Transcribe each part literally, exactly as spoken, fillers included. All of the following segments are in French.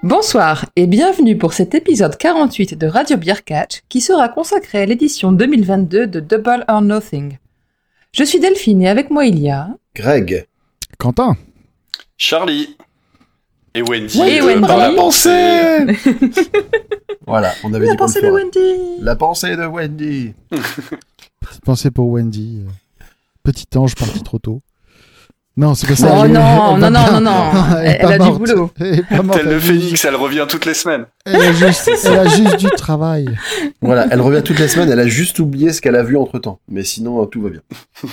Bonsoir et bienvenue pour cet épisode quarante-huit de Radio Beer Catch qui sera consacré à l'édition deux mille vingt-deux de Double or Nothing. Je suis Delphine et avec moi il y a... Greg. Quentin. Charlie. Et Wendy. Oui, de Wendy. Par la pensée. Voilà, on avait La dit qu'on pensée le de ferait. Wendy. La pensée de Wendy. Petite pensée pour Wendy. Petit ange parti trop tôt. Non, c'est pas ça. Oh elle est- non, elle non, va non, bien. non, non. Elle est Elle pas a du morte. boulot. Elle est pas morte, Tel elle le a phénix, juste- elle revient toutes les semaines. Elle a juste, elle a juste du travail. Voilà, elle revient toutes les semaines, elle a juste oublié ce qu'elle a vu entre temps. Mais sinon, euh, tout va bien.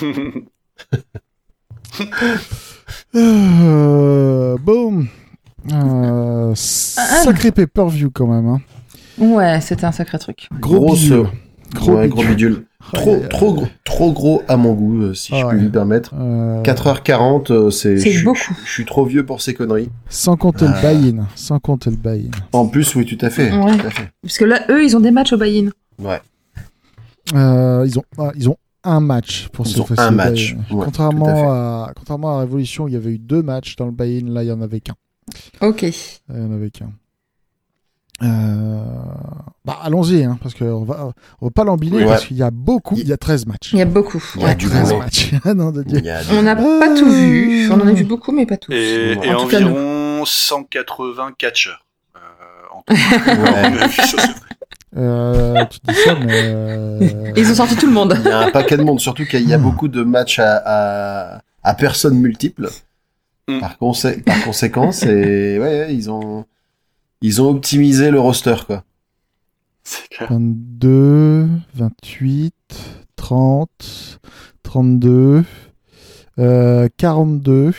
Euh, bon. Euh, sacré pay-per-view quand même. Hein. Ouais, c'était un sacré truc. Gros Grosse- bidule. Gros Ouais, gros bidule. bidule. Trop, Ouais, trop, gros, trop gros à mon goût, euh, si Ah je ouais. puis me permettre. Euh, quatre heures quarante, euh, c'est... C'est je suis- beaucoup. Je suis trop vieux pour ces conneries. Sans compter Ah. le buy-in. Sans compter le buy-in. En plus, oui, tout à fait. Ouais. Tout à fait. Parce que là, eux, ils ont des matchs au buy-in. Ouais. Euh, ils ont, ah, ils ont un match pour Ils ce ont festival. un match, ouais, tout à contrairement fait. à, contrairement à Révolution, il y avait eu deux matchs dans le buy-in. Là, il y en avait qu'un. Ok. Là, il y en avait qu'un. Euh... Bah, allons-y, hein, parce qu'on va, on va pas l'embiler, Ouais. parce qu'il y a beaucoup, il y a treize matchs. Il y a beaucoup. Il y a Ouais. du treize boulot. matchs. non, de Dieu. Il y a On n'a pas tout vu. On en a vu beaucoup, mais pas tous. Et, En et tout cas, environ cent quatre-vingts catcheurs. Euh, en tout. Ouais. Ça, c'est- Euh, tu dis ça, mais... euh, Ils ont sorti tout le monde. Il y a un paquet de monde, surtout qu'il y a Hmm. beaucoup de matchs à, à, à personnes multiples. Hmm. Par, consé- par conséquent, c'est, ouais, ils ont, ils ont optimisé le roster, quoi. c'est clair. vingt-deux, vingt-huit, trente, trente-deux, euh, quarante-deux,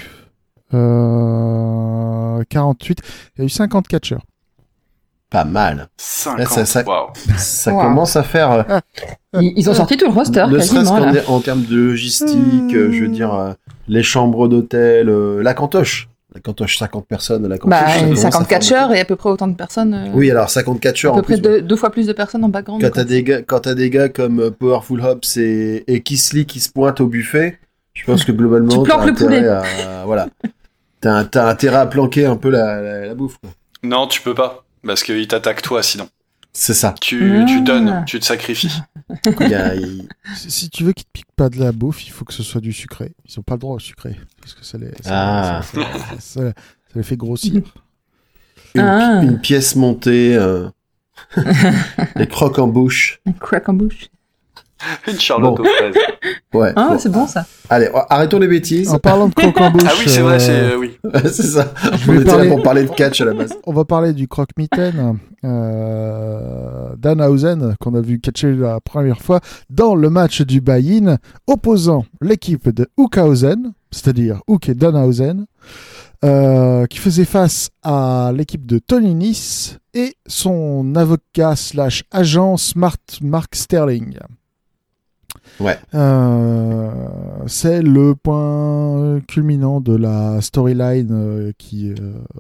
euh, quarante-huit. Il y a eu cinquante catcheurs. Pas mal. cinquante. ça- ça- Waouh. Ça Wow. commence à faire, euh, Ils, ils ont sorti tout le roster, ne serait-ce quasiment. qu'en Là. en termes de logistique, euh, je veux dire, euh, les chambres d'hôtel, euh, la cantoche. La cantoche, cinquante personnes, la cantoche. ça Bah, commence à cinquante faire catcheurs et à peu près autant de personnes. euh, beaucoup. Oui, alors cinquante catcheurs À peu en près plus. deux, deux fois plus de personnes en background. Quand quoi. t'as des gars, quand t'as des gars comme euh, Powerful Hobbs et, et Kisly qui se pointent au buffet, je pense que globalement, Tu planques t'as le intérêt poulet. à, voilà. T'as, un- t'as intérêt à planquer un peu la, la, la bouffe, quoi. Non, tu peux pas. Parce qu'ils t'attaquent toi, sinon. C'est ça. Tu, Ah. tu donnes, tu te sacrifies. Il y a, il- Si, si tu veux qu'ils te piquent pas de la bouffe, il faut que ce soit du sucré. Ils ont pas le droit au sucré. Parce que ça les, ça, Ah. ça, ça- ça- ça- ça les fait grossir. une, Ah. une pièce montée, euh, des crocs en bouche. Un crack en bouche. Une Charlotte Bon. aux fraises. Ouais. Ah, bon. c'est bon ça. Allez, arrêtons les bêtises. En parlant de croque en bouche, Ah oui, c'est vrai, euh, c'est... euh, oui. c'est ça. Je On vais était parler- là pour parler de catch à la base. on va parler du croque-mitaine. Euh, Danhausen, qu'on a vu catcher la première fois dans le match du buy-in, opposant l'équipe de Hookhausen, c'est-à-dire Hook et Danhausen, euh, qui faisait face à l'équipe de Tony Nice et son avocat slash agent Smart Mark Sterling. Ouais. Euh, c'est le point culminant de la storyline euh, qui, euh,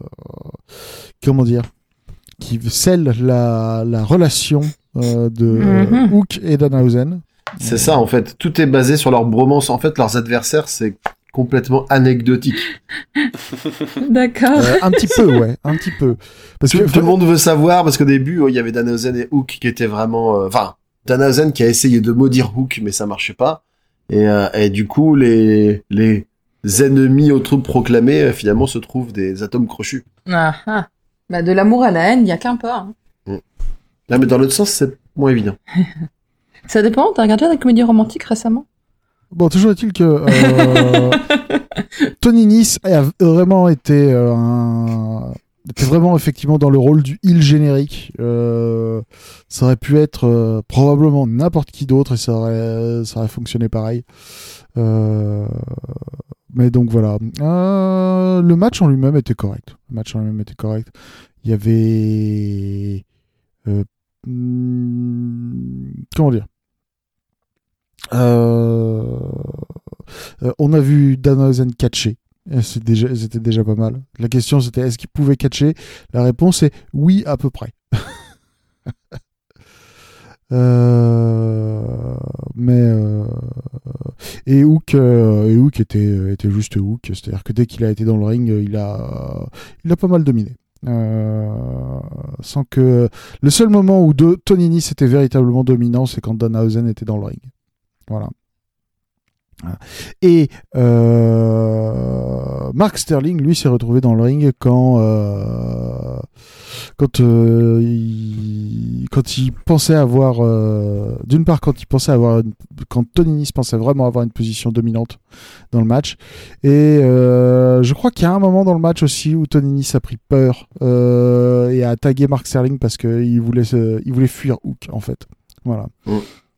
comment dire, qui scelle la, la relation euh, de Mhm. Hook et Danhausen. C'est ça, en fait. Tout est basé sur leur bromance. En fait, leurs adversaires, c'est complètement anecdotique. D'accord. Euh, un petit peu, ouais, un petit peu. Parce Tout, que tout le monde veut savoir, parce qu'au début, il y avait Danhausen et Hook qui étaient vraiment... euh, Enfin, Danhausen qui a essayé de maudire Hook, mais ça marchait pas. Et, euh, et du coup, les, les ennemis aux troupes proclamées, euh, finalement, se trouvent des atomes crochus. Ah, ah. Bah, de l'amour à la haine, il n'y a qu'un pas. hein. Là, mais dans l'autre sens, c'est moins évident. Ça dépend, t'as regardé des comédies romantiques récemment? Bon, toujours est-il que euh, Tony Nice a vraiment été euh, un... était vraiment effectivement dans le rôle du heel générique. Euh, ça aurait pu être euh, probablement n'importe qui d'autre et ça aurait, ça aurait fonctionné pareil. Euh, mais donc voilà. Euh, le match en lui-même était correct. Le match en lui-même était correct. Il y avait... Euh, hmm, comment dire euh, euh, on a vu Danhausen catcher. Et c'est déjà, c'était déjà pas mal. La question c'était est-ce qu'il pouvait catcher? La réponse est oui, à peu près. euh, mais euh, et Hook, euh, et Hook était, était juste Hook. C'est-à-dire que dès qu'il a été dans le ring, il a, il a pas mal dominé. Euh, sans que le seul moment où de... Tony Nese était véritablement dominant, c'est quand Danhausen était dans le ring. Voilà. Et euh, Mark Sterling, lui, s'est retrouvé dans le ring quand euh, quand euh, il quand il pensait avoir euh, d'une part quand il pensait avoir une, quand Tony Nese pensait vraiment avoir une position dominante dans le match, et euh, je crois qu'il y a un moment dans le match aussi où Tony Nese a pris peur euh, et a tagué Mark Sterling parce que il voulait se, il voulait fuir Hook en fait. Voilà. Mm.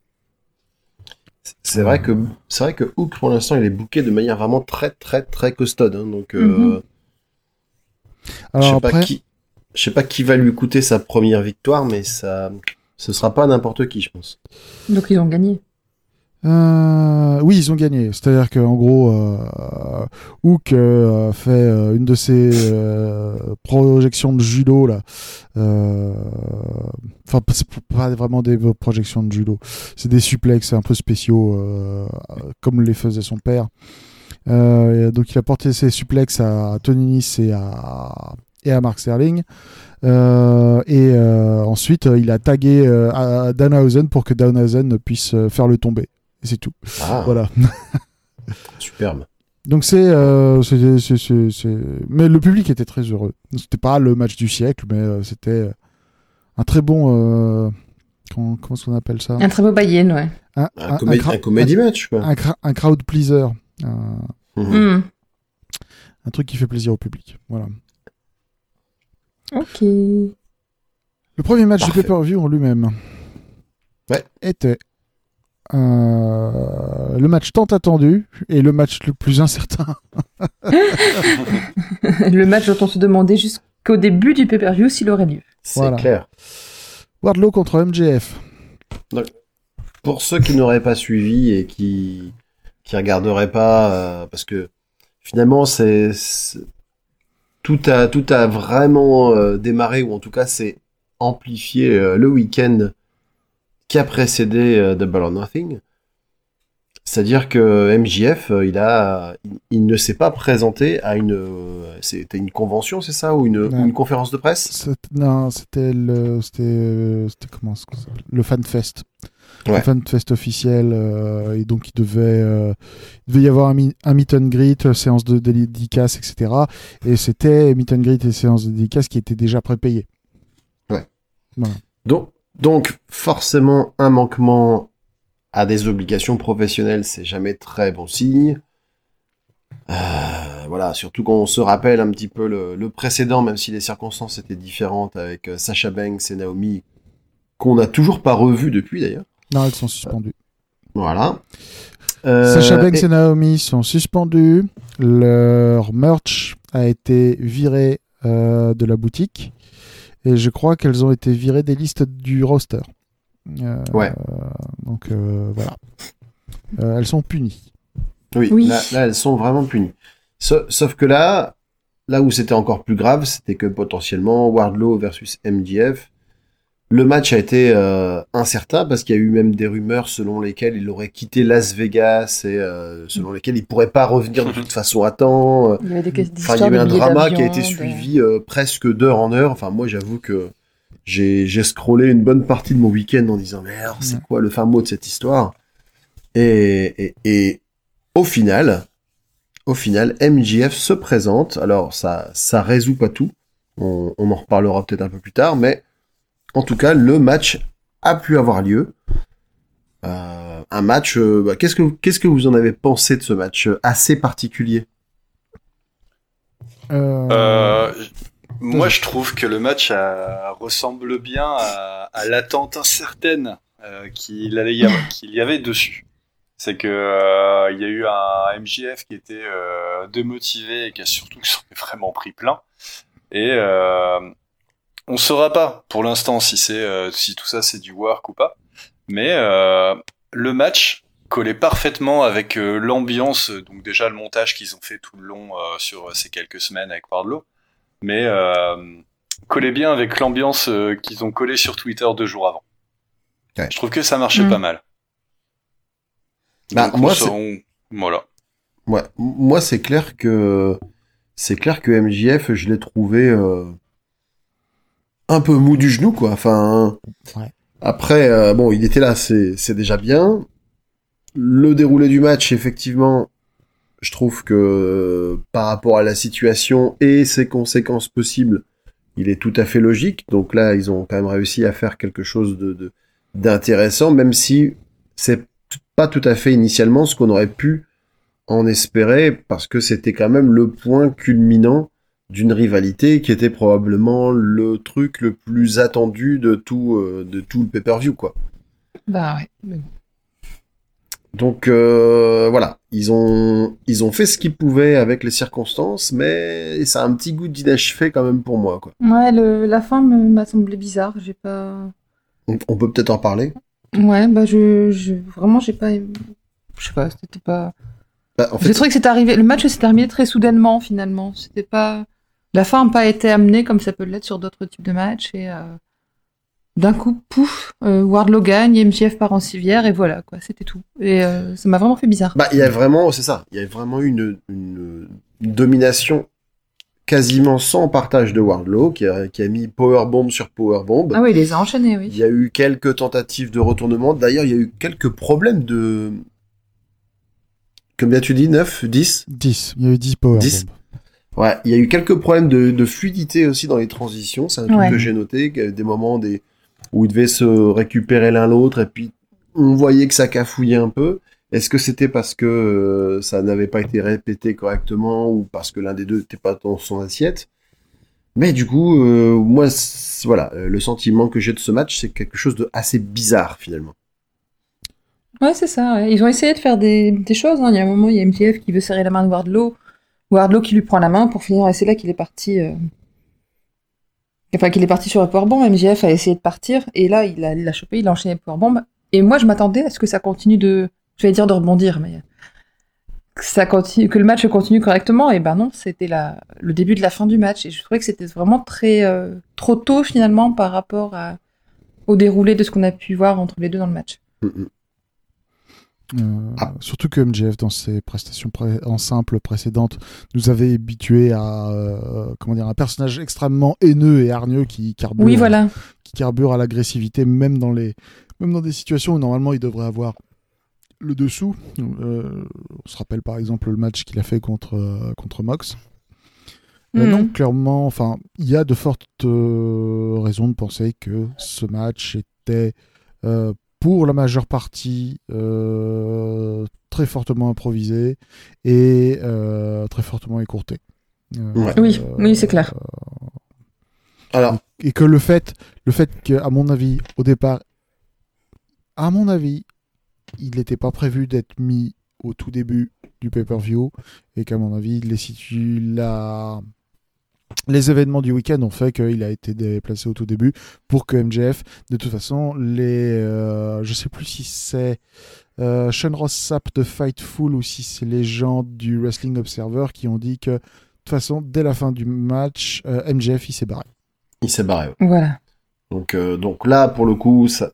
C'est vrai que c'est vrai que Hook pour l'instant il est booké de manière vraiment très très très costaude, hein, donc euh, Mm-hmm. Alors je sais après, pas qui je sais pas qui va lui coûter sa première victoire, mais ça ce sera pas n'importe qui, je pense. Donc ils ont gagné. Euh, oui, ils ont gagné. C'est-à-dire qu'en gros, euh, Hook euh, a fait euh, une de ses euh, projections de judo là. Euh, Enfin, c'est pas vraiment des projections de judo. C'est des suplexes un peu spéciaux, euh, comme les faisait son père. Euh, donc il a porté ses suplexes à Tony Nese et à et à Mark Sterling. Euh, et euh, ensuite, il a tagué euh, à Danhausen pour que Danhausen puisse euh, faire le tomber. Et c'est tout. Ah, Voilà. superbe. Donc c'est, euh, c'est, c'est, c'est, c'est... Mais le public était très heureux. C'était pas le match du siècle, mais euh, c'était un très bon... Euh... Comment, comment est-ce qu'on appelle ça? Un très beau buy-in, ouais. Un, Un, comé- cra- un comédie match, quoi. un, cra- un crowd pleaser. Un, Mhm. Mm. un truc qui fait plaisir au public. Voilà. Ok. Le premier match Parfait. du pay-per-view en lui-même Ouais. était euh, le match tant attendu et le match le plus incertain. Le match dont on se demandait jusqu'au début du pay-per-view s'il aurait lieu. C'est Voilà. clair. Wardlow contre M J F. Pour ceux qui n'auraient pas suivi et qui qui regarderaient pas, euh, parce que finalement c'est, c'est- tout a tout a vraiment euh, démarré, ou en tout cas c'est amplifié euh, le week-end qui a précédé euh, Double or Nothing. C'est-à-dire que M J F, euh, il a, il, il ne s'est pas présenté à une, euh, c'était une convention, c'est ça, ou une, Ouais. ou une conférence de presse? C'est- Non, c'était le, c'était, euh, c'était comment est-ce que ça s'appelle le FanFest. Ouais. Le FanFest officiel, euh, et donc il devait, euh, il devait y avoir un, mi- un meet and greet, euh, séance de dédicace, et cetera. Et c'était meet and greet et séance de dédicace qui étaient déjà prépayés. Ouais. Voilà. Donc, donc forcément, un manquement à des obligations professionnelles, c'est jamais très bon signe. Euh, voilà, surtout quand on se rappelle un petit peu le, le précédent, même si les circonstances étaient différentes avec euh, Sasha Banks et Naomi, qu'on n'a toujours pas revu depuis d'ailleurs. Non, elles sont suspendues. Voilà. Euh, Sasha Banks et- et Naomi sont suspendus. Leur merch a été viré euh, de la boutique. Et je crois qu'elles ont été virées des listes du roster. Euh, Ouais. Donc euh, voilà. Euh, elles sont punies. Oui, Oui. Là, là, elles sont vraiment punies. Sa- Sauf que là, là où c'était encore plus grave, c'était que potentiellement Wardlow versus M J F, le match a été euh, incertain parce qu'il y a eu même des rumeurs selon lesquelles il aurait quitté Las Vegas et euh, selon lesquelles il pourrait pas revenir de toute façon à temps. Il y avait des, des Enfin, il y histoires avait de un billets drama d'avion, qui a été de- suivi euh, presque d'heure en heure. Enfin, moi, j'avoue que j'ai j'ai scrollé une bonne partie de mon week-end en disant mais alors c'est Ouais. quoi le fin mot de cette histoire? Et, et, et au final, au final, M J F se présente. Alors ça ça résout pas tout. On, on en reparlera peut-être un peu plus tard, mais en tout cas, le match a pu avoir lieu. Euh, un match. euh, bah, qu'est-ce que qu'est-ce que vous en avez pensé de ce match euh, assez particulier? Euh, Euh, moi, je trouve que le match euh, ressemble bien à, à l'attente incertaine euh, qu'il allait y avoir- qu'il y avait dessus. C'est que euh, il y a eu un M J F qui était euh, démotivé et qui a surtout qui s'en est vraiment pris plein. Et euh, on saura pas pour l'instant si c'est euh, si tout ça c'est du work ou pas. Mais euh, le match collait parfaitement avec euh, l'ambiance, donc déjà le montage qu'ils ont fait tout le long euh, sur ces quelques semaines avec Wardlow, mais euh, collait bien avec l'ambiance euh, qu'ils ont collé sur Twitter deux jours avant. Ouais. Je trouve que ça marchait Mm. pas mal. Bah, Donc, moi, on c'est- s'en- on- voilà. Ouais, m- moi c'est clair que c'est clair que M J F, je l'ai trouvé, euh, un peu mou du genou, quoi. Enfin, Ouais. après, euh, bon, il était là, c'est, c'est déjà bien. Le déroulé du match, effectivement, je trouve que euh, par rapport à la situation et ses conséquences possibles, il est tout à fait logique. Donc là, ils ont quand même réussi à faire quelque chose de, de d'intéressant, même si c'est t- pas tout à fait initialement ce qu'on aurait pu en espérer, parce que c'était quand même le point culminant d'une rivalité qui était probablement le truc le plus attendu de tout, euh, de tout le pay-per-view, quoi. Bah ouais. Mais bon. Donc euh, voilà, ils ont ils ont fait ce qu'ils pouvaient avec les circonstances, mais ça a un petit goût d'inachevé quand même pour moi, quoi. Ouais, le, la fin me- m'a semblé bizarre. J'ai pas. On, on peut peut-être en parler. Ouais, bah je, je vraiment j'ai pas. aimé- Je sais pas, c'était pas. Bah, en J'ai fait, trouvé que c'était arrivé. Le match s'est terminé très soudainement finalement. C'était pas. La fin n'a pas été amenée comme ça peut l'être sur d'autres types de matchs et euh, d'un coup, pouf, euh, Wardlow gagne, M J F part en civière et voilà quoi, c'était tout. Et euh, ça m'a vraiment fait bizarre. bah il y a vraiment, c'est ça, il y a vraiment eu une, une, une domination quasiment sans partage de Wardlow qui a, qui a mis powerbomb sur powerbomb. Ah oui, il les a enchaînés, Il oui. y a eu quelques tentatives de retournement. D'ailleurs, il y a eu quelques problèmes de... Combien tu dis? neuf? dix? dix. Il y a eu dix power dix. bombs. Ouais, il y a eu quelques problèmes de, de fluidité aussi dans les transitions. C'est un truc Ouais. que j'ai noté, qu'il y avait des moments des... où ils devaient se récupérer l'un l'autre et puis on voyait que ça cafouillait un peu. Est-ce que c'était parce que euh, ça n'avait pas été répété correctement ou parce que l'un des deux n'était pas dans son assiette? Mais du coup, euh, moi, c'est- voilà, euh, le sentiment que j'ai de ce match, c'est quelque chose de assez bizarre finalement. Ouais, c'est ça. Ouais. Ils ont essayé de faire des, des choses. Hein. Il y a un moment, il y a M J F qui veut serrer la main de Wardlow. Wardlow qui lui prend la main pour finir. Et c'est là qu'il est parti. Euh... Enfin, qu'il est parti sur le powerbomb. M J F a essayé de partir. Et là, il l'a il l'a chopé, il a enchaîné le powerbomb. Et moi, je m'attendais à ce que ça continue de. Je vais dire de rebondir, mais. Que, ça continue, que le match continue correctement. Et ben non, c'était la, le début de la fin du match. Et je trouvais que c'était vraiment très. Euh, trop tôt finalement par rapport à, au déroulé de ce qu'on a pu voir entre les deux dans le match. Mm-mm. Euh, Ah. Surtout que M J F, dans ses prestations pré- en simple précédentes, nous avait habitués à euh, comment dire, un personnage extrêmement haineux et hargneux qui carbure, Oui, voilà. qui carbure à l'agressivité, même dans, les, même dans des situations où normalement il devrait avoir le dessous. Euh, on se rappelle par exemple le match qu'il a fait contre, euh, contre Mox. Euh, Mhm. non, clairement, enfin, il y a de fortes euh, raisons de penser que ce match était euh, pour la majeure partie euh, très fortement improvisé et euh, très fortement écourté. Euh, Ouais. Oui, oui, c'est clair. Alors, Et que le fait, le fait que, à mon avis, au départ, à mon avis, il n'était pas prévu d'être mis au tout début du pay-per-view et qu'à mon avis, les, situ... la... les événements du week-end ont fait qu'il a été déplacé au tout début pour que M J F, de toute façon, les, euh, je sais plus si c'est euh, Sean Ross Sapp de Fightful ou si c'est les gens du Wrestling Observer qui ont dit que de toute façon, dès la fin du match, euh, M J F il s'est barré. il s'est barré. Ouais. Voilà. Donc, euh, donc là, pour le coup, ça,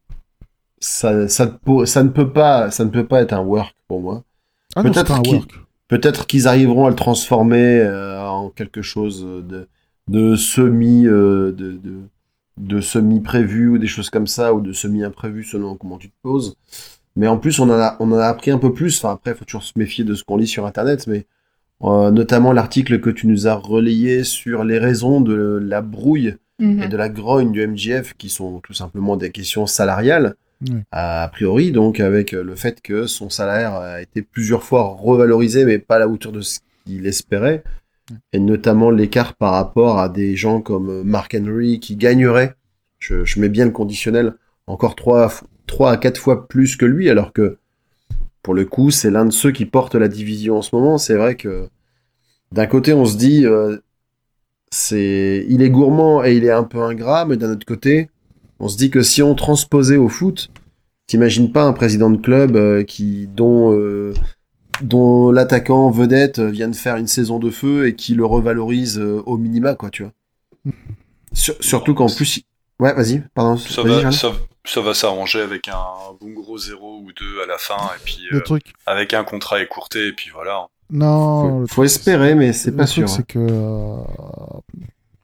ça, ça, ne peut- ça ne peut pas, ça ne peut pas être un work pour moi. Ah non, Peut-être c'est pas un qu'il- work. Peut-être qu'ils arriveront à le transformer euh, en quelque chose de, de semi, euh, de, de, de semi prévu ou des choses comme ça, ou de semi imprévu selon comment tu te poses. Mais en plus, on en a, on en a appris un peu plus. Enfin, après, il faut toujours se méfier de ce qu'on lit sur Internet, mais euh, notamment l'article que tu nous as relayé sur les raisons de la brouille Mhm. et de la grogne du M J F, qui sont tout simplement des questions salariales, Oui. a priori, donc avec le fait que son salaire a été plusieurs fois revalorisé, mais pas à la hauteur de ce qu'il espérait, et notamment l'écart par rapport à des gens comme Mark Henry qui gagneraient, je, je mets bien le conditionnel, encore trois, trois à quatre fois plus que lui, alors que pour le coup, c'est l'un de ceux qui portent la division en ce moment. C'est vrai que d'un côté, on se dit, euh, c'est, il est gourmand et il est un peu ingrat, mais d'un autre côté, on se dit que si on transposait au foot, t'imagines pas un président de club euh, qui, dont, euh, dont l'attaquant vedette vient de faire une saison de feu et qui le revalorise euh, au minima, quoi, tu vois. Sur- surtout qu'en plus, il- ouais, vas-y, pardon. Ça vas-y, va, Jeanne. ça, ça va s'arranger avec un bon gros zéro ou deux à la fin, et puis Le euh, truc, avec un contrat écourté, et puis voilà. non, Faut, le faut truc, espérer, mais c'est le pas truc, sûr. c'est que euh,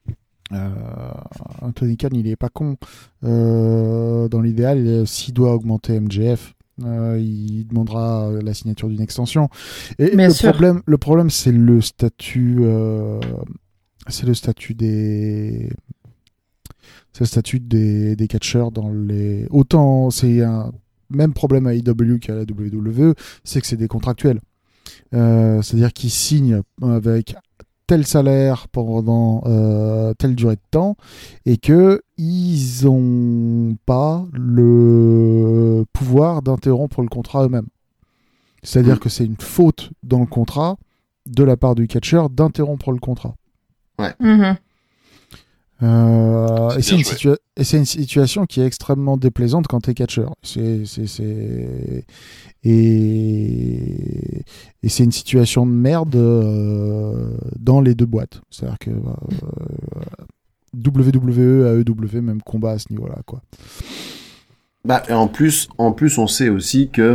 Euh, Tony Khan, il est pas con. Euh, dans l'idéal, s'il doit augmenter M J F, euh, il demandera la signature d'une extension. Et Bien le sûr. problème, le problème, c'est le statut, euh, c'est le statut des, c'est le statut des, des catcheurs dans les. Autant c'est un même problème à A E W qu'à la W W E, c'est que c'est des contractuels. Euh, c'est-à-dire qu'ils signent avec tel salaire pendant euh, telle durée de temps et que ils ont pas le pouvoir d'interrompre le contrat eux-mêmes. C'est-à-dire Mmh. que c'est une faute dans le contrat de la part du catcheur d'interrompre le contrat. Mhm. Euh, C'est et, c'est bien une joué. situa- et c'est une situation qui est extrêmement déplaisante quand t'es catcheur. C'est, c'est, c'est... Et... et c'est une situation de merde euh, dans les deux boîtes. C'est-à-dire que euh, W W E, A E W, même combat à ce niveau-là, quoi. Bah, et en plus, en plus, on sait aussi que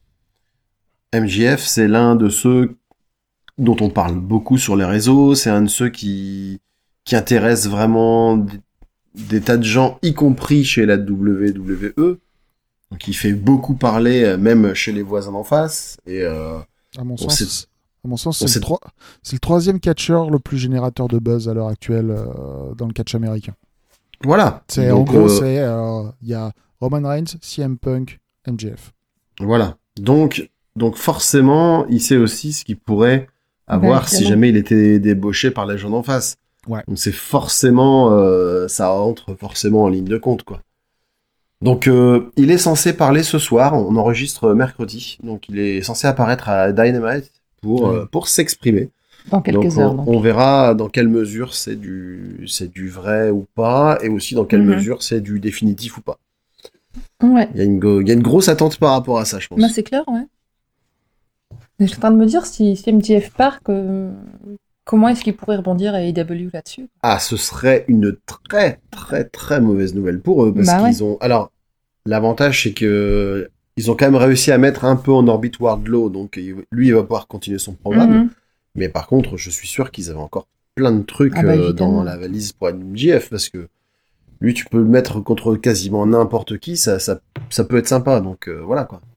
M J F, c'est l'un de ceux dont on parle beaucoup sur les réseaux. C'est un de ceux qui, qui intéresse vraiment des, des tas de gens, y compris chez la W W E. Donc, il fait beaucoup parler, euh, même chez les voisins d'en face. Et, euh, À mon on sens, sait- à mon sens on c'est, sait- le troi- c'est le troisième catcheur le plus générateur de buzz à l'heure actuelle euh, dans le catch américain. voilà. C'est, en Donc, gros, euh, c'est euh, il y a Roman Reigns, C M Punk, M J F. Voilà. Donc, donc forcément, il sait aussi ce qu'il pourrait avoir Bah, si évidemment. jamais il était débauché par les gens d'en face. Ouais. Donc c'est forcément, euh, ça entre forcément en ligne de compte, quoi. Donc euh, il est censé parler ce soir. On enregistre mercredi, donc il est censé apparaître à Dynamite pour Ouais. euh, pour s'exprimer. Dans quelques donc, heures. on, Donc. on verra dans quelle mesure c'est du c'est du vrai ou pas, et aussi dans quelle Mhm. mesure c'est du définitif ou pas. Ouais. Il y a une go- il y a une grosse attente par rapport à ça, je pense. Bah, c'est clair, ouais. Mais je suis en train de me dire si, si M J F part, que... comment est-ce qu'il pourrait rebondir à A E W là-dessus? Ah, ce serait une très très très mauvaise nouvelle pour eux parce Bah ouais. qu'ils ont. Alors, l'avantage c'est que ils ont quand même réussi à mettre un peu en orbite Wardlow, donc il- lui il va pouvoir continuer son programme. Mhm. Mais par contre, je suis sûr qu'ils avaient encore plein de trucs Ah bah, euh, évidemment. dans la valise pour M J F parce que lui tu peux le mettre contre quasiment n'importe qui, ça ça ça peut être sympa. Donc euh, voilà quoi.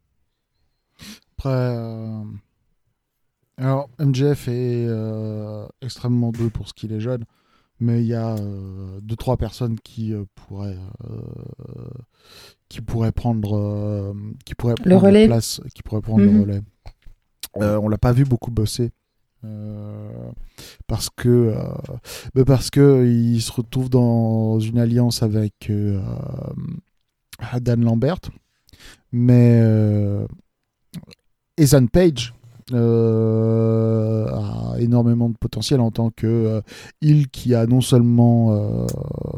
Après, euh, alors M J F est euh, extrêmement doué pour ce qu'il est jeune, mais il y a euh, deux trois personnes qui euh, pourraient euh, qui pourraient prendre euh, qui pourraient Le prendre la relais. place, qui pourraient prendre Mhm. le relais. Euh, on l'a pas vu beaucoup bosser. euh, parce que euh, bah parce que il se retrouve dans une alliance avec euh, Dan Lambert, mais euh, Ethan Page euh, a énormément de potentiel en tant que euh, il qui a non seulement euh,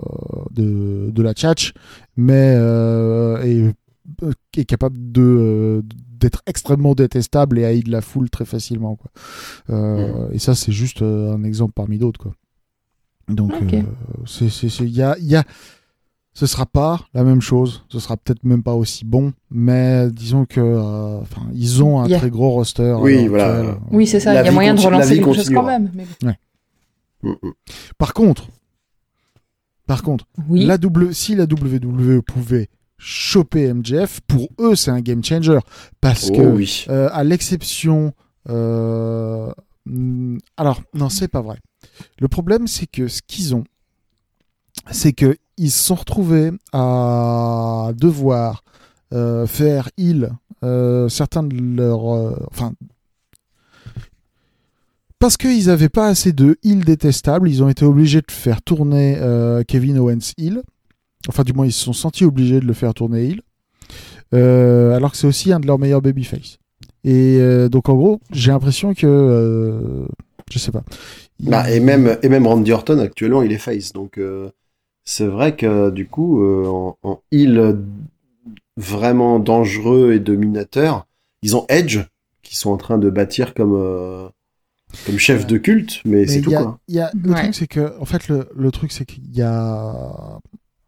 de, de la tchatch, mais euh, est, est capable de euh, d'être extrêmement détestable et haï de la foule très facilement, quoi. Euh, et ça c'est juste euh, un exemple parmi d'autres, quoi. Donc Ok. euh, c'est c'est c'est il y a il y a ce sera pas la même chose, ce sera peut-être même pas aussi bon, mais disons que euh, enfin ils ont un Yeah. très gros roster. à Oui, l'heure voilà. actuelle. Oui, c'est ça, La il y a vie moyen de continue- la relancer vie quelque chose quand continuera. même. mais bon. Mm, mm. Par contre, par contre, Oui. la W, si la W W E pouvait choper M J F, pour eux c'est un game changer parce Oh que oui. euh, à l'exception, euh, hmm, alors non c'est pas vrai. Le problème c'est que ce qu'ils ont, c'est que ils se sont retrouvés à devoir euh, faire heal euh, certains de leurs, euh, enfin. Parce qu'ils n'avaient pas assez de heal détestables, ils ont été obligés de faire tourner euh, Kevin Owens heal. Enfin, du moins, ils se sont sentis obligés de le faire tourner heal. Euh, alors que c'est aussi un de leurs meilleurs babyface. Et euh, donc, en gros, j'ai l'impression que. Euh, je sais pas. Il- Bah, et même et même Randy Orton actuellement il est face, donc euh, c'est vrai que du coup euh, en, en heel vraiment dangereux et dominateur, ils ont Edge qui sont en train de bâtir comme euh, comme chef Ouais. de culte, mais, Mais c'est il tout y a- quoi. il y a- le Ouais. truc, c'est que. En fait, le, le truc, c'est qu'il y a.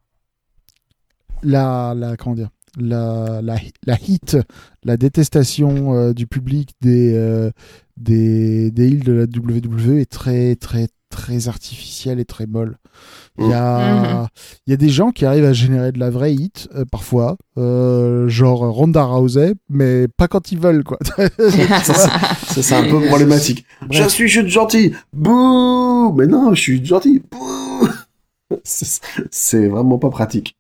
La. la comment dire la, la, la hit, la détestation euh, du public des, euh, des, des heels de la W W E est très, très, très artificielle et très molle. Il y Mm. a, il y a des gens qui arrivent à générer de la vraie hit, euh, parfois, euh, genre Ronda Rousey, mais pas quand ils veulent, quoi. Ça, c'est un peu problématique. Bref. Je suis juste gentil. Bouh. Mais non, je suis gentil. Bouh. C'est, c'est vraiment pas pratique.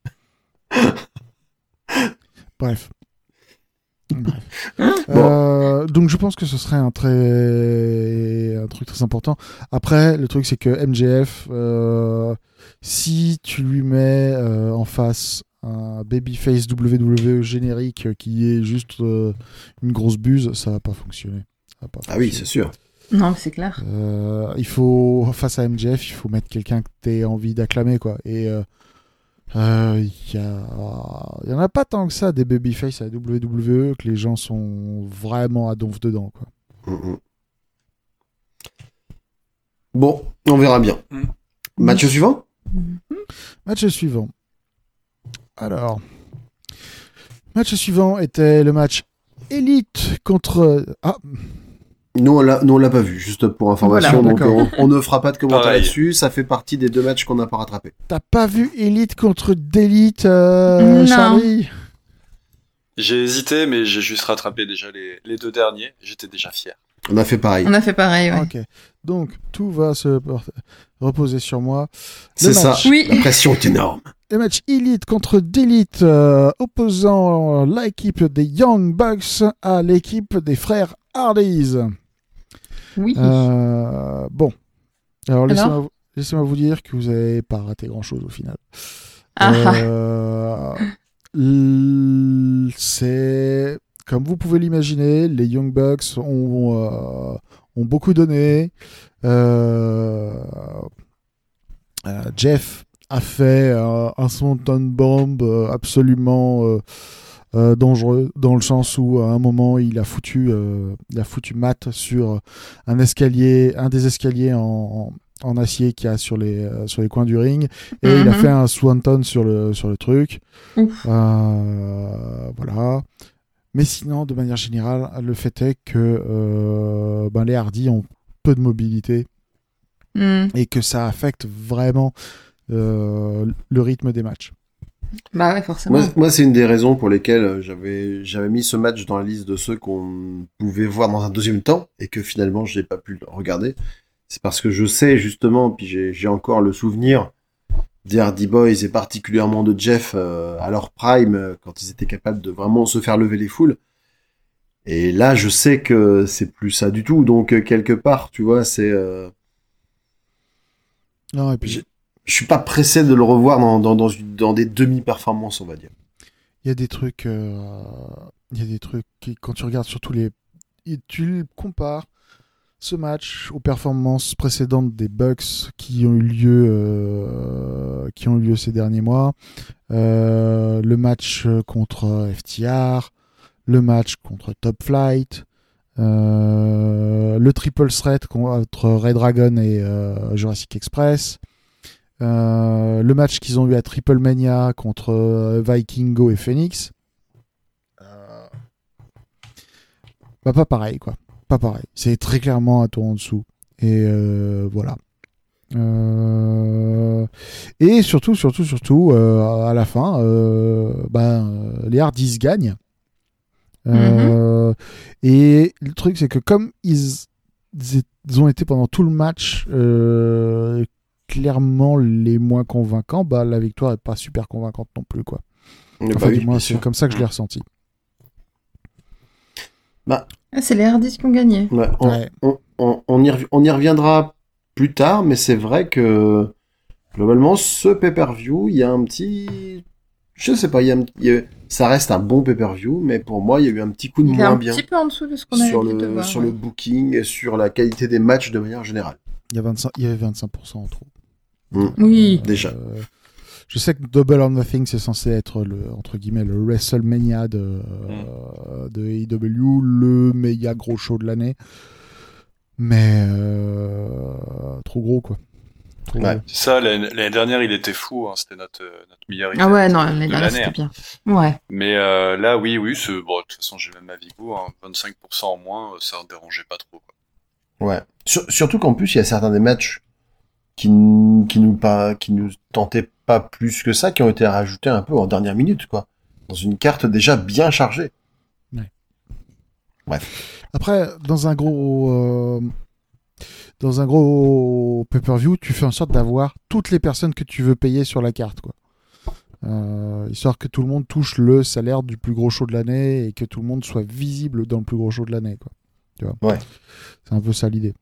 Bref. Bref. Euh, donc je pense que ce serait un très un truc très important. Après, le truc c'est que M J F, euh, si tu lui mets euh, en face un babyface W W E générique qui est juste euh, une grosse buse, ça va pas fonctionner. Ça va pas Ah oui, fonctionner. c'est sûr. Non, mais c'est clair. Euh, il faut face à M J F, il faut mettre quelqu'un que t'aies envie d'acclamer, quoi. Et euh, euh, il y a, il y en a pas tant que ça des babyface à la W W E que les gens sont vraiment à donf dedans, quoi. Mm, mm. Bon, on verra bien. Mm. Match suivant. Match suivant. Alors, match suivant était le match Elite contre ah Nous, on l'a, nous, on l'a pas vu, juste pour information. Voilà, donc, d'accord. on, on ne fera pas de commentaires Pareil. là-dessus. Ça fait partie des deux matchs qu'on n'a pas rattrapés. t'as pas vu Elite contre Delete, euh, Non. Charlie? J'ai hésité, mais j'ai juste rattrapé déjà les, les deux derniers. J'étais déjà fier. On a fait pareil. On a fait pareil, ouais. Ok. Donc tout va se por- reposer sur moi. C'est Le ça. match. Oui. La pression est énorme. Le match Elite contre Delete, euh, opposant l'équipe des Young Bucks à l'équipe des frères Hardys. Oui. Euh, bon. Alors, laissez-moi, Alors vous- laissez-moi vous dire que vous n'avez pas raté grand-chose au final. Ah, ah. Euh, l- c'est, comme vous pouvez l'imaginer, les Young Bucks ont, euh, ont beaucoup donné. Euh, euh, Jeff a fait euh, un Swanton Bomb euh, absolument euh, euh, dangereux, dans le sens où à un moment il a foutu, euh, il a foutu Matt sur un escalier, un des escaliers en, en acier qu'il y a sur les, euh, sur les coins du ring, et il a Mhm. fait un Swanton sur le, sur le truc. Ouf. Euh, voilà. Mais sinon, de manière générale, le fait est que euh, ben, les Hardy ont peu de mobilité Hmm. et que ça affecte vraiment euh, le rythme des matchs. Bah ouais, forcément. Moi, moi, c'est une des raisons pour lesquelles j'avais, j'avais mis ce match dans la liste de ceux qu'on pouvait voir dans un deuxième temps et que finalement, je n'ai pas pu le regarder. C'est parce que je sais, justement, puis j'ai, j'ai encore le souvenir des Hardy Boys et particulièrement de Jeff euh, à leur prime, euh, quand ils étaient capables de vraiment se faire lever les foules. Et là, je sais que c'est plus ça du tout. Donc, euh, quelque part, tu vois, c'est... Euh, Non, et puis J'ai- je suis pas pressé de le revoir dans, dans, dans, une- dans des demi-performances, on va dire. il y a des trucs, euh, il y a des trucs qui, quand tu regardes surtout les, et tu compares ce match aux performances précédentes des Bucks qui ont eu lieu, euh, qui ont eu lieu ces derniers mois, euh, le match contre F T R, le match contre Top Flight, euh, le triple threat contre Red Dragon et euh, Jurassic Express. Euh, le match qu'ils ont eu à Triple Mania contre euh, Vikingo et Phoenix. Euh, bah, pas pareil, quoi. Pas pareil. C'est très clairement un tour en dessous. Et euh, voilà. Euh, et surtout, surtout, surtout, euh, à la fin, euh, bah, euh, les Hardys gagnent. Euh, Et le truc, c'est que comme ils, ils ont été pendant tout le match euh, clairement les moins convaincants, bah, la victoire est pas super convaincante non plus, quoi. Mais Enfin, bah du oui, moins, bien c'est sûr. comme ça que je l'ai ressenti. Ah, c'est les Hardys qui ont gagné. Ouais, on, Ouais. on, on, on y rev- on y reviendra plus tard, mais c'est vrai que globalement, ce pay-per-view, il y a un petit... Je sais pas, il y a, un- il y a- ça reste un bon pay-per-view, mais pour moi, il y a eu un petit coup de Il est moins un bien petit peu en dessous de ce qu'on a sur, l'habitude de le, voir. sur ouais. le booking et sur la qualité des matchs de manière générale. Il y, a vingt-cinq, il y avait vingt-cinq pour cent en trop. Oui. Déjà. Euh, je sais que Double or Nothing, c'est censé être le, entre guillemets, le WrestleMania de, euh, de A E W, le méga gros show de l'année. Mais euh, trop gros, quoi. Trop Ouais. gros. C'est ça, l'année l'année dernière, il était fou. Hein, c'était notre, euh, notre meilleur Ah ouais, event non, de l'année dernière, l'année, c'était hein. bien. Ouais. Mais euh, là, oui, oui, c'est, bon, de toute façon, j'ai le même avis que vous. Hein, vingt-cinq pour cent en moins, euh, ça ne dérangeait pas trop. Quoi. Ouais. Sur- surtout qu'en plus, il y a certains des matchs qui, n- qui nous pas, qui nous tentaient pas plus que ça, qui ont été rajoutés un peu en dernière minute, quoi. Dans une carte déjà bien chargée. Après, dans un gros, euh, dans un gros pay-per-view, tu fais en sorte d'avoir toutes les personnes que tu veux payer sur la carte, quoi. Euh, histoire que tout le monde touche le salaire du plus gros show de l'année et que tout le monde soit visible dans le plus gros show de l'année, quoi. Tu vois. Ouais. C'est un peu ça l'idée.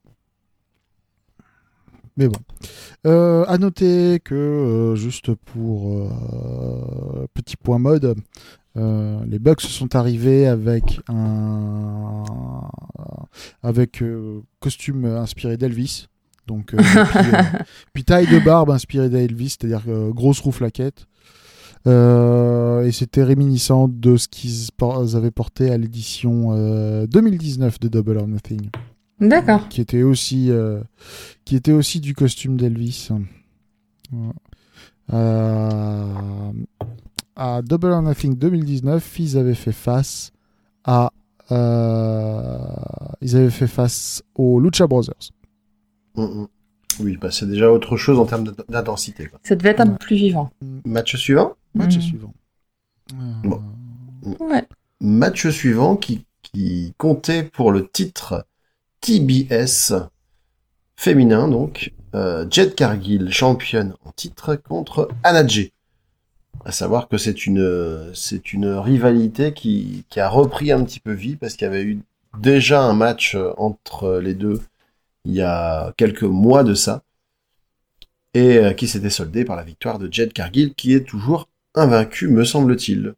Mais bon. Euh, à noter que, euh, juste pour euh, petit point mode, euh, les Bucks sont arrivés avec un avec euh, costume inspiré d'Elvis. Donc, euh, puis, euh, puis taille de barbe inspirée d'Elvis, c'est-à-dire euh, grosse roue flaquette. Euh, et c'était réminiscent de ce qu'ils por- avaient porté à l'édition euh, deux mille dix-neuf de Double or Nothing. D'accord. Qui était aussi, euh, qui était aussi du costume d'Elvis. Voilà. Euh, à Double or Nothing deux mille dix-neuf, ils avaient fait face à, euh, ils avaient fait face aux Lucha Brothers. Mm, mm. Oui, bah c'est déjà autre chose en termes d'int- d'intensité, quoi. Ça devait être un Ouais. peu plus vivant. Match suivant. Match Mhm. suivant. Euh, Bon. Ouais. Match suivant qui, qui comptait pour le titre T B S féminin, donc euh, Jade Cargill, championne en titre, contre Anna Jay. À savoir que c'est une, c'est une rivalité qui, qui a repris un petit peu vie parce qu'il y avait eu déjà un match entre les deux il y a quelques mois de ça et euh, qui s'était soldé par la victoire de Jade Cargill qui est toujours invaincue, me semble-t-il.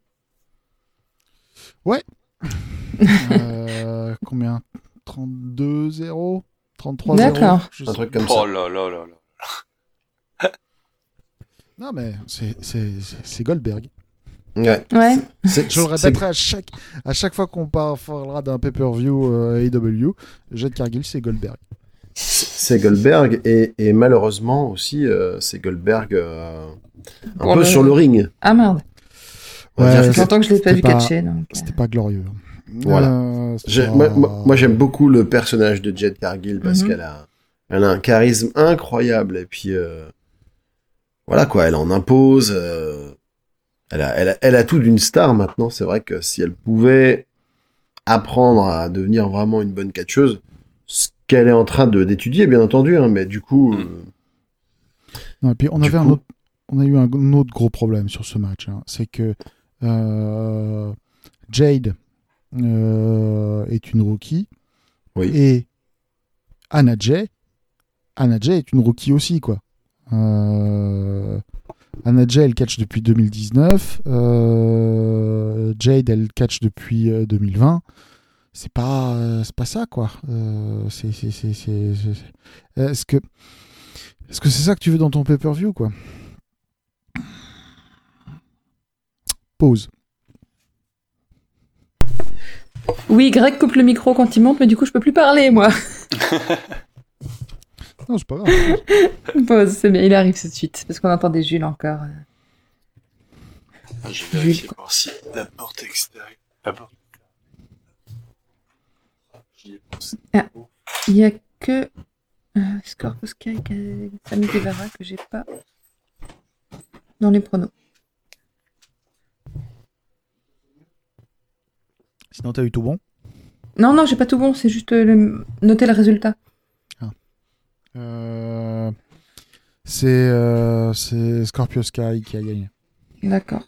euh, combien trente-deux zéro trente-trois zéro D'accord. je Un sais truc pas. comme Oh ça. là là là là. Non, mais c'est, c'est, c'est, c'est Goldberg. Ouais. Ouais. C'est- Je le c'est- répéterai à chaque, à chaque fois qu'on parlera d'un pay-per-view euh, A E W. Jade Cargill, c'est Goldberg. C'est Goldberg et, et malheureusement aussi euh, c'est Goldberg euh, un Pour peu le- sur le ring. Ah merde. On va Ouais, dire Ça que- fait longtemps que je l'ai pas c'était vu pas- catcher. Donc... euh. C'était pas glorieux. Voilà. Euh, c'était J'ai- pas- moi, moi- moi, j'aime beaucoup le personnage de Jade Cargill parce Mhm. qu'elle a, elle a un charisme incroyable et puis euh, voilà quoi, elle en impose. euh, elle, a, elle, a, elle a tout d'une star maintenant. C'est vrai que si elle pouvait apprendre à devenir vraiment une bonne catcheuse, ce qu'elle est en train de d'étudier bien entendu, hein, mais du coup, Mhm. euh, Non, et puis on Du avait un coup- autre, on a eu un, un autre gros problème sur ce match. Hein. C'est que euh, Jade euh, est une rookie oui. et Anna Jay, Anna Jay est une rookie aussi, quoi. Euh, Anna Jay, elle catch depuis deux mille dix-neuf. Euh, Jade, elle catch depuis euh, deux mille vingt. C'est pas, euh, c'est pas ça, quoi. Euh, c'est, c'est, c'est, c'est, c'est- Est-ce que, est-ce que c'est ça que tu veux dans ton pay-per-view, quoi? Pause. Oui, Greg coupe le micro quand il monte, mais du coup, je peux plus parler, moi. Non, c'est pas grave. Pause, c'est bien, il arrive tout de suite. Parce qu'on entendait Jules encore. Ah, je vais vérifier voir si la porte extérieure. La porte. J'y ai pensé. Il y a que euh, Scorpio Sky et Sammy Guevara que j'ai pas dans les pronos. Sinon, t'as eu tout bon. Non, non, j'ai pas tout bon, c'est juste euh, le... noter le résultat. Euh, c'est, euh, c'est Scorpio Sky qui a gagné. D'accord.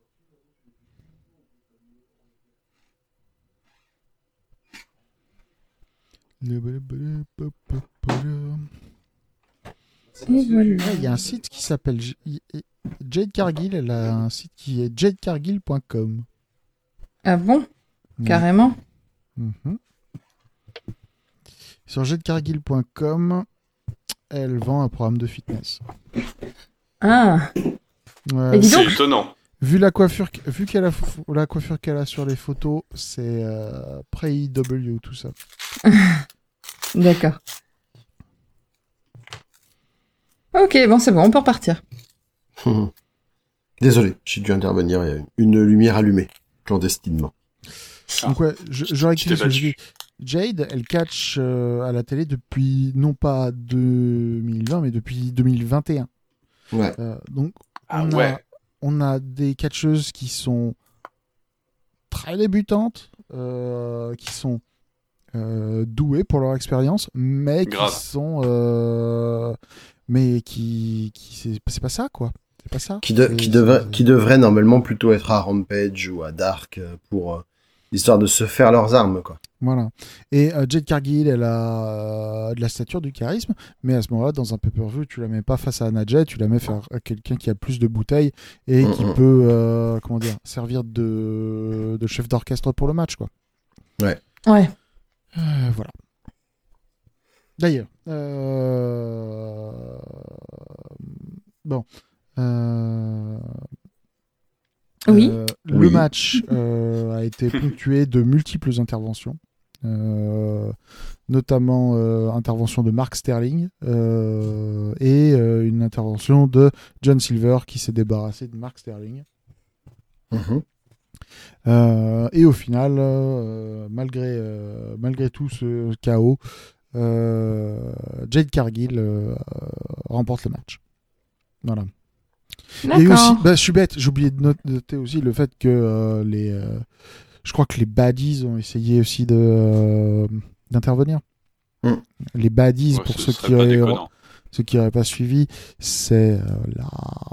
Et voilà. Ah, il y a un site qui s'appelle J- y- y- Jade Cargill. Elle a un site qui est jade cargill point com. Ah bon? Carrément? Mhm. Sur jade cargill point com, elle vend un programme de fitness. Ah! Ouais, Et dis C'est donc. étonnant. vu la coiffure, qu- vu qu'elle a f- la coiffure qu'elle a sur les photos, c'est euh, pré-I W tout ça. D'accord. Ok, bon, c'est bon, on peut repartir. Désolé, j'ai dû intervenir. Il y a une lumière allumée clandestinement. Ah. Donc ouais, je, je Tu rectifie t'es ce que je battu. dis. Jade, elle catch euh, à la télé depuis, non pas deux mille vingt, mais depuis deux mille vingt et un. Ouais. Euh, donc, Ah on, ouais. a, on a des catcheuses qui sont très débutantes, euh, qui sont euh, douées pour leur expérience, mais Grave. qui sont... Euh, mais qui... qui c'est, c'est pas ça, quoi. C'est pas ça. Qui, de, C'est- qui, c'est- devrait, c'est- qui devrait normalement plutôt être à Rampage ou à Dark euh, pour euh, histoire de se faire leurs armes, quoi. Voilà. Et euh, Jade Cargill, elle a euh, de la stature, du charisme, mais à ce moment-là, dans un pay-per-view, tu la mets pas face à Anna Jay, tu la mets faire à quelqu'un qui a plus de bouteilles et Mm, qui mm. peut, euh, comment dire, servir de, de chef d'orchestre pour le match, quoi. Ouais. Euh, voilà. D'ailleurs, euh... bon, euh... Oui. Euh, le Oui. match euh, a été ponctué de multiples interventions, euh, notamment euh, intervention de Mark Sterling euh, et euh, une intervention de John Silver qui s'est débarrassé de Mark Sterling. Mhm. Euh, et au final, euh, malgré, euh, malgré tout ce chaos, euh, Jade Cargill euh, remporte le match. Voilà. D'accord. Et aussi, bah, je suis bête, j'ai oublié de noter aussi le fait que euh, les, euh, je crois que les baddies ont essayé aussi de euh, d'intervenir. Mm. Les baddies, Ouais, pour ce ceux serait qui pas auraient, déconnant. ceux qui n'auraient pas suivi, c'est euh, la,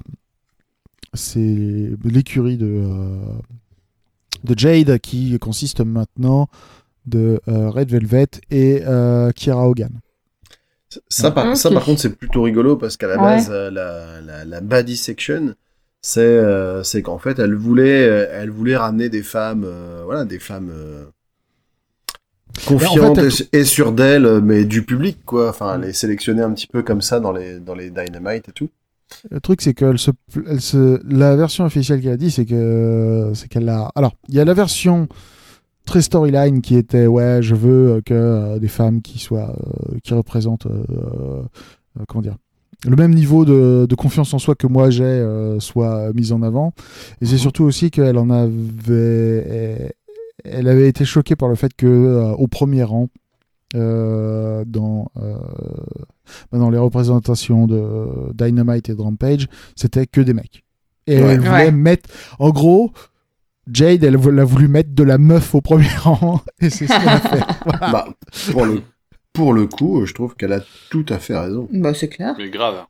c'est l'écurie de euh, de Jade qui consiste maintenant de euh, Red Velvet et euh, Kiera Hogan. Ça, par, Ok. ça, par contre, c'est plutôt rigolo parce qu'à la Ouais. base, euh, la, la, la baddie section, c'est euh, c'est qu'en fait, elle voulait, euh, elle voulait ramener des femmes, euh, voilà, des femmes euh, confiantes Mais en fait, et, et sûres d'elles, euh, mais du public, quoi. Enfin, Mm. les sélectionner un petit peu comme ça dans les, dans les Dynamite et tout. Le truc, c'est qu'elle se, elle se, la version officielle qu'elle a dit, c'est que, c'est qu'elle a. Alors, il y a la version très storyline qui était, ouais, je veux que euh, des femmes qui soient, euh, qui représentent, euh, euh, comment dire, le même niveau de, de confiance en soi que moi j'ai, euh, soit mise en avant. Et c'est Mhm. surtout surtout aussi qu'elle en avait, elle avait été choquée par le fait que euh, au premier rang, euh, dans euh, dans les représentations de Dynamite et de Rampage, c'était que des mecs. Et Ouais. elle voulait Ouais. mettre, en gros, Jade, elle vou- a voulu mettre de la meuf au premier rang, et c'est ce qu'elle a fait. Voilà. Bah, pour le, pour le coup, je trouve qu'elle a tout à fait raison. Bah, c'est clair. Mais grave.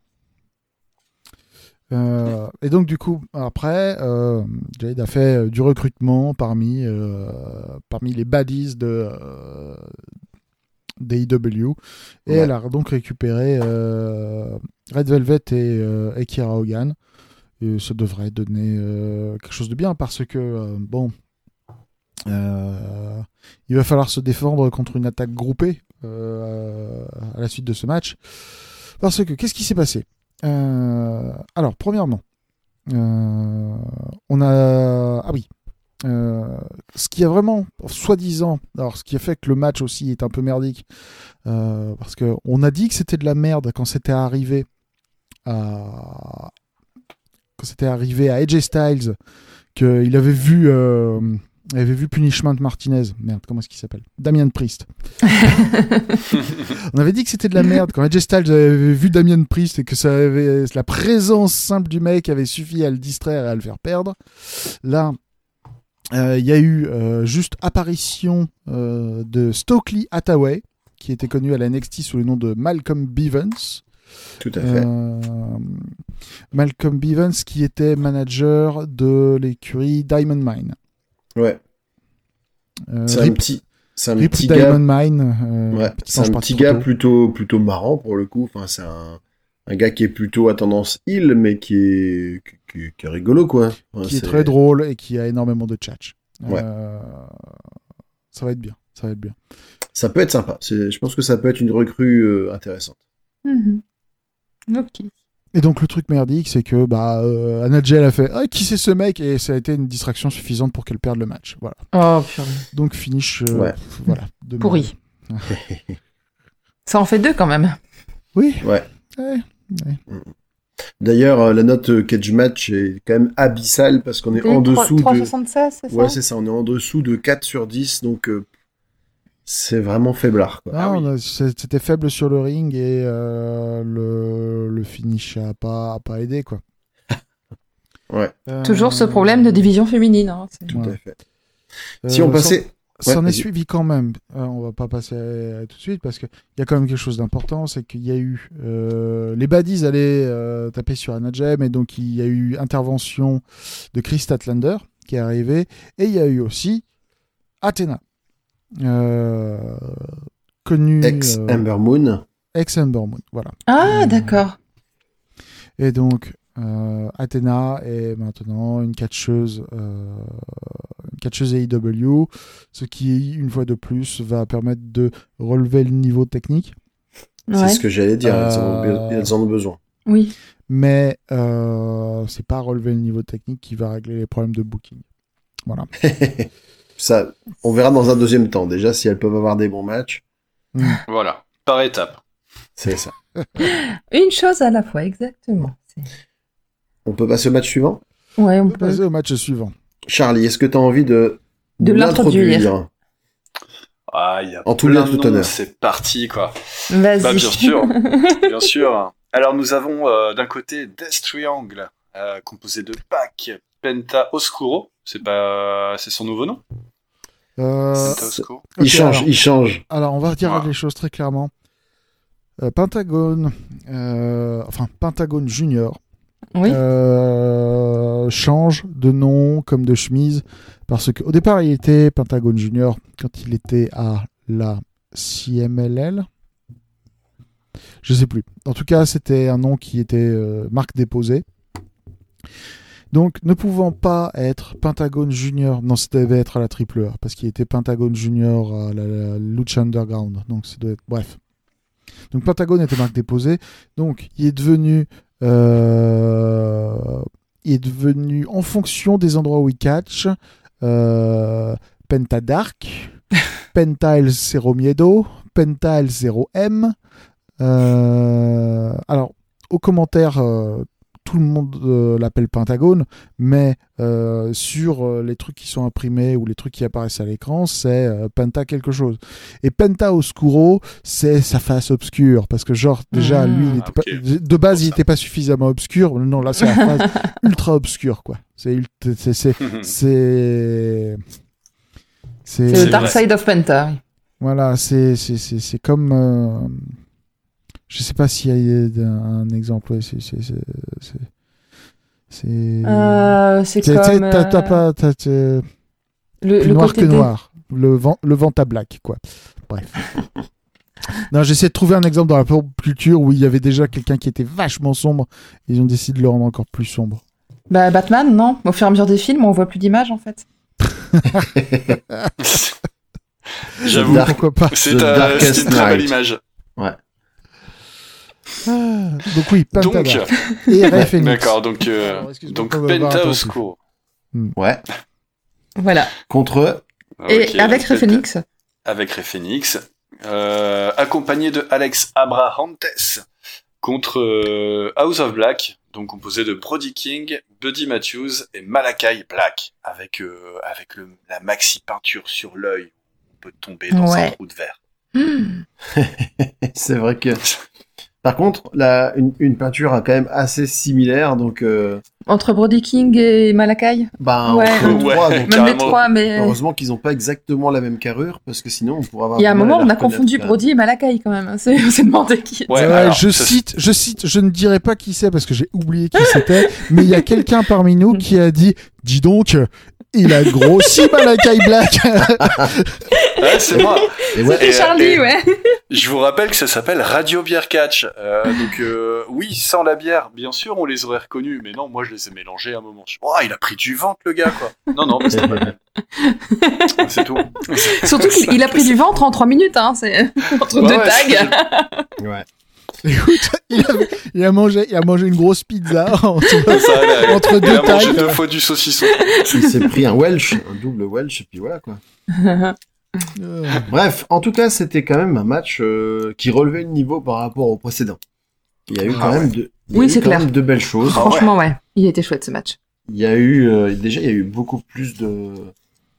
Euh, et donc du coup, après, euh, Jade a fait euh, du recrutement parmi euh, parmi les baddies de euh, d'A E W, et Ouais. elle a donc récupéré euh, Red Velvet et, euh, et Kiera Hogan. Et ça devrait donner euh, quelque chose de bien parce que euh, bon, euh, il va falloir se défendre contre une attaque groupée euh, à la suite de ce match. Parce que qu'est-ce qui s'est passé? Euh, alors, premièrement, euh, on a. Ah oui. Euh, ce qui a vraiment, soi-disant, alors ce qui a fait que le match aussi est un peu merdique, euh, parce que on a dit que c'était de la merde quand c'était arrivé à. Quand c'était arrivé à A J Styles, qu'il avait vu. Euh, il avait vu Punishment Martinez. Merde, comment est-ce qu'il s'appelle? Damien Priest. On avait dit que c'était de la merde quand A J Styles avait vu Damien Priest et que ça avait, la présence simple du mec avait suffi à le distraire et à le faire perdre. Là, il euh, y a eu euh, juste apparition euh, de Stokely Hathaway, qui était connu à la N X T sous le nom de Malcolm Bivens. Tout à fait. Euh, Malcolm Bivens, qui était manager de l'écurie Diamond Mine. Ouais. Euh, C'est un Rip, petit, c'est un Rip petit Diamond gars. Mine. Euh, Ouais, petit c'est un ange petit parti gars trop tôt. plutôt, plutôt marrant pour le coup. Enfin, c'est un, un gars qui est plutôt à tendance heel, mais qui est, qui, qui est rigolo, quoi. Enfin, qui est c'est- très drôle et qui a énormément de tchatch. Ouais. Euh, ça va être bien. Ça va être bien. Ça peut être sympa. C'est, je pense que ça peut être une recrue euh, intéressante. Mhm. Ok. Et donc le truc merdique, c'est que bah euh, Anna Jay elle a fait ah qui c'est ce mec, et ça a été une distraction suffisante pour qu'elle perde le match. Voilà. Oh, purée. Donc finish. euh, Ouais. pff, voilà. de Pourri. merde. Ça en fait deux quand même. Oui. Ouais. Ouais. D'ailleurs, euh, la note euh, Cage Match est quand même abyssale parce qu'on est en dessous trois de. soixante-seize, c'est ça? Ouais, c'est ça. On est en dessous de quatre sur dix. Donc, euh, c'est vraiment faiblard, quoi. Ah, Ah oui. on a- c'est- c'était faible sur le ring et euh, le, le finish a pas, a pas aidé, quoi. Ouais, Euh, Toujours ce problème de division féminine. Hein. c'est- tout Ouais. à fait. euh, Si on passait... Ça Ouais, en est vas-y. suivi quand même. Euh, on va pas passer à- à tout de suite parce qu'il y a quand même quelque chose d'important, c'est qu'il y a eu euh, les baddies allaient euh, taper sur Anna Jam et donc il y a eu intervention de Chris Statlander qui est arrivé et il y a eu aussi Athena, euh, connue Ex euh, Ember Moon. ex Ember Moon, voilà. Ah, Euh, d'accord. Et donc euh, Athena est maintenant une catcheuse, euh, une catcheuse A E W, ce qui une fois de plus va permettre de relever le niveau technique. C'est Ouais. ce que j'allais dire, elles, en ont, Euh, be- elles en ont besoin. Oui. Mais euh, c'est pas relever le niveau technique qui va régler les problèmes de booking. Voilà. Ça, on verra dans un deuxième temps. Déjà, si elles peuvent avoir des bons matchs, Voilà, par étapes. c'est ça. Une chose à la fois, exactement. C'est- On peut passer au match suivant. Ouais, on On peut peut. passer au match suivant. Charlie, est-ce que tu as envie de, De l'introduire. Ah, il y a En tout plein lieu, de tout noms, honneur. c'est parti, quoi. Vas-y. Bah, bien sûr, bien sûr. Alors, nous avons euh, d'un côté Death Triangle, euh, composé de Pac, Penta Oscuro. C'est pas, c'est son nouveau nom. Euh, Penta Oscuro. Il ok, change, alors, il change. alors, on va dire Voilà. les choses très clairement. Euh, Pentagone, euh, enfin Pentagone Junior, Oui. euh, change de nom comme de chemise parce qu'au départ il était Pentagone Junior quand il était à la C M L L. Je sais plus. En tout cas, c'était un nom qui était euh, marque déposée. Donc, ne pouvant pas être Pentagone Junior, non, ça devait être à la Triple A parce qu'il était Pentagone Junior à la, la Lucha Underground. Donc, ça doit être... bref. Donc, Pentagone était marque déposée. Donc, il est devenu, euh, il est devenu en fonction des endroits où il catch, euh, Penta Dark, Penta El Zero Miedo, Penta El Zero M. Euh, alors, aux commentaires, euh, tout le monde euh, l'appelle Pentagone, mais euh, sur euh, les trucs qui sont imprimés ou les trucs qui apparaissent à l'écran, c'est euh, Penta quelque chose. Et Penta Oscuro, c'est sa face obscure, parce que genre, déjà, Mmh. lui, il était Ah, pas- ok. de base, Pour il ça. n'était pas suffisamment obscur. Non, là, c'est la face ultra obscure, quoi. C'est... ult- c'est, c'est, c'est... C'est C'est le Dark vrai. Side of Penta. oui. Voilà, c'est, c'est, c'est, c'est comme... euh, je sais pas s'il y a un, un exemple. Ouais, c'est... c'est, c'est, c'est, c'est... Euh, c'est c'est- c'est- comme t'as, t'as euh, pas... T'as, t'as- le, plus le noir côté que des- noir. Le vent, le vent à black, quoi. Bref. Non, j'essaie de trouver un exemple dans la pop culture où il y avait déjà quelqu'un qui était vachement sombre. Ils ont décidé de le rendre encore plus sombre. Bah, Batman, non. Au fur et à mesure des films, on voit plus d'images en fait. J'avoue, Dark- Pourquoi pas. c'est, The euh, Darkest c'est une très belle Night. image. Ah, donc oui, Donc, Pentadark. Et Ray Phoenix. d'accord, donc, euh, Alors, excuse-moi, donc on va avoir Penta un Oscuro. Ouais. Voilà. Contre, Et Ok, avec donc Ray Penta- Phoenix. Avec Ray Phoenix, euh, accompagné de Alex Abrahantes contre euh, House of Black, donc composé de Brody King, Buddy Matthews et Malakai Black, avec euh, avec le, la maxi peinture sur l'œil, on peut tomber dans Ouais. un trou de verre. Hmm. c'est vrai que... Par contre, la, une, une peinture quand même assez similaire, donc... Euh, Entre Brody King et Malakai. bah, Ouais. entre les Ouais. trois, donc, Même les Carrément. trois, mais heureusement qu'ils n'ont pas exactement la même carrure, parce que sinon on pourrait avoir... il y a un du mal moment, à on les a confondu reconnaître, Brody et Malakai quand même. C'est on s'est demandé qui. Ouais, Ouais, alors, je ça- cite, je cite, je ne dirai pas qui c'est parce que j'ai oublié qui c'était, mais il y a quelqu'un parmi nous qui a dit, dis donc, il a grossi Malakai Black. Ouais, c'est moi. Et ouais, C'était Et, Charlie, et- ouais. Je vous rappelle que ça s'appelle Radio Beer Catch. Euh, donc euh, oui, sans la bière, bien sûr, on les aurait reconnus, mais non, moi je les ai mélangés à un moment. Je- Oh, il a pris du ventre, le gars, quoi. Non, non, mais c'est pas vrai. C'est tout. Surtout qu'il il a pris du ventre en trois minutes, hein. C'est entre Ouais, deux ouais, tags. ouais. Écoute, il a, il a mangé, il a mangé une grosse pizza entre, Ça, il a- entre il deux a mangé tailles. deux fois du saucisson. Il s'est pris un Welsh, un double Welsh, et puis voilà, quoi. Euh, Bref, en tout cas, c'était quand même un match euh, qui relevait le niveau par rapport au précédent. Il y a eu Ah quand ouais. même de, il y a Oui, eu c'est quand clair. même de belles choses. Ah ouais. Franchement, ouais. Il était chouette ce match. Il y a eu, euh, déjà, il y a eu beaucoup plus de,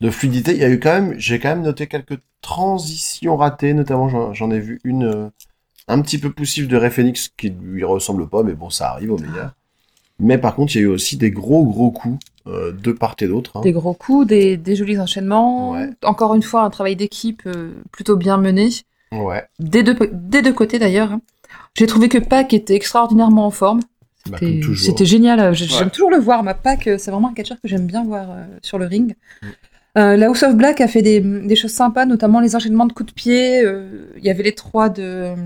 de fluidité. Il y a eu quand même, j'ai quand même noté quelques transitions ratées, notamment j'en, j'en ai vu une euh, un petit peu poussive de Rey Fenix qui lui ressemble pas, mais bon, ça arrive au meilleur. Mais par contre, il y a eu aussi des gros gros coups euh, de part et d'autre. Hein. Des gros coups, des, des jolis enchaînements. Ouais. Encore une fois, un travail d'équipe euh, plutôt bien mené. Ouais. Des deux, des deux côtés d'ailleurs. Hein. J'ai trouvé que Pac était extraordinairement en forme. Bah, C'était, comme toujours. c'était génial. J'ai- Ouais. J'aime toujours le voir. Ma Pac, c'est vraiment un catcheur que j'aime bien voir euh, sur le ring. Mm. Euh, la House of Black a fait des, des choses sympas, notamment les enchaînements de coups de pied. euh, Il y avait les trois de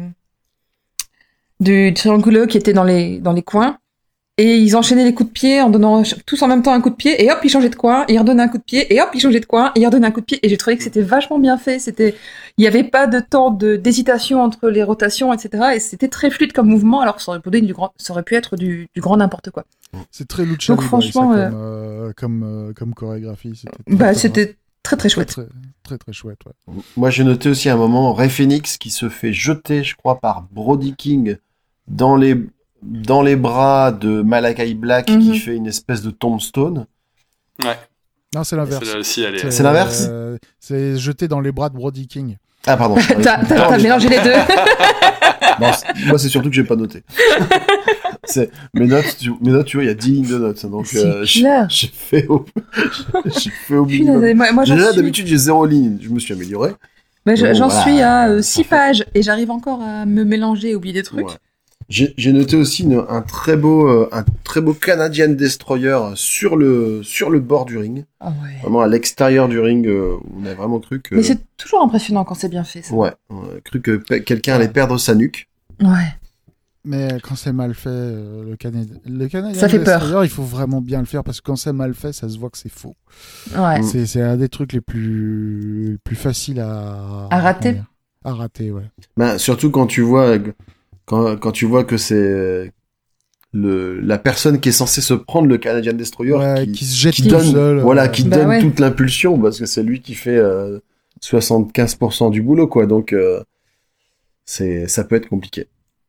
du triangulo qui étaient dans les dans les coins. Et ils enchaînaient les coups de pied en donnant ch- tous en même temps un coup de pied, et hop, ils changeaient de coin, et ils redonnaient un coup de pied, et hop, ils changeaient de coin, et ils redonnaient un coup de pied. Et j'ai trouvé que c'était vachement bien fait. C'était, il y avait pas de temps de d'hésitation entre les rotations, et cetera. Et c'était très fluide comme mouvement, alors que ça aurait pu, être du grand, ça aurait pu être du, du grand n'importe quoi. C'est très lucha Donc, libre, franchement, ça, euh, comme, euh, comme, euh, comme chorégraphie. C'était très, Bah, très c'était très très très, chouette. très, très, très chouette. Ouais. Moi, j'ai noté aussi un moment Rey Fenix qui se fait jeter, je crois, par Brody King dans les dans les bras de Malakai Black Mhm. qui fait une espèce de tombstone. Ouais. Non, c'est l'inverse. Celle-là aussi, elle est. C'est l'inverse euh, C'est jeté dans les bras de Brody King. Ah pardon. T'as, t'as, t'as Non, mélangé les deux. non, c'est- moi, c'est surtout que j'ai pas noté. c'est mes notes, tu, mes notes, tu vois, il y a dix lignes de notes, donc C'est euh, j'ai, clair. j'ai fait au, j'ai fait au minimum. Punaise, moi, moi, j'en Déjà, suis, d'habitude, j'ai zéro ligne. Je me suis amélioré. bah, je- Bon, j'en voilà, suis à ça six fait- pages, et j'arrive encore à me mélanger et oublier des trucs. Ouais. J'ai, j'ai noté aussi une- un très beau, euh, un très beau Canadian Destroyer sur le, sur le bord du ring. Ah ouais. Vraiment à l'extérieur du ring, euh, on a vraiment cru que, Mais c'est toujours impressionnant quand c'est bien fait, ça. ouais, on a cru que pe- quelqu'un allait perdre sa nuque. Ouais. Mais quand c'est mal fait, euh, le, Canadi... le Canadien Ça fait peur. Destroyer, il faut vraiment bien le faire parce que quand c'est mal fait, ça se voit que c'est faux. Ouais. Mm. C'est, c'est un des trucs les plus, les plus faciles à... À rater. comment dire À rater, ouais. Ben, surtout quand tu vois, quand, quand tu vois que c'est le, la personne qui est censée se prendre le Canadian Destroyer Ouais, qui, qui se jette qui tout donne, seul. voilà, euh, qui Bah donne ouais. toute l'impulsion parce que c'est lui qui fait euh, soixante-quinze pour cent du boulot, quoi. Donc, euh, c'est, ça peut être compliqué.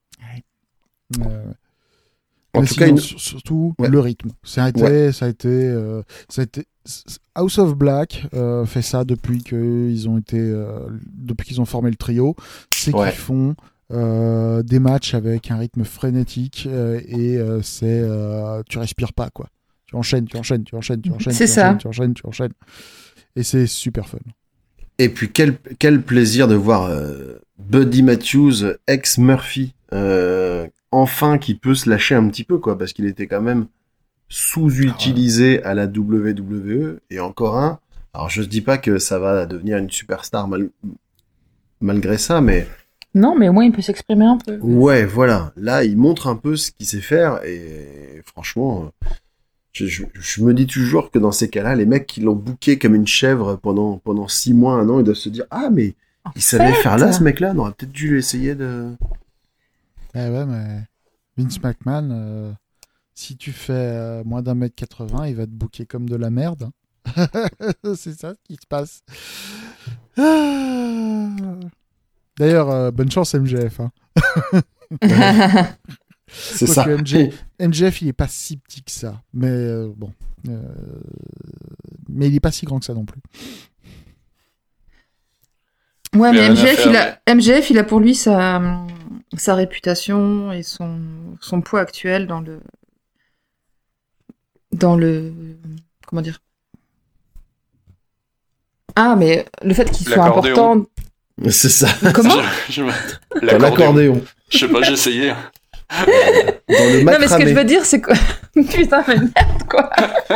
euh, En mais tout cas, sinon, une- sur- surtout Ouais. le rythme. Ça a été, Ouais. ça a été, euh, ça a été. House of Black euh, fait ça depuis qu'ils ont été, euh, depuis qu'ils ont formé le trio. C'est Ouais. qu'ils font euh, des matchs avec un rythme frénétique euh, et euh, c'est, euh, tu respires pas quoi. Tu enchaînes, tu enchaînes, tu enchaînes, tu enchaînes, C'est tu ça. enchaînes, tu enchaînes, tu enchaînes. Et c'est super fun. Et puis quel, quel plaisir de voir euh, Buddy Matthews, ex-Murphy, euh, enfin qui peut se lâcher un petit peu, quoi, parce qu'il était quand même sous-utilisé à la W W E, et encore un. Alors je ne dis pas que ça va devenir une superstar mal- malgré ça, mais Non, mais au moins il peut s'exprimer un peu. ouais, voilà. Là, il montre un peu ce qu'il sait faire, et franchement, euh, je, je, je me dis toujours que dans ces cas-là, les mecs qui l'ont booké comme une chèvre pendant, pendant six mois, un an, ils doivent se dire, ah, mais En il savait fait, faire là, ce mec-là, on aurait peut-être dû essayer de... Eh ouais, mais Vince McMahon, euh, si tu fais euh, moins d'un mètre quatre-vingts, il va te bouquer comme de la merde. C'est ça ce qui se passe. Ah. D'ailleurs, euh, bonne chance M J F. Hein. C'est Quoique ça. M J M J F, il est pas si petit que ça. Mais euh, bon. Euh, Mais il est pas si grand que ça non plus. Ouais, Il y mais a rien à M J F, faire, il a, M J F, il a pour lui sa, sa réputation et son, son poids actuel dans le. Dans le. Comment dire? Ah, mais le fait qu'il soit L'accordéon. important. C'est ça. Comment? Je, je me- Dans L'accordéon. l'accordéon. Je sais pas, j'ai essayé. Dans le Non, mais ce que macramé. je veux dire, c'est que. Putain, mais merde, quoi!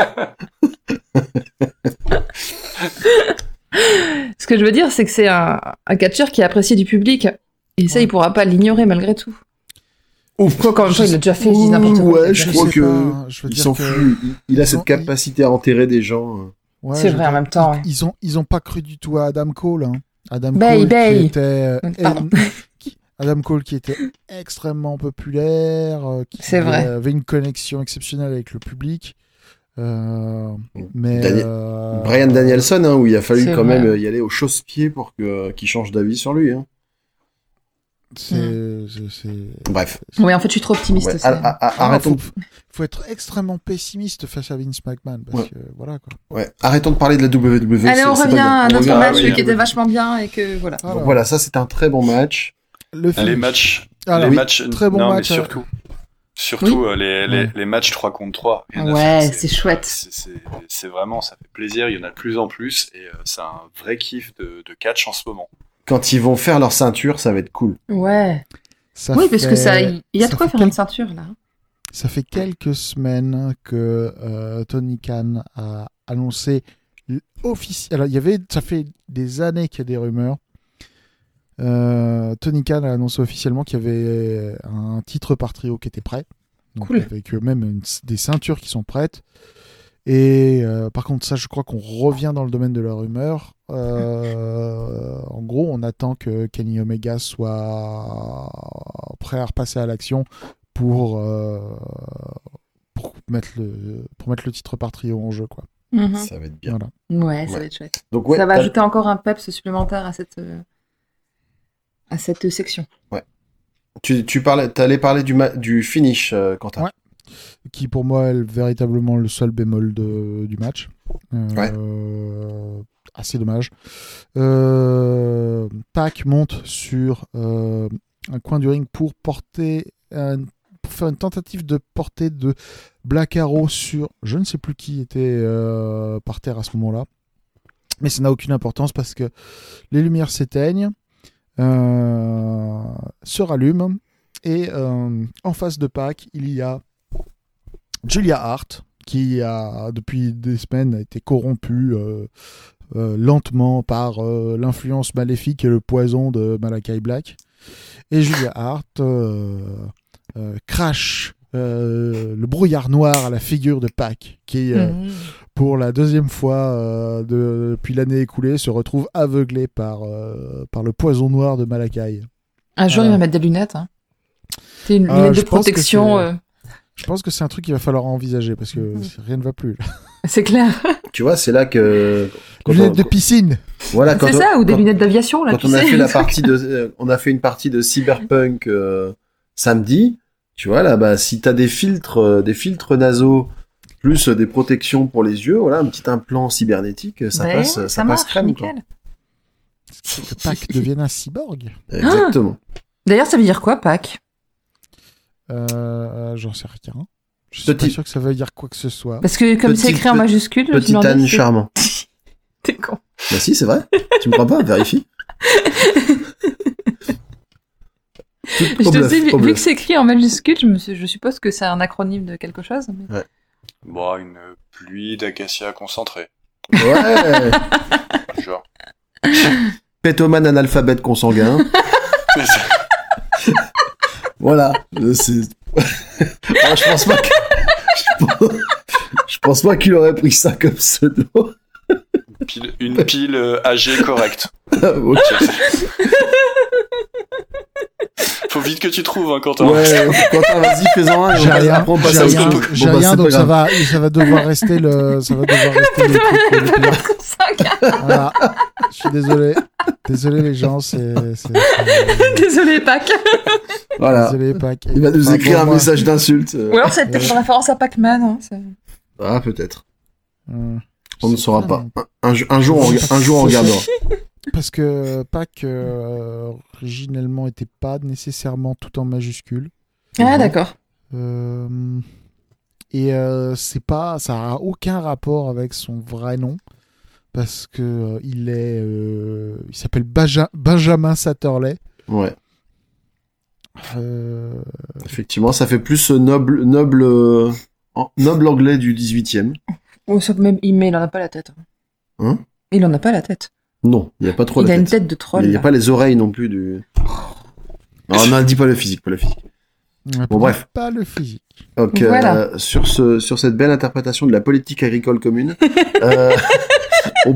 Ce que je veux dire, c'est que c'est un, un catcheur qui est apprécié du public. Et ça, Ouais. il pourra pas l'ignorer malgré tout. Ouf. Quoi, quand même, il l'a déjà fait, je dis n'importe quoi. Ouais, je Je crois sais que pas, hein. Je veux il dire s'en que- fout. Il, il a ils cette ont- capacité à enterrer des gens. euh. Ouais, C'est je vrai, veux en dire, même temps. Ils, ils ont, ils ont pas cru du tout à Adam Cole. Hein. Adam Bay, Cole Bay. qui était, euh, Pardon. qui- Adam Cole qui était extrêmement populaire, euh, qui C'est vrai. avait une connexion exceptionnelle avec le public. Euh, mais Daniel- euh, Brian Danielson, hein, où il a fallu C'est quand vrai. même y aller au chausse-pied pour que qu'il change d'avis sur lui. Hein. C'est, Mm. c'est, c'est- Bref. Oui, en fait, je suis trop optimiste Ouais, aussi. a- a- a- Ah, arrêtons, faut, faut être extrêmement pessimiste face à Vince McMahon parce Ouais. que voilà quoi. ouais, arrêtons de parler de la W W E. Allez, c'est- on c'est pas revient bien. à On notre revient match oui, qui était oui. vachement bien et que voilà. Voilà. Donc voilà, ça c'est un très bon match. Le Les finish. matchs, Alors, les oui, matchs, très bon non, match, mais euh. surtout, surtout euh, les, les, Ouais. les matchs trois contre trois. Il y en a- Ouais, c'est chouette. C'est, c'est, c'est vraiment, ça fait plaisir. Il y en a de plus en plus et euh, c'est un vrai kiff de, de catch en ce moment. Quand ils vont faire leur ceinture, ça va être cool. Ouais. Ça Oui, parce que fait- ça, il y a de ça quoi fait faire quel- une ceinture là. Ça fait quelques semaines que euh, Tony Khan a annoncé officiel. Alors il y avait, ça fait des années qu'il y a des rumeurs. Euh, Tony Khan a annoncé officiellement qu'il y avait un titre par trio qui était prêt. Donc, Cool. avec euh, même une- des ceintures qui sont prêtes. Et euh, par contre, ça, je crois qu'on revient dans le domaine de la rumeur. Euh, en gros, on attend que Kenny Omega soit prêt à repasser à l'action pour, euh, pour, mettre le, pour mettre le titre par trio en jeu. Quoi. Mhm. Ça va être bien. Voilà. Ouais, ça Ouais. va être chouette. Donc ouais, ça va t'as- ajouter encore un peps supplémentaire à cette euh, à cette section. tu, tu parlais, t'allais parler du, ma- du finish, euh, Quentin. Ouais. Qui pour moi est véritablement le seul bémol de, du match. Euh, assez dommage. Euh, Pac monte sur euh, un coin du ring pour porter un- pour faire une tentative de portée de Black Arrow sur je ne sais plus qui était euh, par terre à ce moment-là. Mais ça n'a aucune importance parce que les lumières s'éteignent, euh, se rallument et euh, en face de Pac, il y a Julia Hart qui a depuis des semaines a été corrompue euh, euh, lentement par euh, l'influence maléfique et le poison de Malakai Black. Et Julia Hart euh, euh, crache euh, le brouillard noir à la figure de Pac, qui, euh, Mhm. pour la deuxième fois euh, de- depuis l'année écoulée, se retrouve aveuglé par, euh, par le poison noir de Malakai. Un jour, Voilà. il va mettre des lunettes. Hein. C'est une Ah, lunette je de pense que protection. c'est- euh, Je pense que c'est un truc qu'il va falloir envisager parce que Mhm. rien ne va plus. là. C'est clair. Tu vois, c'est là que quand Lunettes on, de piscine. voilà, quand C'est on- ça, ou des quand- lunettes d'aviation là. quand tu on a sais. fait la partie de, euh, on a fait une partie de Cyberpunk euh, samedi. Tu vois là, bah si t'as des filtres, euh, des filtres nasaux plus euh, des protections pour les yeux, voilà, un petit implant cybernétique, ça Ouais, passe, ça, ça passe marche, crème. Quoi. nickel. Que Pac devienne un cyborg. Exactement. D'ailleurs, ça veut dire quoi, Pâques? Euh, J'en sais rien. Je suis Petit- pas sûr que ça veut dire quoi que ce soit. Parce que comme c'est Petit- écrit en majuscule, je me Petit demandais âne si c'est- charmant. T'es con. Bah si, c'est vrai. Tu me crois pas? Vérifie. Tout Je au te bluff, sais, vu, au vu bluff. que c'est écrit en majuscule, je, me suis- je suppose que c'est un acronyme de quelque chose. mais- Bon, une pluie d'acacia concentrée. Ouais. Genre. Pétomane analphabète consanguin. Voilà. Euh, C'est. Alors, je pense pas que. Je pense- Je pense pas qu'il aurait pris ça comme pseudo. Pile- une pile euh, âgée correcte. Ok. Faut vite que tu trouves, hein, Quentin. Ouais, Quentin, vas-y, fais-en un. et on J'ai passe- rien, après, on passe j'ai à rien, autre chose. j'ai Bon, bah, rien, c'est donc pas ça grave. va, ça va devoir rester le, ça va devoir rester le truc le plus- Voilà. Je suis désolé. Désolé les gens, c'est, c'est, c'est- Désolé, Pâques. Voilà. désolé Pac. Il va nous Enfin, écrire bon, un moi- message d'insulte. euh. Ou alors c'est peut-être en référence à Pac-Man. Hein, c'est- Ah, peut-être. Euh, On ne c'est saura pas, pas. Un, un, un jour, on, rega- un jour, on regardera. Parce que Pac euh, originellement était pas nécessairement tout en majuscule. Ah, d'accord. Euh, et euh, c'est pas, ça a aucun rapport avec son vrai nom parce que euh, il est, euh, il s'appelle Baja- Benjamin Satterley. Ouais. Euh, Effectivement, ça fait plus euh, noble, noble, euh, en- noble anglais du dix-huitième. Oh, sauf même, il, mais il en a pas la tête. Hein? Il en a pas la tête. Non, il n'y a pas trop il la a tête. une tête de troll. Il n'y a là. pas les oreilles non plus du. Non, non, dis pas le physique, pas le physique. Bon, bref. Pas le physique. Donc, Voilà. euh, sur ce, sur cette belle interprétation de la politique agricole commune, euh, on...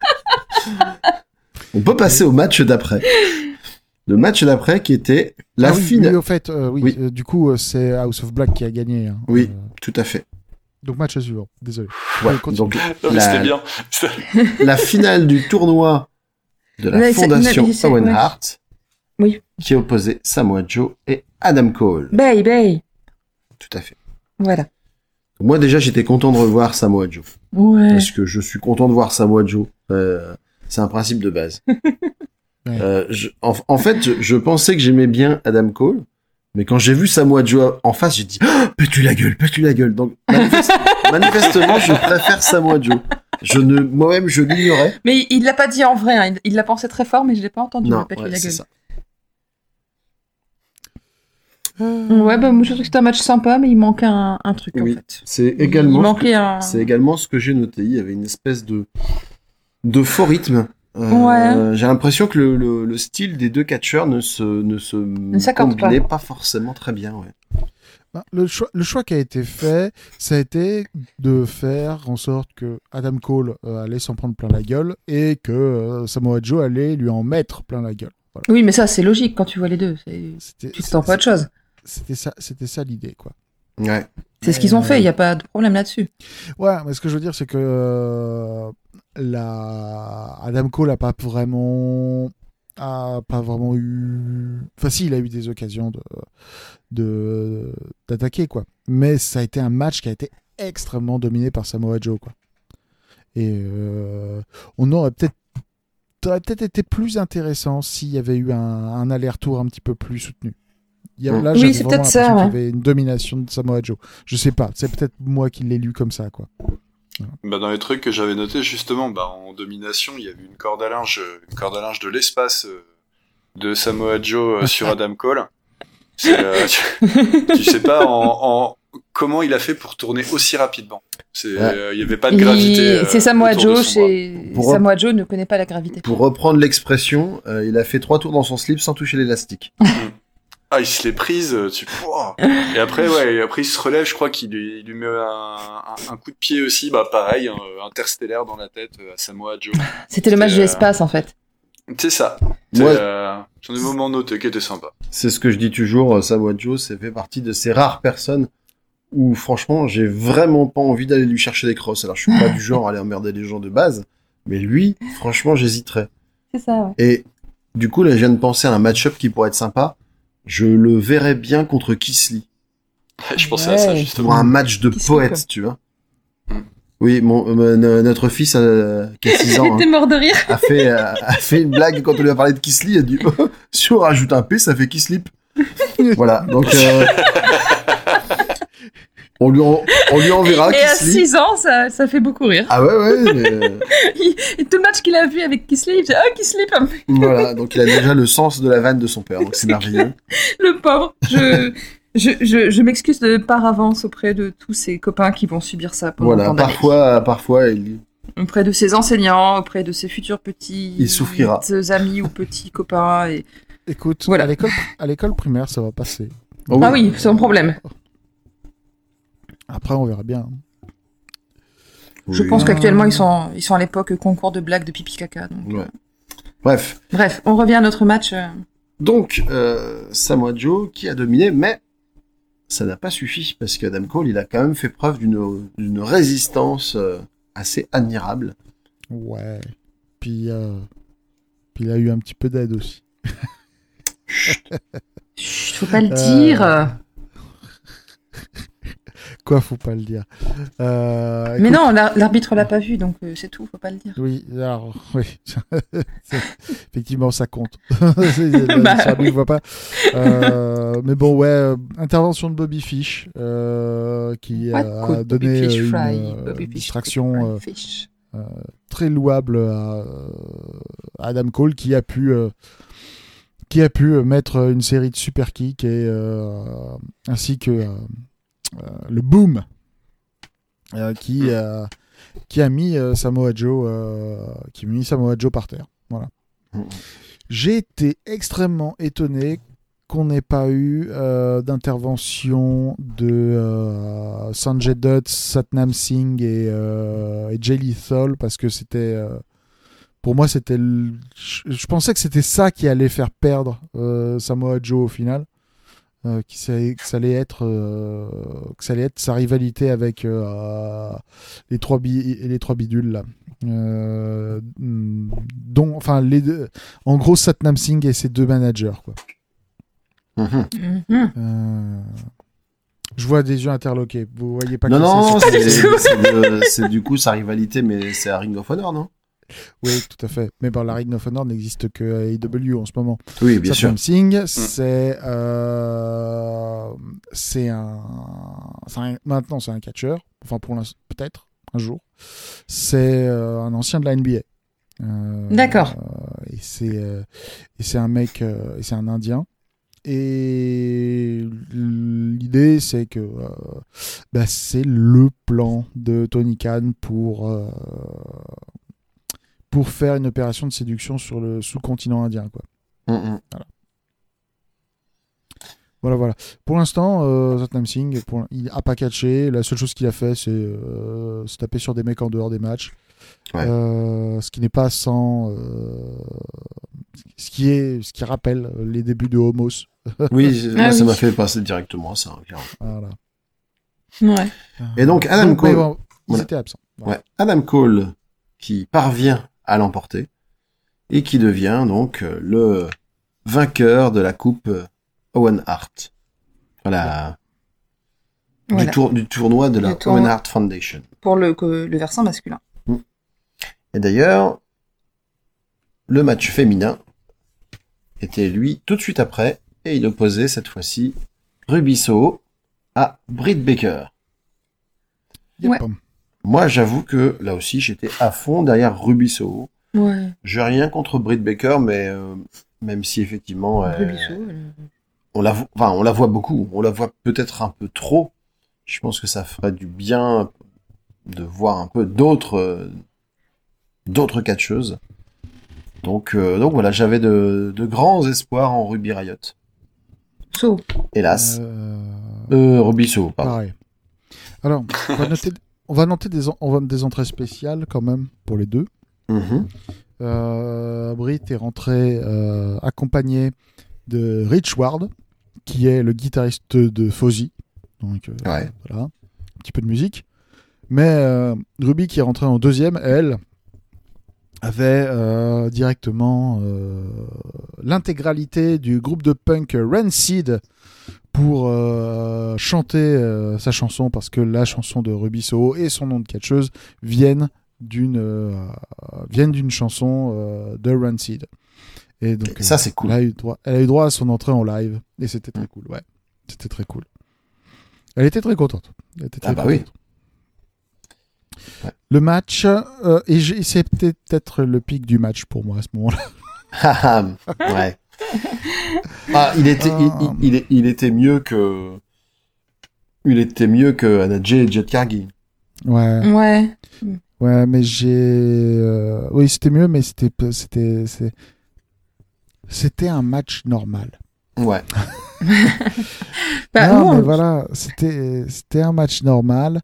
on peut passer au match d'après. Le match d'après qui était la Ah oui, finale. oui, au fait, euh, oui. Oui. euh, du coup, euh, c'est House of Black qui a gagné. hein. Oui. Euh, Tout à fait. donc match suivant. Désolé. Ouais, Ouais, continue. donc Non, mais la, c'était bien. la finale du tournoi de la Ouais, c'est- fondation mais c'est- Owen ouais. Hart Oui. qui opposait Samoa Joe et Adam Cole. Baby. Tout à fait. Voilà. Moi déjà j'étais content de revoir Samoa Joe. Ouais. Parce que je suis content de voir Samoa Joe. Euh, c'est un principe de base. Ouais. euh, je, en, en fait, je, je pensais que j'aimais bien Adam Cole, mais quand j'ai vu Samoa Joe en face, j'ai dit oh, « Pète-lui la gueule, pète-lui la gueule !» Donc manifeste, manifestement, je préfère Samoa Joe. Je ne, moi-même, je l'ignorais. Mais il l'a pas dit en vrai, hein. il, il l'a pensé très fort, mais je l'ai pas entendu. Non, Pète-lui ouais, la c'est gueule. ça. Ouais, bah moi je trouve que c'était un match sympa, mais il manquait un, un truc Oui. en fait. C'est Il également, ce manquait que, un. c'est également ce que j'ai noté. Il y avait une espèce de, de faux rythme. Euh, Ouais. J'ai l'impression que le, le, le style des deux catcheurs ne se, ne se s'accorde combinait pas. pas. forcément très bien. Ouais. Ben, le, choix, le choix qui a été fait, ça a été de faire en sorte que Adam Cole euh, allait s'en prendre plein la gueule et que euh, Samoa Joe allait lui en mettre plein la gueule. Voilà. Oui, mais ça c'est logique quand tu vois les deux. C'est... C'était, Tu t'attends pas autre chose. C'était ça, c'était ça l'idée, quoi. Ouais. C'est ce qu'ils ont fait, il y a pas de problème là-dessus. Ouais, mais ce que je veux dire, c'est que euh, la... Adam Cole a pas vraiment, a pas vraiment eu. Enfin, si, il a eu des occasions de, de d'attaquer, quoi. Mais ça a été un match qui a été extrêmement dominé par Samoa Joe, quoi. Et euh, on aurait peut-être, ça aurait peut-être été plus intéressant s'il y avait eu un, un aller-retour un petit peu plus soutenu. Il y a, là, Oui, j'avais c'est vraiment peut-être ça, l'impression ouais. qu'il y avait une domination de Samoa Joe. Je sais pas, c'est peut-être moi qui l'ai lu comme ça, quoi. Bah, dans les trucs que j'avais notés, justement, bah, en domination, il y avait une corde à linge, euh, une corde à linge de l'espace euh, de Samoa Joe euh, sur Adam Cole. C'est, euh, tu, tu sais pas en, en comment il a fait pour tourner aussi rapidement. C'est, Ouais. euh, il y avait pas de gravité. Il- euh, C'est Samoa autour de Joe, son bras. chez... Pour- Samoa Joe ne connaît pas la gravité. Pour reprendre l'expression, euh, il a fait trois tours dans son slip sans toucher l'élastique. Ah, il se l'est prise, euh, tu Pouah. Et après, ouais, et après il se relève, je crois qu'il lui, il lui met un, un, un coup de pied aussi, bah pareil, un, interstellaire dans la tête euh, à Samoa Joe. C'était le match C'est, de euh, l'espace en fait. C'est ça. C'est, Moi- euh, j'en ai des moments notés qui étaient sympas. C'est ce que je dis toujours, euh, Samoa Joe, ça fait partie de ces rares personnes où, franchement, j'ai vraiment pas envie d'aller lui chercher des crosses. Alors, je suis pas du genre à aller emmerder les gens de base, mais lui, franchement, j'hésiterais. C'est ça, ouais. Et du coup, là, je viens de penser à un match-up qui pourrait être sympa. Je le verrais bien contre Kisly. Je pensais à ça, Ouais. justement. Pour un match de Kisly, poète, quoi. tu vois. Mm. Oui, mon, euh, no- notre fils, euh, qui a six ans, T'es hein, mort de rire. a, fait, euh, a fait une blague quand on lui a parlé de Kisly. Il a dit oh, si on rajoute un P, ça fait Kislip. Voilà, donc euh, on, lui en- on lui enverra Et à Kisly. six ans, ça, ça fait beaucoup rire. Ah ouais, ouais, mais, Il- Et tout le match qu'il a vu avec Kisley, il fait ah Kisley, voilà, donc il a déjà le sens de la vanne de son père, donc c'est merveilleux. le pauvre. Je, je, je, je m'excuse de par avance auprès de tous ses copains qui vont subir ça pendant Voilà, tant d'années. parfois, parfois, il, Auprès de ses enseignants, auprès de ses futurs petits Il souffrira. amis ou petits copains. Et... Écoute, Voilà. à l'école, à l'école primaire, ça va passer. Oh Ah oui, c'est un problème. Après, on verra bien. Je Oui. pense qu'actuellement, ils sont, ils sont à l'époque concours de blagues de pipi caca. Donc. Ouais. Bref, Bref, on revient à notre match. euh. donc euh, Samoa Joe qui a dominé, mais ça n'a pas suffi parce qu'Adam Cole, il a quand même fait preuve d'une d'une résistance euh, assez admirable. Ouais. Puis, euh, puis il a eu un petit peu d'aide aussi. Chut, faut pas le Euh, dire. Quoi, faut pas le dire. Euh, Mais écoute, non, l'ar- l'arbitre l'a pas vu, donc euh, c'est tout, faut pas le dire. Oui, alors, oui. C'est- Effectivement, ça compte. C'est- Bah, ça, lui, oui. il voit pas. Euh, mais bon, ouais, euh, intervention de Bobby Fish, euh, qui What a could donné Bobby Fish une fry? euh, Bobby Fish distraction could euh, fry fish. très louable à, euh, à Adam Cole, qui a pu, euh, qui a pu euh, mettre une série de super kicks et euh, ainsi que euh, euh, le boom euh, qui, euh, qui a mis euh, Samoa Joe, euh, qui a mis Samoa Joe par terre. Voilà. Mhm. J'ai été extrêmement étonné qu'on n'ait pas eu euh, d'intervention de euh, Sanjay Dutt, Satnam Singh et, euh, et Jay Lethal, parce que c'était euh, pour moi c'était le... je, je pensais que c'était ça qui allait faire perdre euh, Samoa Joe au final. euh, qui ça, que ça allait être euh, que ça allait être sa rivalité avec euh, les trois bi- les trois bidules là. Euh, dont enfin les deux, en gros Satnam Singh et ses deux managers quoi. Mhm. Mhm. Euh, je vois des yeux interloqués. Vous voyez pas Non, qui non, c'est, c'est, c'est- du tout. c'est, de- c'est du coup sa rivalité, mais c'est à Ring of Honor, non? Oui, tout à fait. Mais bon, la Ring of Honor n'existe que à A E W en ce moment. Oui, bien sûr. Satnam Singh, c'est euh, c'est un, c'est un- maintenant c'est un catcheur. Enfin pour l'instant peut-être un jour. C'est euh, un ancien de la N B A. Euh, D'accord. et c'est euh, et c'est un mec euh, et c'est un Indien. Et l'idée, c'est que euh, bah, c'est le plan de Tony Khan pour euh, pour faire une opération de séduction sur le sous-continent indien, quoi. Mhm. Voilà, voilà. Pour l'instant, euh, Satnam Singh, pour, il a pas catché. La seule chose qu'il a fait, c'est euh, se taper sur des mecs en dehors des matchs. Ouais. Euh, ce qui n'est pas sans, euh, ce qui est, ce qui rappelle les débuts de Homos. Oui, c'est- Ah moi, ça oui. m'a fait passer directement ça, hein, clairement. Voilà. Ouais. Et donc, Adam Donc, mais Cole. bon, ils Voilà. étaient absents. Voilà. Ouais, Adam Cole qui parvient à l'emporter et qui devient donc euh, le vainqueur de la coupe euh, Owen Hart. Voilà. Voilà. Du, tour, du tournoi de la Du tournoi. Owen Hart Foundation. Pour le, que- le versant masculin. Et d'ailleurs, le match féminin était lui tout de suite après et il opposait cette fois-ci Ruby Soho à Britt Baker. Yep. Ouais. Moi, j'avoue que là aussi, j'étais à fond derrière Ruby Soho. Ouais. J'ai rien contre Britt Baker, mais euh, même si effectivement, euh, Rubisso, elle- on la, vo- enfin, on la voit beaucoup, on la voit peut-être un peu trop. Je pense que ça ferait du bien de voir un peu d'autres, euh, d'autres catcheuses. Donc, euh, donc voilà, j'avais de, de grands espoirs en Ruby Riot. So. Hélas, Euh, euh, Ruby Soho, pardon. pareil. Alors, on va noter, on va noter des, en- on va- des entrées spéciales quand même pour les deux. Mhm. Euh, Britt est rentré euh, accompagné de Rich Ward, qui est le guitariste de Fozzy. Donc euh, Ouais. voilà, un petit peu de musique. Mais euh, Ruby, qui est rentrée en deuxième, elle avait euh, directement euh, l'intégralité du groupe de punk Rancid pour euh, chanter euh, sa chanson, parce que la chanson de Ruby Soho et son nom de catcheuse viennent d'une euh, viennent d'une chanson euh, de Rancid. Et donc Et ça, c'est cool. Elle a, eu droit, elle a eu droit à son entrée en live et c'était très cool. Ouais, c'était très cool. Elle était très contente. Elle était très Ah bah oui. contente. Ouais. Le match, euh, et j'ai- c'est peut-être peut-être le pic du match pour moi à ce moment-là. Ah, ouais. Ah, il était, il, Ah. il, il- il était mieux que, il était mieux que Anna Jay et Jet Cargill. Ouais, Ouais. ouais, mais j'ai, euh, oui, c'était mieux, mais c'était, c'était, c'est- c'était un match normal. Ouais. Bah, non, nous, mais on- voilà, c'était, c'était un match normal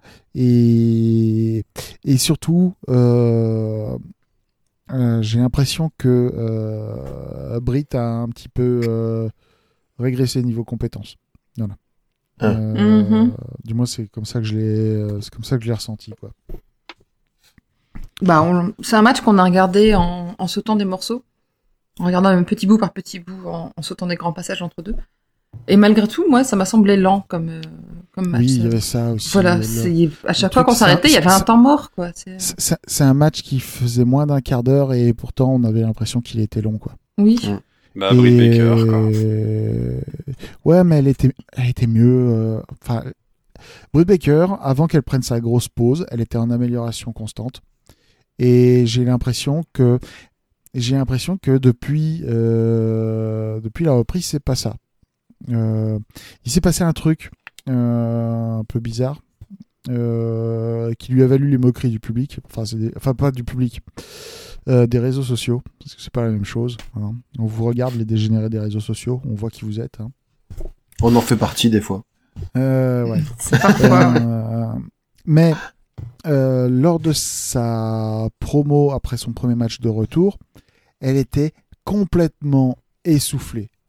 et, et surtout, euh, euh, j'ai l'impression que euh, Britt a un petit peu euh, régressé niveau compétences. Voilà. Ah. Euh, Mhm. Du moins, c'est comme ça que je l'ai, euh, c'est comme ça que je l'ai ressenti, quoi. bah, on- c'est un match qu'on a regardé en, en sautant des morceaux, en regardant même petit bout par petit bout, en, en sautant des grands passages entre deux. Et malgré tout, moi, ça m'a semblé lent comme, euh, comme match. Oui, il y avait ça aussi. Voilà, le- c'est- à chaque le fois truc, qu'on ça- s'arrêtait, il y avait un ça- temps mort, quoi. C'est- C'est- C'est c'est un match qui faisait moins d'un quart d'heure et pourtant on avait l'impression qu'il était long, quoi. Oui. Mm. Bah, Britt Et- Baker, quoi. Ouais, mais elle était, elle était mieux. euh, Enfin, Britt Baker, avant qu'elle prenne sa grosse pause, elle était en amélioration constante. Et j'ai l'impression que, j'ai l'impression que depuis, euh, depuis la reprise, c'est pas ça. Euh, il s'est passé un truc euh, un peu bizarre. Euh, qui lui a valu les moqueries du public, enfin, c'est des- enfin pas du public, euh, des réseaux sociaux, parce que c'est pas la même chose. Hein. On vous regarde, les dégénérés des réseaux sociaux, on voit qui vous êtes. Hein. On en fait partie des fois. Euh, ouais. C'est parfois, ouais. Euh, mais euh, lors de sa promo après son premier match de retour, elle était complètement essoufflée.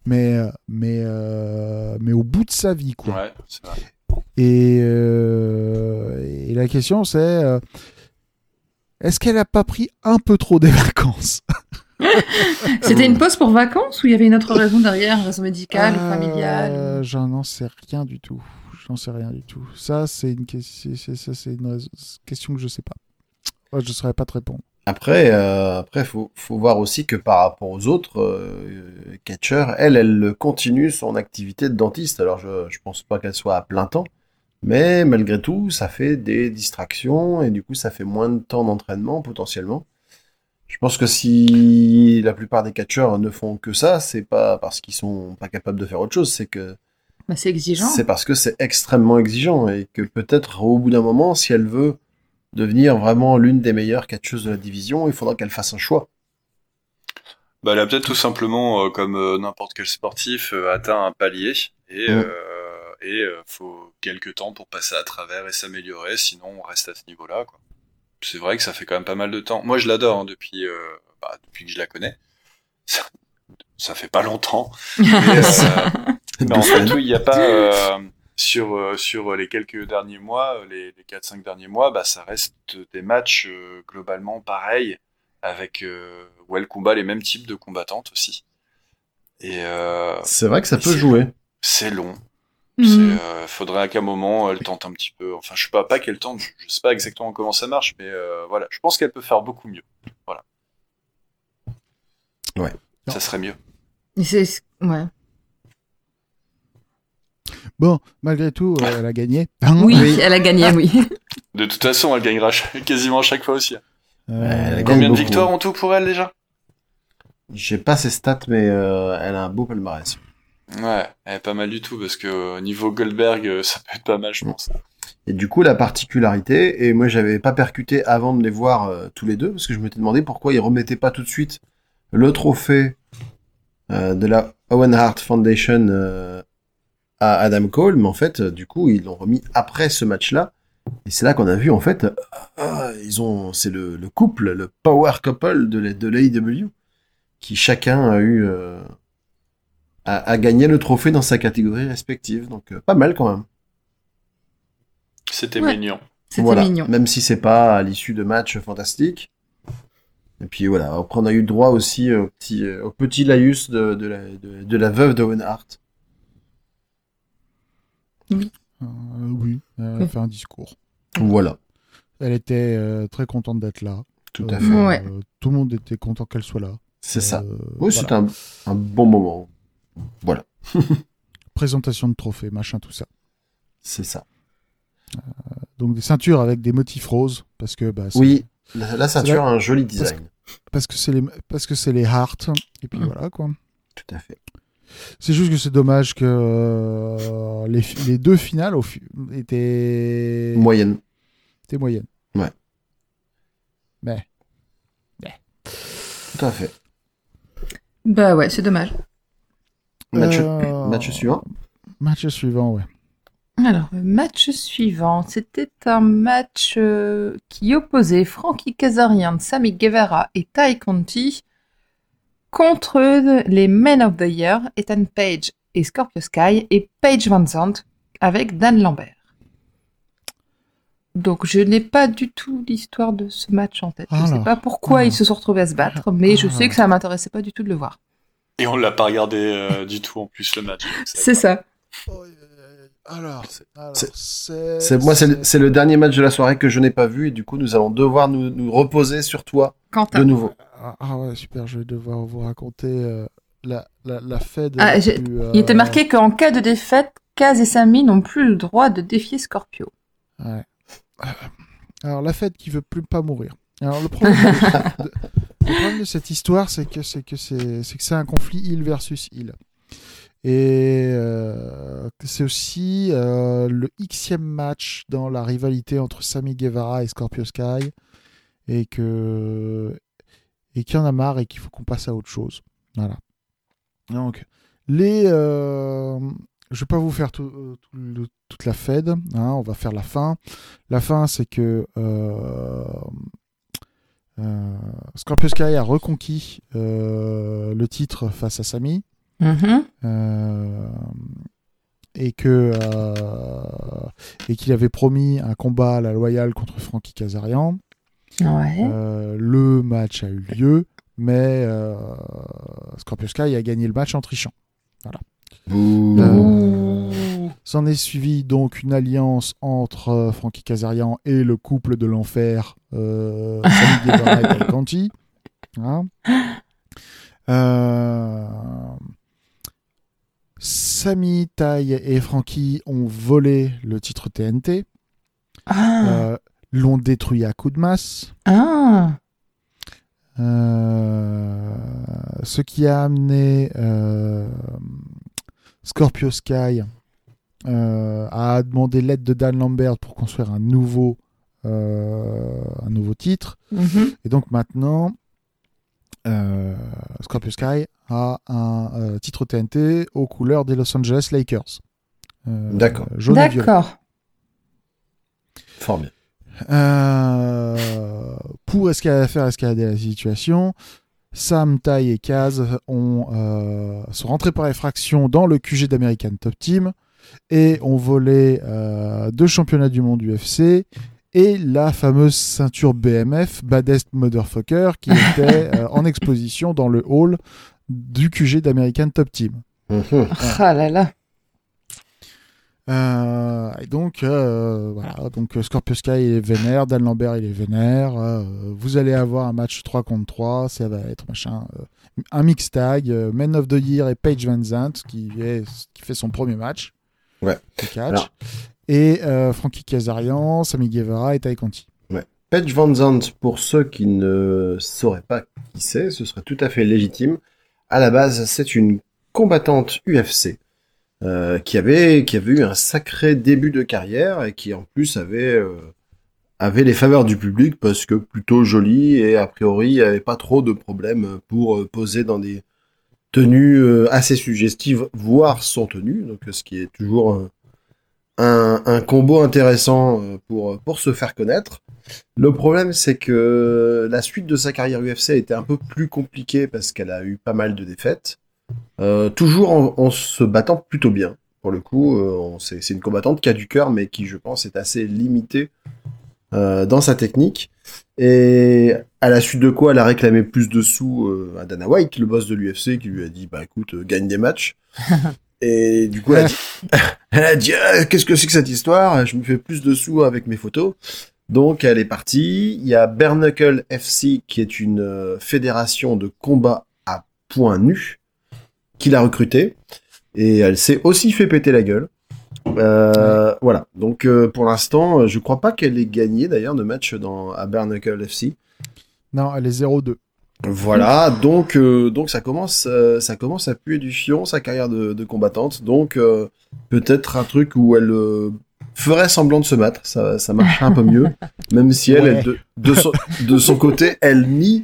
mais mais euh, mais au bout de sa vie, quoi. Ouais, c'est vrai. Et, euh, et la question c'est euh, est-ce qu'elle a pas pris un peu trop des vacances? C'était une pause pour vacances ou il y avait une autre raison derrière, une raison médicale ou Euh, familiale? J'en sais rien du tout. J'en sais rien du tout. Ça, c'est une, que- c'est, c'est- ça, c'est une raison- question que je sais pas. Moi, je saurais pas te répondre. Après, euh, après, faut, faut voir aussi que par rapport aux autres euh, catcheurs, elle, elle continue son activité de dentiste. Alors, je, je pense pas qu'elle soit à plein temps, mais malgré tout, ça fait des distractions et du coup, ça fait moins de temps d'entraînement potentiellement. Je pense que si la plupart des catcheurs ne font que ça, c'est pas parce qu'ils sont pas capables de faire autre chose, c'est que Bah, c'est exigeant. c'est parce que c'est extrêmement exigeant et que peut-être au bout d'un moment, si elle veut devenir vraiment l'une des meilleures catcheuses de la division, il faudra qu'elle fasse un choix. Bah, elle a peut-être tout simplement, euh, comme euh, n'importe quel sportif, euh, atteint un palier et Mm. euh, et euh, faut quelques temps pour passer à travers et s'améliorer, sinon on reste à ce niveau-là, quoi. C'est vrai que ça fait quand même pas mal de temps. Moi, je l'adore hein, depuis euh, bah, depuis que je la connais. Ça, ça fait pas longtemps. Mais, euh, mais en fait, oui, il n'y a pas euh, sur euh, sur les quelques derniers mois, les, les quatre cinq derniers mois, bah ça reste des matchs euh, globalement pareils avec euh, où elle combat les mêmes types de combattantes aussi. Et euh, C'est vrai que ça et peut c'est- jouer. c'est long. Mhm. C'est, euh, faudrait qu'à un moment elle tente un petit peu. Enfin, je sais pas pas qu'elle tente. Je, je sais pas exactement comment ça marche, mais euh, voilà, je pense qu'elle peut faire beaucoup mieux. Voilà. Ouais. Ça serait mieux. Et c'est- Ouais. Bon, malgré tout, euh, elle a gagné. Oui, Oui. elle a gagné, oui. De toute façon, elle gagnera ch- quasiment à chaque fois aussi. Euh, Elle a gagné Combien de beaucoup. victoires en tout pour elle déjà? J'ai pas ses stats, mais euh, elle a un beau palmarès. Ouais, elle est pas mal du tout parce que euh, niveau Goldberg, euh, ça peut être pas mal, je pense. Et du coup, la particularité, et moi j'avais pas percuté avant de les voir euh, tous les deux, parce que je m'étais demandé pourquoi ils remettaient pas tout de suite le trophée euh, de la Owen Hart Foundation euh, à Adam Cole, mais en fait, euh, du coup, ils l'ont remis après ce match-là, et c'est là qu'on a vu, en fait, euh, ah, ils ont, c'est le, le couple, le power couple de, la- de l'A E W, qui chacun a eu, euh, a, a gagné le trophée dans sa catégorie respective, donc euh, pas mal quand même. C'était Ouais. mignon. C'était Voilà. mignon. Même si c'est pas à l'issue de matchs fantastiques. Et puis voilà, après on a eu le droit aussi au petit, euh, au petit laïus de, de, la, de, de la veuve d'Owen Hart. euh, oui, elle a Oui. fait un discours. Voilà, Elle était euh, très contente d'être là. tout Euh, à fait. Ouais. Tout le monde était content qu'elle soit là. C'est ça. Euh, Oui, voilà. c'était un, un bon moment. Voilà, Présentation de trophée, machin, tout ça. c'est ça. Donc des ceintures avec des motifs roses, parce que bah, c'est- Oui, la, la ceinture vrai. a un joli design. parce que c'est les parce que c'est les Hart, et puis Mm. voilà quoi. Tout à fait. C'est juste que c'est dommage que euh, les, fi- les deux finales au fi- étaient Moyenne. étaient moyennes. Ouais. Mais Tout à fait. Bah ouais, c'est dommage. Match, Euh, match suivant. match suivant, ouais. Alors, le match suivant, c'était un match euh, qui opposait Frankie Kazarian, Sammy Guevara et Ty Conti contre les Men of the Year, Ethan Page et Scorpio Sky, et Paige Van Zandt avec Dan Lambert. Donc, je n'ai pas du tout l'histoire de ce match en tête. Je ne Alors. sais pas pourquoi Alors. ils se sont retrouvés à se battre, mais je Alors. sais que ça m'intéressait pas du tout de le voir. Et on l'a pas regardé euh, du tout en plus le match. donc C'est ça. Alors, alors, c'est- c'est C'est, moi, c'est le, c'est le dernier match de la soirée que je n'ai pas vu et du coup, nous allons devoir nous, nous reposer sur toi Quentin. de nouveau. Ah, ah ouais, super, je vais devoir vous raconter euh, la, la, la Fed. Ah, la j'ai- plus, euh, Il était marqué qu'en cas de défaite, Kaz et Sammy n'ont plus le droit de défier Scorpio. Ouais. Alors, la Fed qui veut plus pas mourir. Alors, le problème, de, de- le problème de cette histoire, c'est que c'est que c'est c'est que c'est un conflit heel versus heel. Et euh, que c'est aussi euh, le xème match dans la rivalité entre Sammy Guevara et Scorpio Sky, et que et qu'il y en a marre et qu'il faut qu'on passe à autre chose. Voilà. Donc les, euh, je vais pas vous faire tout, euh, tout le- toute la Fed, hein, on va faire la fin. La fin, c'est que euh, euh, Scorpio Sky a reconquis euh, le titre face à Sammy. Mhm. Euh, et que euh, et qu'il avait promis un combat à la loyale contre Frankie Kazarian. Ouais. Euh, le match a eu lieu, mais euh, Scorpio Sky a gagné le match en trichant. Voilà. Bouh. Euh, S'en est suivi donc une alliance entre euh, Frankie Kazarian et le couple de l'enfer, euh, Sammy Guevara et Tay Conti. Hein. Euh, Sammy, Tay et Frankie ont volé le titre T N T, Ah. euh, l'ont détruit à coups de masse. Ah. Euh, ce qui a amené euh, Scorpio Sky euh, à demander l'aide de Dan Lambert pour construire un nouveau, euh, un nouveau titre. Mhm. Et donc maintenant, euh, Scorpio Sky a un euh, titre T N T aux couleurs des Los Angeles Lakers. Euh, D'accord. Jaune et violet. D'accord. Fort bien. Euh, pour esca- faire escalader la situation, Sam, Ty et Kaz ont, euh, sont rentrés par effraction dans le Q G d'American Top Team et ont volé euh, deux championnats du monde U F C et la fameuse ceinture B M F, Baddest Motherfucker, qui était euh, en exposition dans le hall du Q G d'American Top Team. Mhm. Ah là là. Euh, et donc, euh, voilà, donc Scorpio Sky il est vénère, Dan Lambert il est vénère. Euh, vous allez avoir un match trois contre trois, ça va être machin, euh, un mix tag, euh, Man of the Year et Paige Van Zandt qui, est, qui fait son premier match. Ouais. De catch. Alors. Et euh, Frankie Kazarian, Sammy Guevara et Tay Conti. Paige Van Zandt, pour ceux qui ne sauraient pas qui c'est, ce serait tout à fait légitime. À la base, c'est une combattante U F C. Euh, qui avait qui avait eu un sacré début de carrière et qui en plus avait euh, avait les faveurs du public parce que plutôt jolie et a priori il n'y avait pas trop de problèmes pour euh, poser dans des tenues euh, assez suggestives, voire sans tenue, donc ce qui est toujours un, un, un combo intéressant pour pour se faire connaître. Le problème c'est que la suite de sa carrière U F C a été un peu plus compliquée parce qu'elle a eu pas mal de défaites. Euh, toujours en, en se battant plutôt bien. Pour le coup, euh, on- c'est, c'est une combattante qui a du cœur, mais qui, je pense, est assez limitée euh, dans sa technique. Et à la suite de quoi, elle a réclamé plus de sous euh, à Dana White, le boss de l'U F C, qui lui a dit, bah écoute, euh, gagne des matchs. Et du coup, elle a dit, elle a dit ah, qu'est-ce que c'est que cette histoire? Je me fais plus de sous avec mes photos. Donc, elle est partie. Il y a Bare Knuckle F C, qui est une euh, fédération de combat à poings nus, qui l'a recrutée. Et elle s'est aussi fait péter la gueule. Euh, voilà. Donc, euh, pour l'instant, je crois pas qu'elle ait gagné, d'ailleurs, de match dans, à Bare Knuckle F C. Non, elle est zéro deux. Voilà, donc euh, donc ça commence euh, ça commence à puer du fion sa carrière de, de combattante. Donc euh, peut-être un truc où elle euh, ferait semblant de se battre, ça ça marcherait un peu mieux, même si elle, Ouais. elle, de de son de son côté, elle nie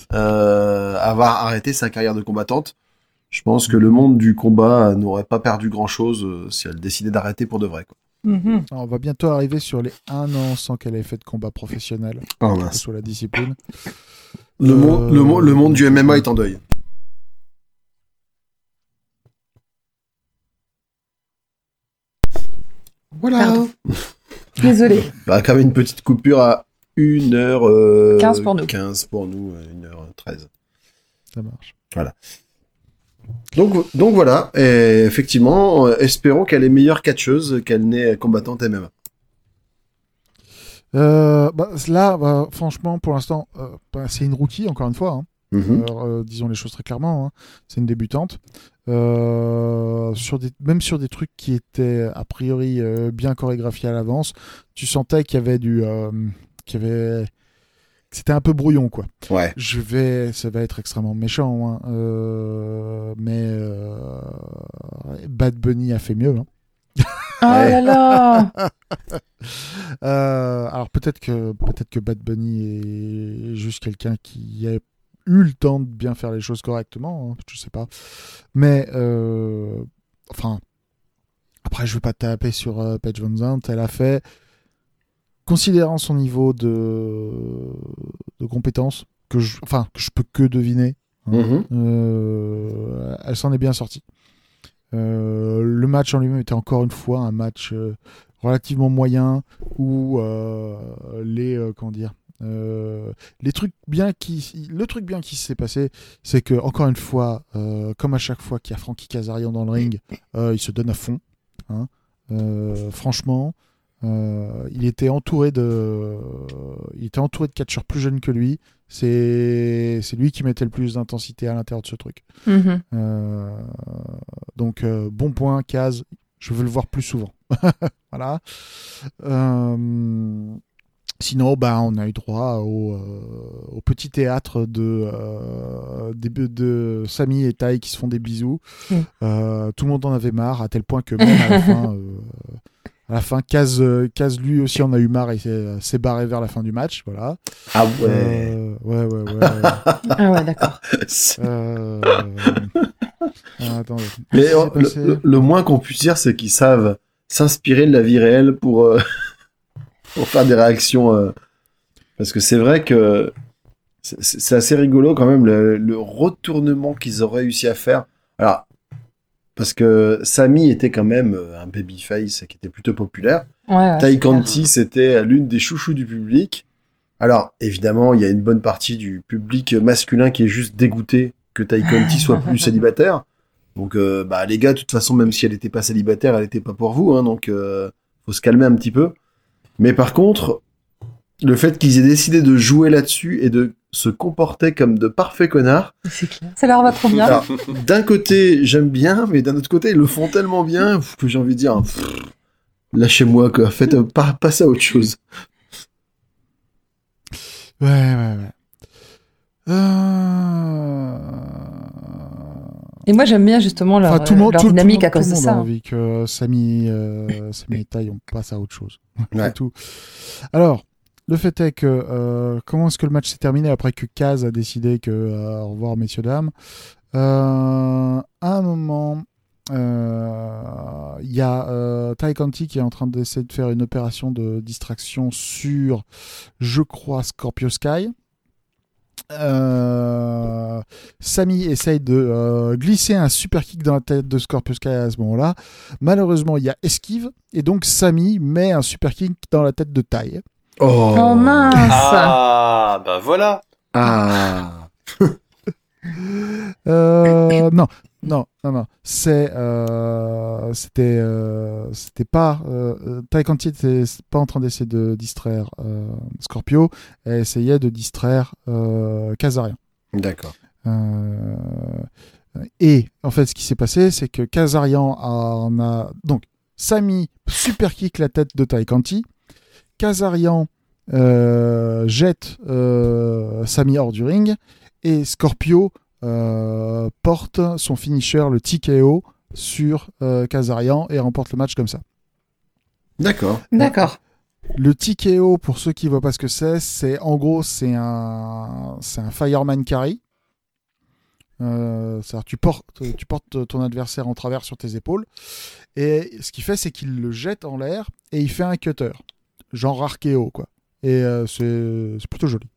euh, avoir arrêté sa carrière de combattante. Je pense que le monde du combat n'aurait pas perdu grand-chose euh, si elle décidait d'arrêter pour de vrai, quoi. Mhm. Alors, on va bientôt arriver sur les un an sans qu'elle ait fait de combat professionnel, Oh, quelle que mince. soit la discipline. Le, Euh, monde, le, mo- le monde du M M A est en deuil. Voilà. Pardon. Désolée. Bah, quand même une petite coupure à une heure euh, quinze pour nous. quinze pour nous, euh, une heure treize. Ça marche. Donc, donc voilà, et effectivement, euh, espérons qu'elle est meilleure catcheuse qu'elle n'est combattante M M A. Euh, bah, là, bah, franchement, pour l'instant, euh, bah, c'est une rookie, encore une fois. Hein. Mhm. Alors, euh, disons les choses très clairement. Hein. C'est une débutante. Euh, sur des, même sur des trucs qui étaient a priori euh, bien chorégraphiés à l'avance, tu sentais qu'il y avait du, euh, qu'il y avait, que c'était un peu brouillon, quoi. Ouais. Je vais, ça va être extrêmement méchant, hein. euh, mais euh, Bad Bunny a fait mieux. Hein. Oh là là. Euh, alors peut-être que peut-être que Bad Bunny est juste quelqu'un qui a eu le temps de bien faire les choses correctement, hein, je sais pas. Mais euh, enfin, après je vais pas taper sur euh, Paige Van Zandt. Elle a fait, considérant son niveau de de compétence que je, enfin que je peux que deviner. hein. Mhm. Euh, elle s'en est bien sortie. Euh, le match en lui-même était encore une fois un match euh, relativement moyen où euh, les euh, comment dire euh, les trucs bien qui le truc bien qui s'est passé, c'est que encore une fois, euh, comme à chaque fois qu'il y a Frankie Kazarian dans le ring, euh, il se donne à fond. Hein. Euh, franchement, euh, il était entouré de il était entouré de catcheurs plus jeunes que lui. C'est c'est lui qui mettait le plus d'intensité à l'intérieur de ce truc. Mhm. Euh, donc euh, bon point, Kaz, je veux le voir plus souvent. Voilà. Euh, sinon, bah, on a eu droit au, euh, au petit théâtre de, euh, des- de Sami et Tai qui se font des bisous. Mm. Euh, tout le monde en avait marre, à tel point que même à la fin, euh, à la fin, Kaz, euh, Kaz lui aussi en a eu marre et s'est, s'est barré vers la fin du match. Voilà. Ah ouais. Euh, ouais, ouais, ouais. Ah ouais, d'accord. Euh, ah, attendez. Mais Qu'est-ce qui euh, s'est passé le, le- le moins qu'on puisse dire, c'est qu'ils savent s'inspirer de la vie réelle pour, euh, pour faire des réactions. euh, Parce que c'est vrai que c'est c'est assez rigolo quand même le, le retournement qu'ils ont réussi à faire. Alors, parce que Sami était quand même euh, un babyface qui était plutôt populaire. Ouais, ouais, Tai c'est clair. Conti, c'était l'une des chouchous du public. Alors, évidemment, il y a une bonne partie du public masculin qui est juste dégoûté que Tai Conti soit plus célibataire. Donc, euh, bah, les gars, de toute façon, même si elle n'était pas célibataire, elle n'était pas pour vous, hein, donc euh, faut se calmer un petit peu. Mais par contre, le fait qu'ils aient décidé de jouer là-dessus et de se comporter comme de parfaits connards, C'est clair. Ça leur va trop bien. alors, d'un côté, j'aime bien, mais d'un autre côté, ils le font tellement bien que j'ai envie de dire, pff, lâchez-moi, quoi, faites, euh, pas, passez à autre chose. Ouais, ouais, ouais. Euh... Et moi, j'aime bien justement leur, Enfin, tout le monde, leur tout, tout le dynamique monde- à cause tout de le monde ça. a envie que Sami, euh, Sami et Tai, on passe à autre chose. Ouais. C'est tout. Alors, le fait est que euh, comment est-ce que le match s'est terminé après que Kaz a décidé que euh, au revoir messieurs dames. Euh, à un moment, euh, il y a euh, Tai Conti qui est en train d'essayer de faire une opération de distraction sur, je crois, Scorpio Sky. Euh, Sami essaye de euh, glisser un super kick dans la tête de Scorpio Sky à ce moment-là. Malheureusement, il y a esquive et donc Sami met un super kick dans la tête de Tai. Oh, Oh mince. Ah, bah voilà. Ah. Euh, non, non, non, non. C'est, euh, c'était, euh, c'était pas. Euh, Tai Conti était pas en train d'essayer de distraire euh, Scorpio. Elle essayait de distraire euh, Kazarian. D'accord. Euh, et en fait, ce qui s'est passé, c'est que Kazarian en a donc Sami super kick la tête de Tai Conti. Kazarian euh, jette euh, Sami hors du ring et Scorpio euh, porte son finisher, le T K O, sur euh, Kazarian et remporte le match comme ça. D'accord. D'accord. Le T K O, pour ceux qui ne voient pas ce que c'est, c'est en gros c'est un, c'est un fireman carry. Euh, c'est-à-dire tu portes, tu portes ton adversaire en travers sur tes épaules et ce qu'il fait c'est qu'il le jette en l'air et il fait un cutter, genre archéo quoi. Et euh, c'est, c'est plutôt joli.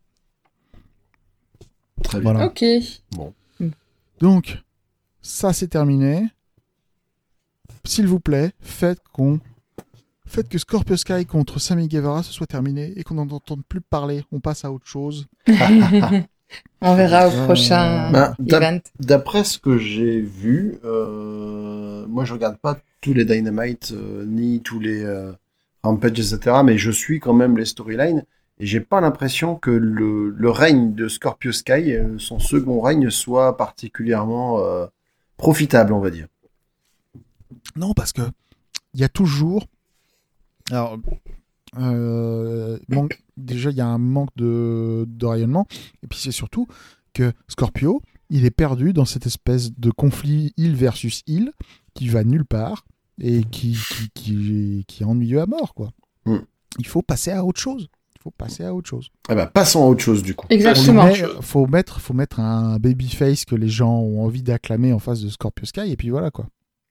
Très bien. Voilà. Ok. Donc, ça c'est terminé. S'il vous plaît, faites qu'on faites que Scorpio Sky contre Sammy Guevara ce soit terminé et qu'on n'en entende plus parler. On passe à autre chose. On verra au Euh, prochain bah, d'ap- event. D'après ce que j'ai vu, euh, moi je regarde pas tous les Dynamite euh, ni tous les euh, Rampage, et cetera. Mais je suis quand même les storylines et j'ai pas l'impression que le, le règne de Scorpio Sky, euh, son second règne, soit particulièrement euh, profitable, on va dire. Non, parce que il y a toujours. Alors, euh, manque- déjà, il y a un manque de, de rayonnement. Et puis, c'est surtout que Scorpio, il est perdu dans cette espèce de conflit heel versus heel qui va nulle part et qui, qui, qui, qui est ennuyeux à mort, quoi. Mm. Il faut passer à autre chose. Il faut passer à autre chose. Eh ben, passons à autre chose du coup. Exactement. On lui met- faut mettre, faut mettre un babyface que les gens ont envie d'acclamer en face de Scorpio Sky et puis voilà, quoi.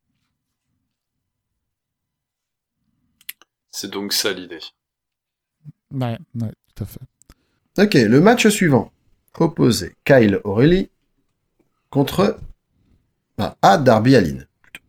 C'est donc ça l'idée. Ouais, ouais, tout à fait. Ok, le match suivant. Opposé Kyle O'Reilly contre ah, à Darby Allin.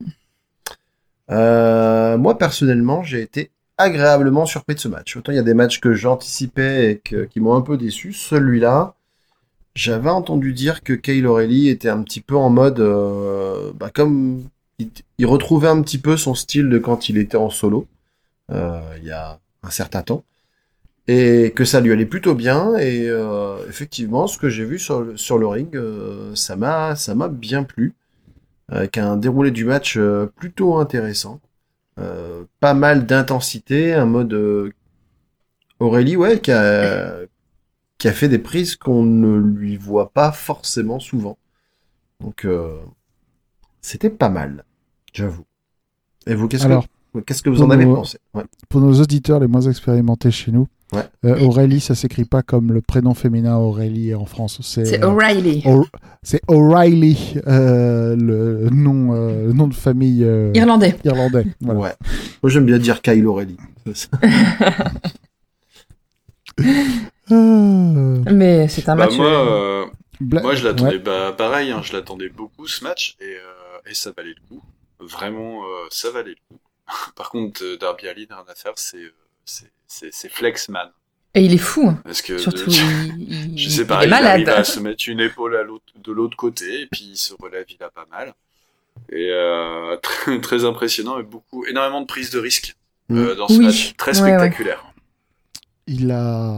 Euh, moi personnellement, j'ai été agréablement surpris de ce match. Autant il y a des matchs que j'anticipais et que, qui m'ont un peu déçu. Celui-là, j'avais entendu dire que Kyle O'Reilly était un petit peu en mode, euh, bah comme il, il retrouvait un petit peu son style de quand il était en solo, euh, il y a un certain temps, et que ça lui allait plutôt bien. Et euh, effectivement, ce que j'ai vu sur le, sur le ring, euh, ça m'a ça m'a bien plu, avec un déroulé du match euh, plutôt intéressant. Euh, pas mal d'intensité, un mode euh, Aurélie, ouais, qui a, qui a fait des prises qu'on ne lui voit pas forcément souvent. Donc, euh, c'était pas mal, j'avoue. Et vous, qu'est-ce Alors, que, qu'est-ce que vous en avez nos, pensé? Ouais. Pour nos auditeurs les moins expérimentés chez nous, ouais. euh, Aurélie, ça s'écrit pas comme le prénom féminin Aurélie en France. C'est, c'est O'Reilly. Euh, o- c'est O'Reilly, euh, le, nom, euh, le nom de famille euh, Irlandais. irlandais. Voilà. Ouais. Moi, j'aime bien dire Kyle O'Reilly. Euh, Mais c'est un Bah, match. moi, euh, euh, Bla- moi, je l'attendais ouais. bah, pareil, hein, je l'attendais beaucoup ce match et, euh, et ça valait le coup. Vraiment, euh, ça valait le coup. Par contre, euh, Darby Allin, rien à faire, c'est, euh, c'est, c'est, c'est Flexman. Et il est fou. hein. Parce que Surtout, de- il, il- je sais il pas, est il, arrive malade. à se mettre une épaule à l'autre, de l'autre côté et puis il se relève, il a pas mal. Et euh, très, très impressionnant et beaucoup, énormément de prises de risque euh, dans ce Oui. match, très Ouais, ouais. spectaculaire. Il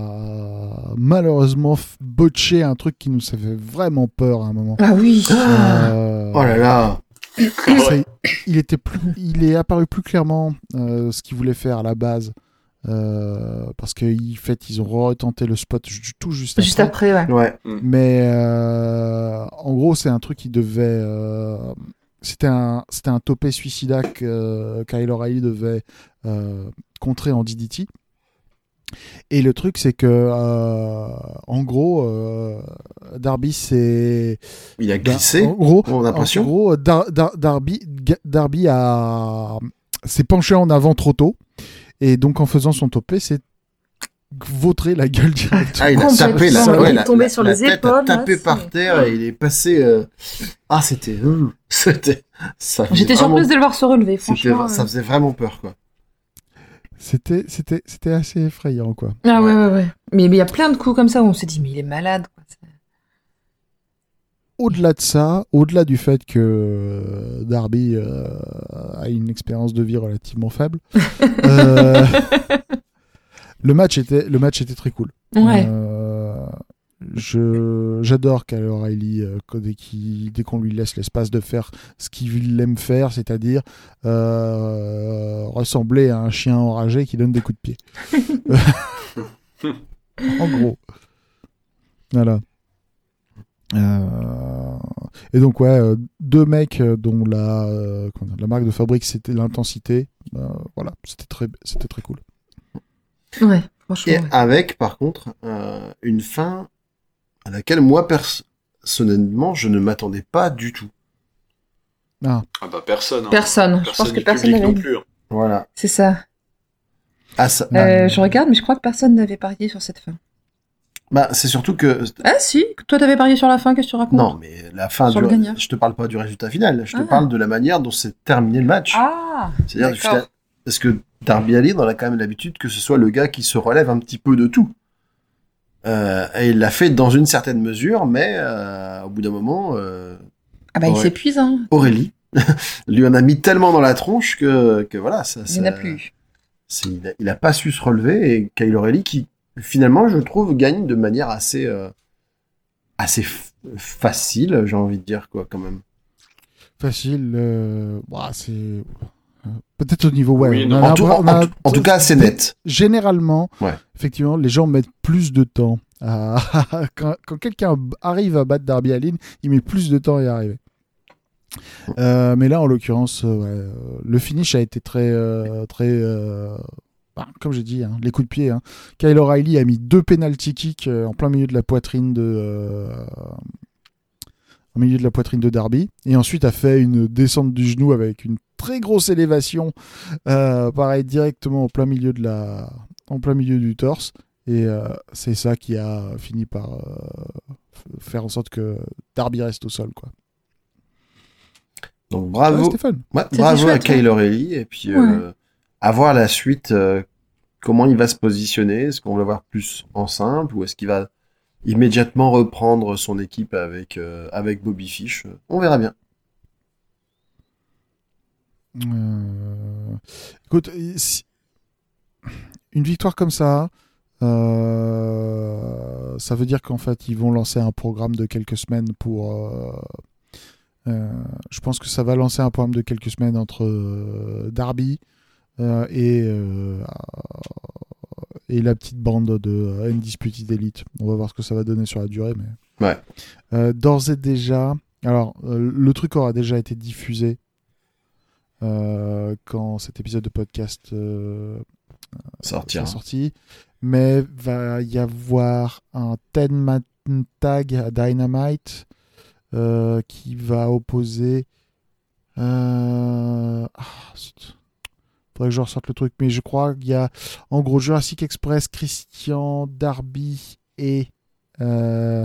a malheureusement f- botché un truc qui nous fait vraiment peur à un moment. Ah oui. Euh, Oh là là. ça, il était plus, il est apparu plus clairement euh, ce qu'il voulait faire à la base, euh, parce qu'en fait ils ont retenté le spot ju- tout juste, Juste après. après, ouais. Ouais. Mais euh, en gros c'est un truc qui devait, euh, c'était un, c'était un topé suicida que euh, Kyle O'Reilly devait euh, contrer en D D T. Et le truc, c'est que, euh, en gros, euh, Darby, c'est. Il a glissé. En gros, on a l'impression. en gros Dar- Dar- Darby, Ga- Darby a s'est penché en avant trop tôt, et donc en faisant son topé, c'est vautré la gueule directement. Ah, il a Complètement. tapé la, Il ouais, est la, tombé la- sur la les tête épaules, a là, tapé c'est- par terre et il est passé. euh, Ah, c'était. euh, C'était. Ça faisait J'étais vraiment- surprise de le voir se relever, C'était, franchement. ça euh. faisait vraiment peur, quoi. C'était, c'était, c'était assez effrayant, quoi. Ah ouais, ouais, ouais. Mais mais il y a plein de coups comme ça où on s'est dit, mais il est malade, quoi. C'est- Au-delà de ça, au-delà du fait que euh, Darby euh, a une expérience de vie relativement faible, euh, le match était, le match était très cool. Ouais. Euh, je, j'adore Kyle O'Reilly euh, quand- dès, qu'il- dès qu'on lui laisse l'espace de faire ce qu'il aime faire, c'est-à-dire euh, ressembler à un chien enragé qui donne des coups de pied. En gros. Voilà. Euh, et donc ouais, euh, deux mecs euh, dont la, euh, comment dire, la marque de fabrique c'était l'intensité. Euh, voilà, c'était très, c'était très cool. Ouais, franchement. Et ouais. avec, par contre, euh, une fin à laquelle moi, pers- personnellement, je ne m'attendais pas du tout. Ah, Ah bah personne. Hein. Personne. Je Personne pense que du personne public n'avait. non plus. hein. Voilà. C'est ça. Ah, ça... Euh, je regarde, mais je crois que personne n'avait parié sur cette fin. Bah, c'est surtout que... Ah si, toi t'avais parié sur la fin, qu'est-ce que tu racontes? Non, mais la fin Sur du... le gagnant. Je te parle pas du résultat final, je te Ah. parle de la manière dont s'est terminé le match. Ah, C'est-à-dire du d'accord. final... Parce que Darby Allin, on a quand même l'habitude que ce soit le gars qui se relève un petit peu de tout. Euh, et il l'a fait dans une certaine mesure, mais euh, au bout d'un moment, euh, Ah bah il Ouais. s'épuise, hein. Aurélie lui en a mis tellement dans la tronche que, que voilà, ça, Il n'y en a ça- plus. c'est- il, a, il a pas su se relever, et Kyle O'Reilly qui, finalement, je trouve, gagne de manière assez, euh, assez f- facile, j'ai envie de dire, quoi, quand même. facile. Euh, bah, c'est euh, peut-être au niveau ouais. Oui, on non, a En un tout, bras- en, on a- en tout- en tout cas, c'est net. Généralement, Ouais. effectivement, les gens mettent plus de temps. À... quand quand quelqu'un arrive à battre Darby Allin, il met plus de temps à y arriver. Euh, mais là, en l'occurrence, euh, ouais, euh, le finish a été très, euh, très, euh, bah, comme j'ai dit, hein, les coups de pied. Hein. Kyle O'Reilly a mis deux penalty kicks euh, en plein milieu de la poitrine de, euh, au milieu de la poitrine de Darby, et ensuite a fait une descente du genou avec une très grosse élévation, euh, pareil directement en plein milieu de la, en plein milieu du torse, et euh, c'est ça qui a fini par euh, f- faire en sorte que Darby reste au sol, quoi. Donc bravo, Ouais, Stéphane. ouais, C'était bravo à chouette, Kyle hein. O'Reilly et puis Ouais. euh, à voir la suite, euh, comment il va se positionner. Est-ce qu'on va le voir plus en simple ou est-ce qu'il va immédiatement reprendre son équipe avec euh, avec Bobby Fish? On verra bien. Euh, Écoute, si- une victoire comme ça, euh, ça veut dire qu'en fait, ils vont lancer un programme de quelques semaines pour. euh, euh, je pense que ça va lancer un programme de quelques semaines entre euh, Darby euh, et, euh, et la petite bande de euh, Undisputed Elite. On va voir ce que ça va donner sur la durée, mais. Ouais. Euh, d'ores et déjà. Alors, euh, le truc aura déjà été diffusé euh, quand cet épisode de podcast euh, Sortir. sera sorti. Mais va y avoir un ten man tag à Dynamite euh, qui va opposer. Euh... Ah, zut. Faudrait que je ressorte le truc, mais je crois qu'il y a en gros Jurassic Express, Christian, Darby et euh...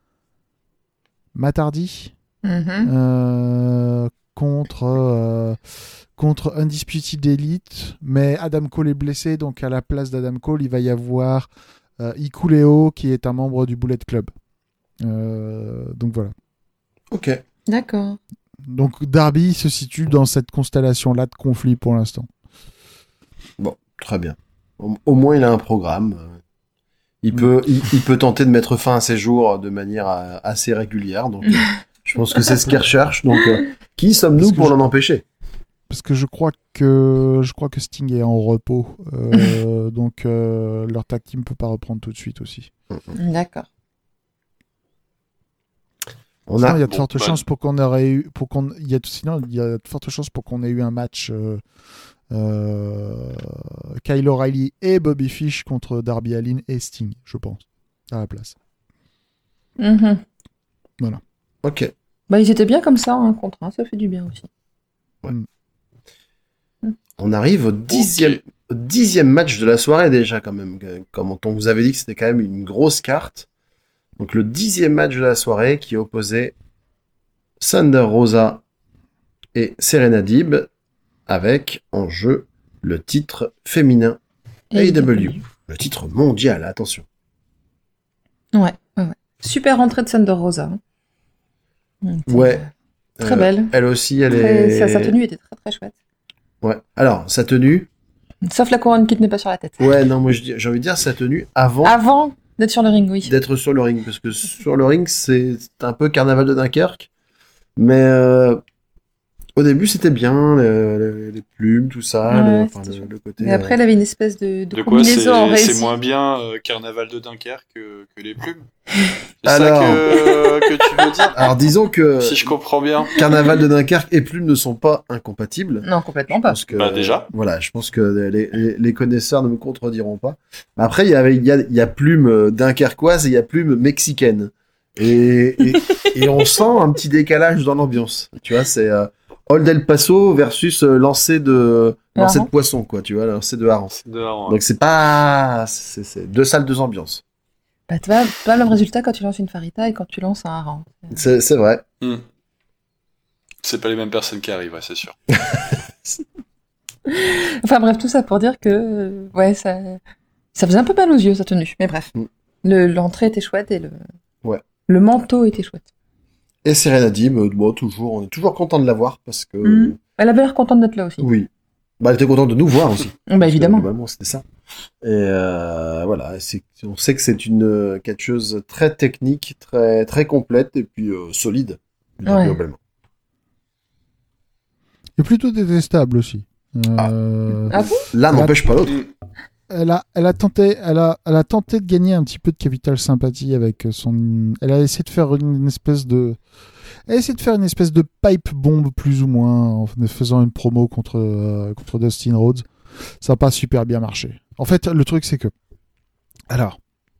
Matt Hardy Mhm. euh, contre euh, contre Undisputed Elite, mais Adam Cole est blessé, donc à la place d'Adam Cole, il va y avoir euh, Hikuleo qui est un membre du Bullet Club. Euh, donc voilà. Ok. D'accord. Donc Darby se situe dans cette constellation-là de conflit pour l'instant. Bon, très bien. Au, au moins, il a un programme. Il peut, il, il peut tenter de mettre fin à ses jours de manière euh, assez régulière. Donc, euh, je pense que c'est ce qu'il recherche. Donc, euh, qui sommes-nous Parce que pour je- l'en empêcher? Parce que je crois que je crois que Sting est en repos, euh, donc euh, leur tag team peut pas reprendre tout de suite aussi. D'accord. On Sinon, a, il y a de bon, fortes bah- chances pour qu'on aurait eu, pour qu'on, il y a, sinon, il y a de fortes chances pour qu'on ait eu un match euh, euh, Kyle O'Reilly et Bobby Fish contre Darby Allin et Sting, je pense, à la place. Mhm. ok. Bah, ils étaient bien comme ça, un contre un, ça fait du bien aussi. On arrive au dixième, Ok. au dixième match de la soirée déjà quand même. Comme on vous avait dit que c'était quand même une grosse carte. Donc le dixième match de la soirée qui opposait Thunder Rosa et Serena Deeb avec en jeu le titre féminin A E W. Le titre mondial, attention. Ouais, ouais, ouais. Super entrée de Thunder Rosa. hein. Donc, Ouais. euh, Très Euh, belle. Elle aussi, elle Très- est... sa, sa tenue était très très chouette. Ouais. Alors, sa tenue... Sauf la couronne qui tenait pas sur la tête. Ouais, non, moi je dis- j'ai envie de dire sa tenue avant Avant d'être sur le ring, oui. d'être sur le ring. Parce que sur le ring, c'est c'est un peu Carnaval de Dunkerque. Mais euh, au début, c'était bien. le- le- les plumes, tout ça. Ouais, le, enfin, c'était le, chouette. le côté... Mais après, elle avait une espèce de, de, De quoi c'est combinaison en c'est récit. moins bien euh, Carnaval de Dunkerque que, que les plumes? C'est Alors. ça que, que tu veux dire? euh, Alors disons que Si je comprends bien. Carnaval de Dunkerque et plumes ne sont pas incompatibles. Non, complètement Je pas. pense que, Bah, déjà. Voilà, je pense que les, les, les connaisseurs ne me contrediront pas. Après, il y avait, il y a, il y a plume euh, dunkerquoise et il y a plume mexicaine. Et, et, et on sent un petit décalage dans l'ambiance. Tu vois, c'est euh, Old El Paso versus euh, lancer de, lancer de Hareng. poisson, quoi. Tu vois, lancer de hareng. C'est dehors, ouais. Donc c'est pas, c'est, c'est deux salles, deux ambiances. Bah, tu vois, pas le même résultat quand tu lances une farita et quand tu lances un hareng. C'est, c'est vrai. Hmm. C'est pas les mêmes personnes qui arrivent, ouais, c'est sûr. Enfin bref, tout ça pour dire que euh, ouais, ça, ça faisait un peu mal aux yeux, sa tenue. Mais bref, Mm. le, l'entrée était chouette et le, Ouais. le manteau était chouette. Et Serena Deeb, euh, bon, toujours, on est toujours content de la voir parce que, Mm. Elle avait l'air contente d'être là aussi. oui. Bah, elle était contente de nous voir aussi. Bah Parce que, évidemment. globalement, c'était ça. Et euh, voilà, c'est, on sait que c'est une euh, catcheuse très technique, très très complète et puis euh, solide. Ouais. Globalement. Et plutôt détestable aussi. Euh, Ah bon? L'un n'empêche pas l'autre. Hmm. elle a, elle a tenté, elle a, elle a tenté de gagner un petit peu de capital sympathie avec son. Elle a essayé de faire une, une espèce de, elle a essayé de faire une espèce de pipe bomb plus ou moins en faisant une promo contre euh, contre Dustin Rhodes. Ça n'a pas super bien marché. En fait, le truc c'est que, alors,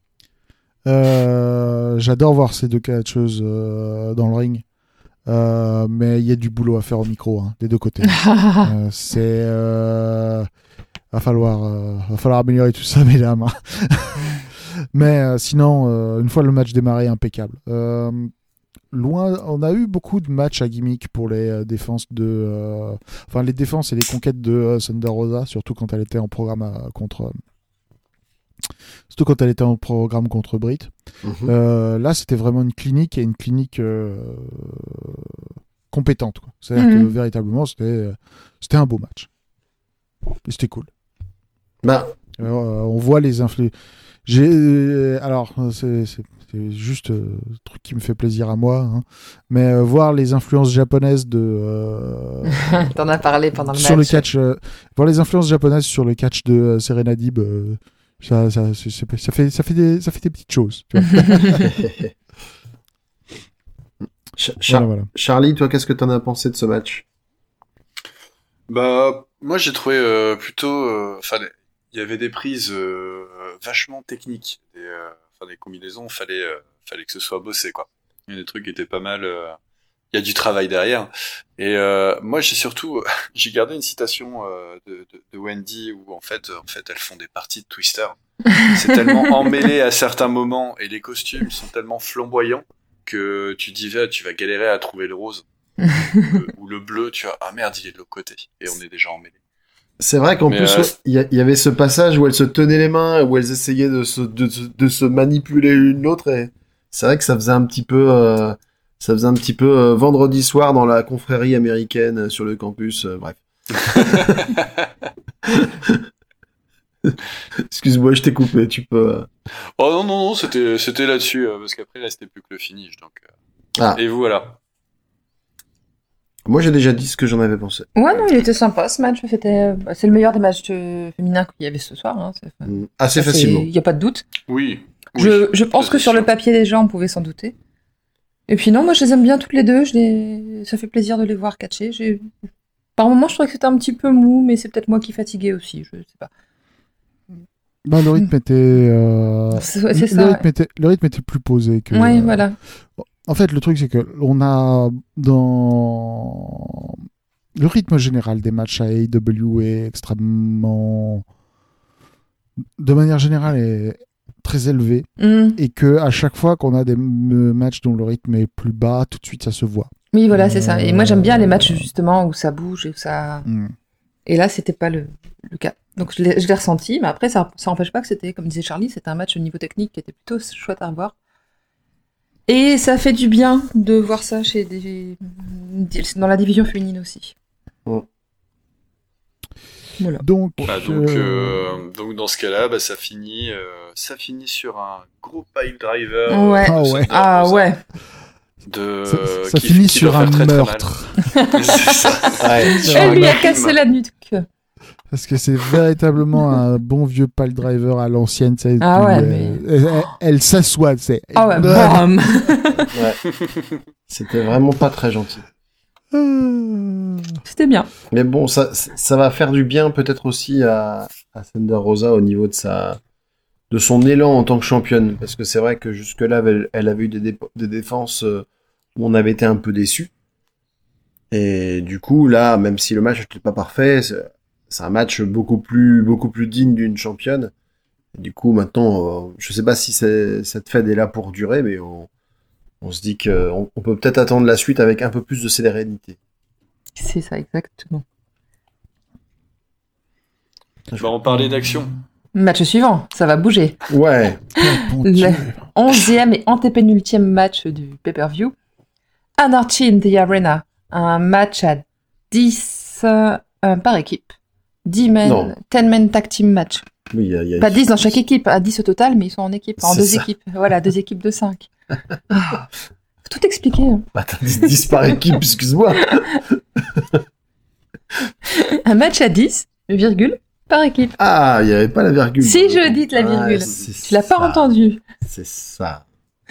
euh, j'adore voir ces deux catcheuses euh, dans le ring. Euh, mais il y a du boulot à faire au micro, hein, des deux côtés. Euh, c'est euh, va falloir euh, va falloir améliorer tout ça, mesdames. mais euh, sinon, euh, une fois le match démarré, impeccable. Euh, loin, on a eu beaucoup de matchs à gimmick pour les euh, défenses de, euh, enfin les défenses et les conquêtes de euh, Thunder Rosa, surtout quand elle était en programme à, contre, euh, surtout quand elle était en programme contre Brit. Mhm. Euh, là, c'était vraiment une clinique et une clinique euh, compétente, quoi. C'est-à-dire Mhm. que véritablement, c'était, euh, c'était un beau match. Et c'était cool. Bah, Euh, on voit les influx. J'ai euh, alors c'est, c'est, c'est juste euh, le truc qui me fait plaisir à moi, hein. Mais euh, voir les influences japonaises de euh, T'en as parlé pendant le sur match. le catch, euh, voir les influences japonaises sur le catch de euh, Serena Deeb, euh, ça, ça, c'est- c'est- ça fait ça fait des ça fait des petites choses. Tu vois. Ch- Char- Voilà, voilà. Charlie, toi, qu'est-ce que t'en as pensé de ce match? Bah, moi j'ai trouvé euh, plutôt, euh, enfin, il y avait des prises euh, vachement techniques, des, euh, enfin des combinaisons, fallait, euh, fallait que ce soit bossé quoi. Il y a des trucs qui étaient pas mal. euh, Il y a du travail derrière. Et euh, moi j'ai surtout, j'ai gardé une citation euh, de, de, de Wendy où en fait, en fait elles font des parties de Twister. C'est tellement emmêlé à certains moments et les costumes sont tellement flamboyants que tu dis ah, tu vas galérer à trouver le rose. ou, le, ou le bleu, tu vois, ah merde, il est de l'autre côté. Et on est déjà emmêlé. C'est vrai qu'en Mais, plus, euh, ouais, il y, a- il y avait ce passage où elles se tenaient les mains, où elles essayaient de se, de, de- de se manipuler l'une l'autre, et c'est vrai que ça faisait un petit peu, euh, ça faisait un petit peu euh, vendredi soir dans la confrérie américaine euh, sur le campus, euh, bref. Excuse-moi, je t'ai coupé, tu peux. euh. Oh non, non, non, c'était, c'était là-dessus, euh, parce qu'après, là, c'était plus que le finish, donc. euh. Ah. Et voilà. Moi, j'ai déjà dit ce que j'en avais pensé. Ouais, non, il était sympa ce match. C'était, bah, c'est le meilleur des matchs euh, féminins qu'il y avait ce soir. Hein. C'est- Mm, Assez ça, c'est- facilement. Il n'y a pas de doute. Oui. oui. Je, je pense Ça, que c'est sur le sûr. papier déjà, on pouvait s'en douter. Et puis non, moi je les aime bien toutes les deux. Je les... Ça fait plaisir de les voir catcher. J'ai... Par moments, je trouvais que c'était un petit peu mou, mais c'est peut-être moi qui fatiguais aussi. Je sais pas. Bah, le rythme était, euh, C'est, ouais, c'est le, ça. rythme était, le rythme était plus posé que. Ouais, euh, voilà. En fait, le truc, c'est que on a dans le rythme général des matchs à A E W est extrêmement, de manière générale, est très élevé, Mm. et que à chaque fois qu'on a des m- matchs dont le rythme est plus bas, tout de suite ça se voit. Oui, voilà, c'est ça. Et moi, j'aime bien les matchs Euh, justement où ça bouge et où ça. Mm. Et là, c'était pas le, le cas. Donc je l'ai, je l'ai ressenti, mais après, ça, ça empêche pas que c'était, comme disait Charlie, c'était un match au niveau technique qui était plutôt chouette à revoir. Et ça fait du bien de voir ça chez des, dans la division féminine aussi. Mm. Voilà. Donc, Bah, donc, euh, euh, donc, dans ce cas-là, bah, ça finit, euh, ça finit sur un gros pile driver. Ouais. Ah de ouais. Thunder Ah Rosa, ouais. De, ça, ça qui- finit qui sur doit un faire très, très mal. meurtre. C'est ça. Ouais. Sur Elle un lui a meurtre. cassé la nuque. Parce que c'est véritablement un bon vieux pile driver à l'ancienne. tu sais, Ah où, ouais, euh, mais- elle, elle- elle s'assoit, tu sais. Ah ouais, Ah. bam. Ouais. C'était vraiment pas très gentil. C'était bien. Mais bon, ça, ça va faire du bien peut-être aussi à, à Thunder Rosa au niveau de sa, de son élan en tant que championne, parce que c'est vrai que jusque-là, elle, elle avait eu des, dé- des défenses euh, où on avait été un peu déçus. Et du coup, là, même si le match n'était pas parfait, c'est, c'est un match beaucoup plus, beaucoup plus digne d'une championne. Et du coup, maintenant, euh, je sais pas si c'est, cette fête est là pour durer, mais on, on se dit qu'on on peut peut-être attendre la suite avec un peu plus de sérénité. C'est ça, exactement. Je vais en parler d'action. Match suivant, ça va bouger. Ouais. Bon Le Dieu. onzième et antépénultième match du pay-per-view. Anarchy in the Arena. Un match à dix euh, par équipe. dix men, Non. dix men tag team match. Oui, il y a, il y a- Pas dix dans chaque équipe, à dix au total, mais ils sont en équipe, en C'est deux ça. équipes. Voilà, deux équipes de cinq. Ah, faut tout expliquer. hein. Bah, t'as dit dix par équipe, excuse-moi. Un match à dix, virgule, par équipe. Ah, il n'y avait pas la virgule. Si, je dis la virgule. c'est Tu l'as pas ça. entendu. C'est ça.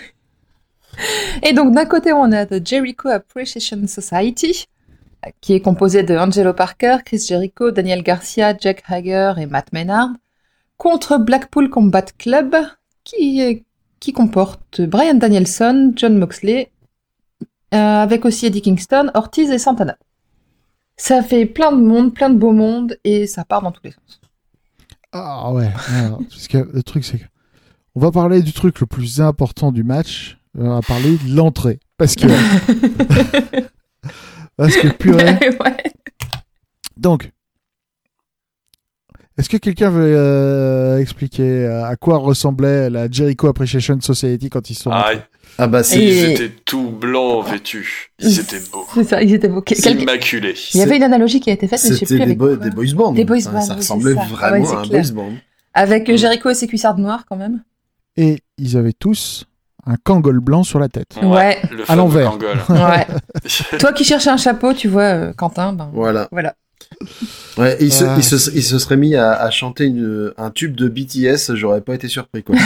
Et donc, d'un côté, on a The Jericho Appreciation Society, qui est composé de Angelo Parker, Chris Jericho, Daniel Garcia, Jack Hager et Matt Menard, contre Blackpool Combat Club, qui, qui comporte Bryan Danielson, John Moxley, euh, avec aussi Eddie Kingston, Ortiz et Santana. Ça fait plein de monde, plein de beau monde, et ça part dans tous les sens. Ah ouais. Alors, parce que le truc, c'est que on va parler du truc le plus important du match, on va parler de l'entrée. Parce que... Parce que purée... Ouais. Donc, est-ce que quelqu'un veut euh, expliquer à quoi ressemblait la Jericho Appreciation Society quand ils sont... Ah, Ah bah c'est... Et- ils étaient tout blancs vêtus. Ils étaient beaux. C'est ça, ils étaient beaux. Quel- quel- Immaculés. Il y avait une analogie qui a été faite, mais je sais C'était plus des, avec boy- quoi. des boys bands. Des boys Enfin, bands, ça oui, ressemblait c'est ça. vraiment Ouais, c'est à un clair. boys band. Avec euh, Jericho et ses cuissards noirs, quand même. Et ils avaient tous un kangol blanc sur la tête. Ouais. Le À fameux l'envers. Kangol. Ouais. Toi qui cherchais un chapeau, tu vois, euh, Quentin, ben, Voilà. voilà. Ouais, il se, Ah. il se, il se serait mis à, à chanter une, un tube de B T S, j'aurais pas été surpris, quoi.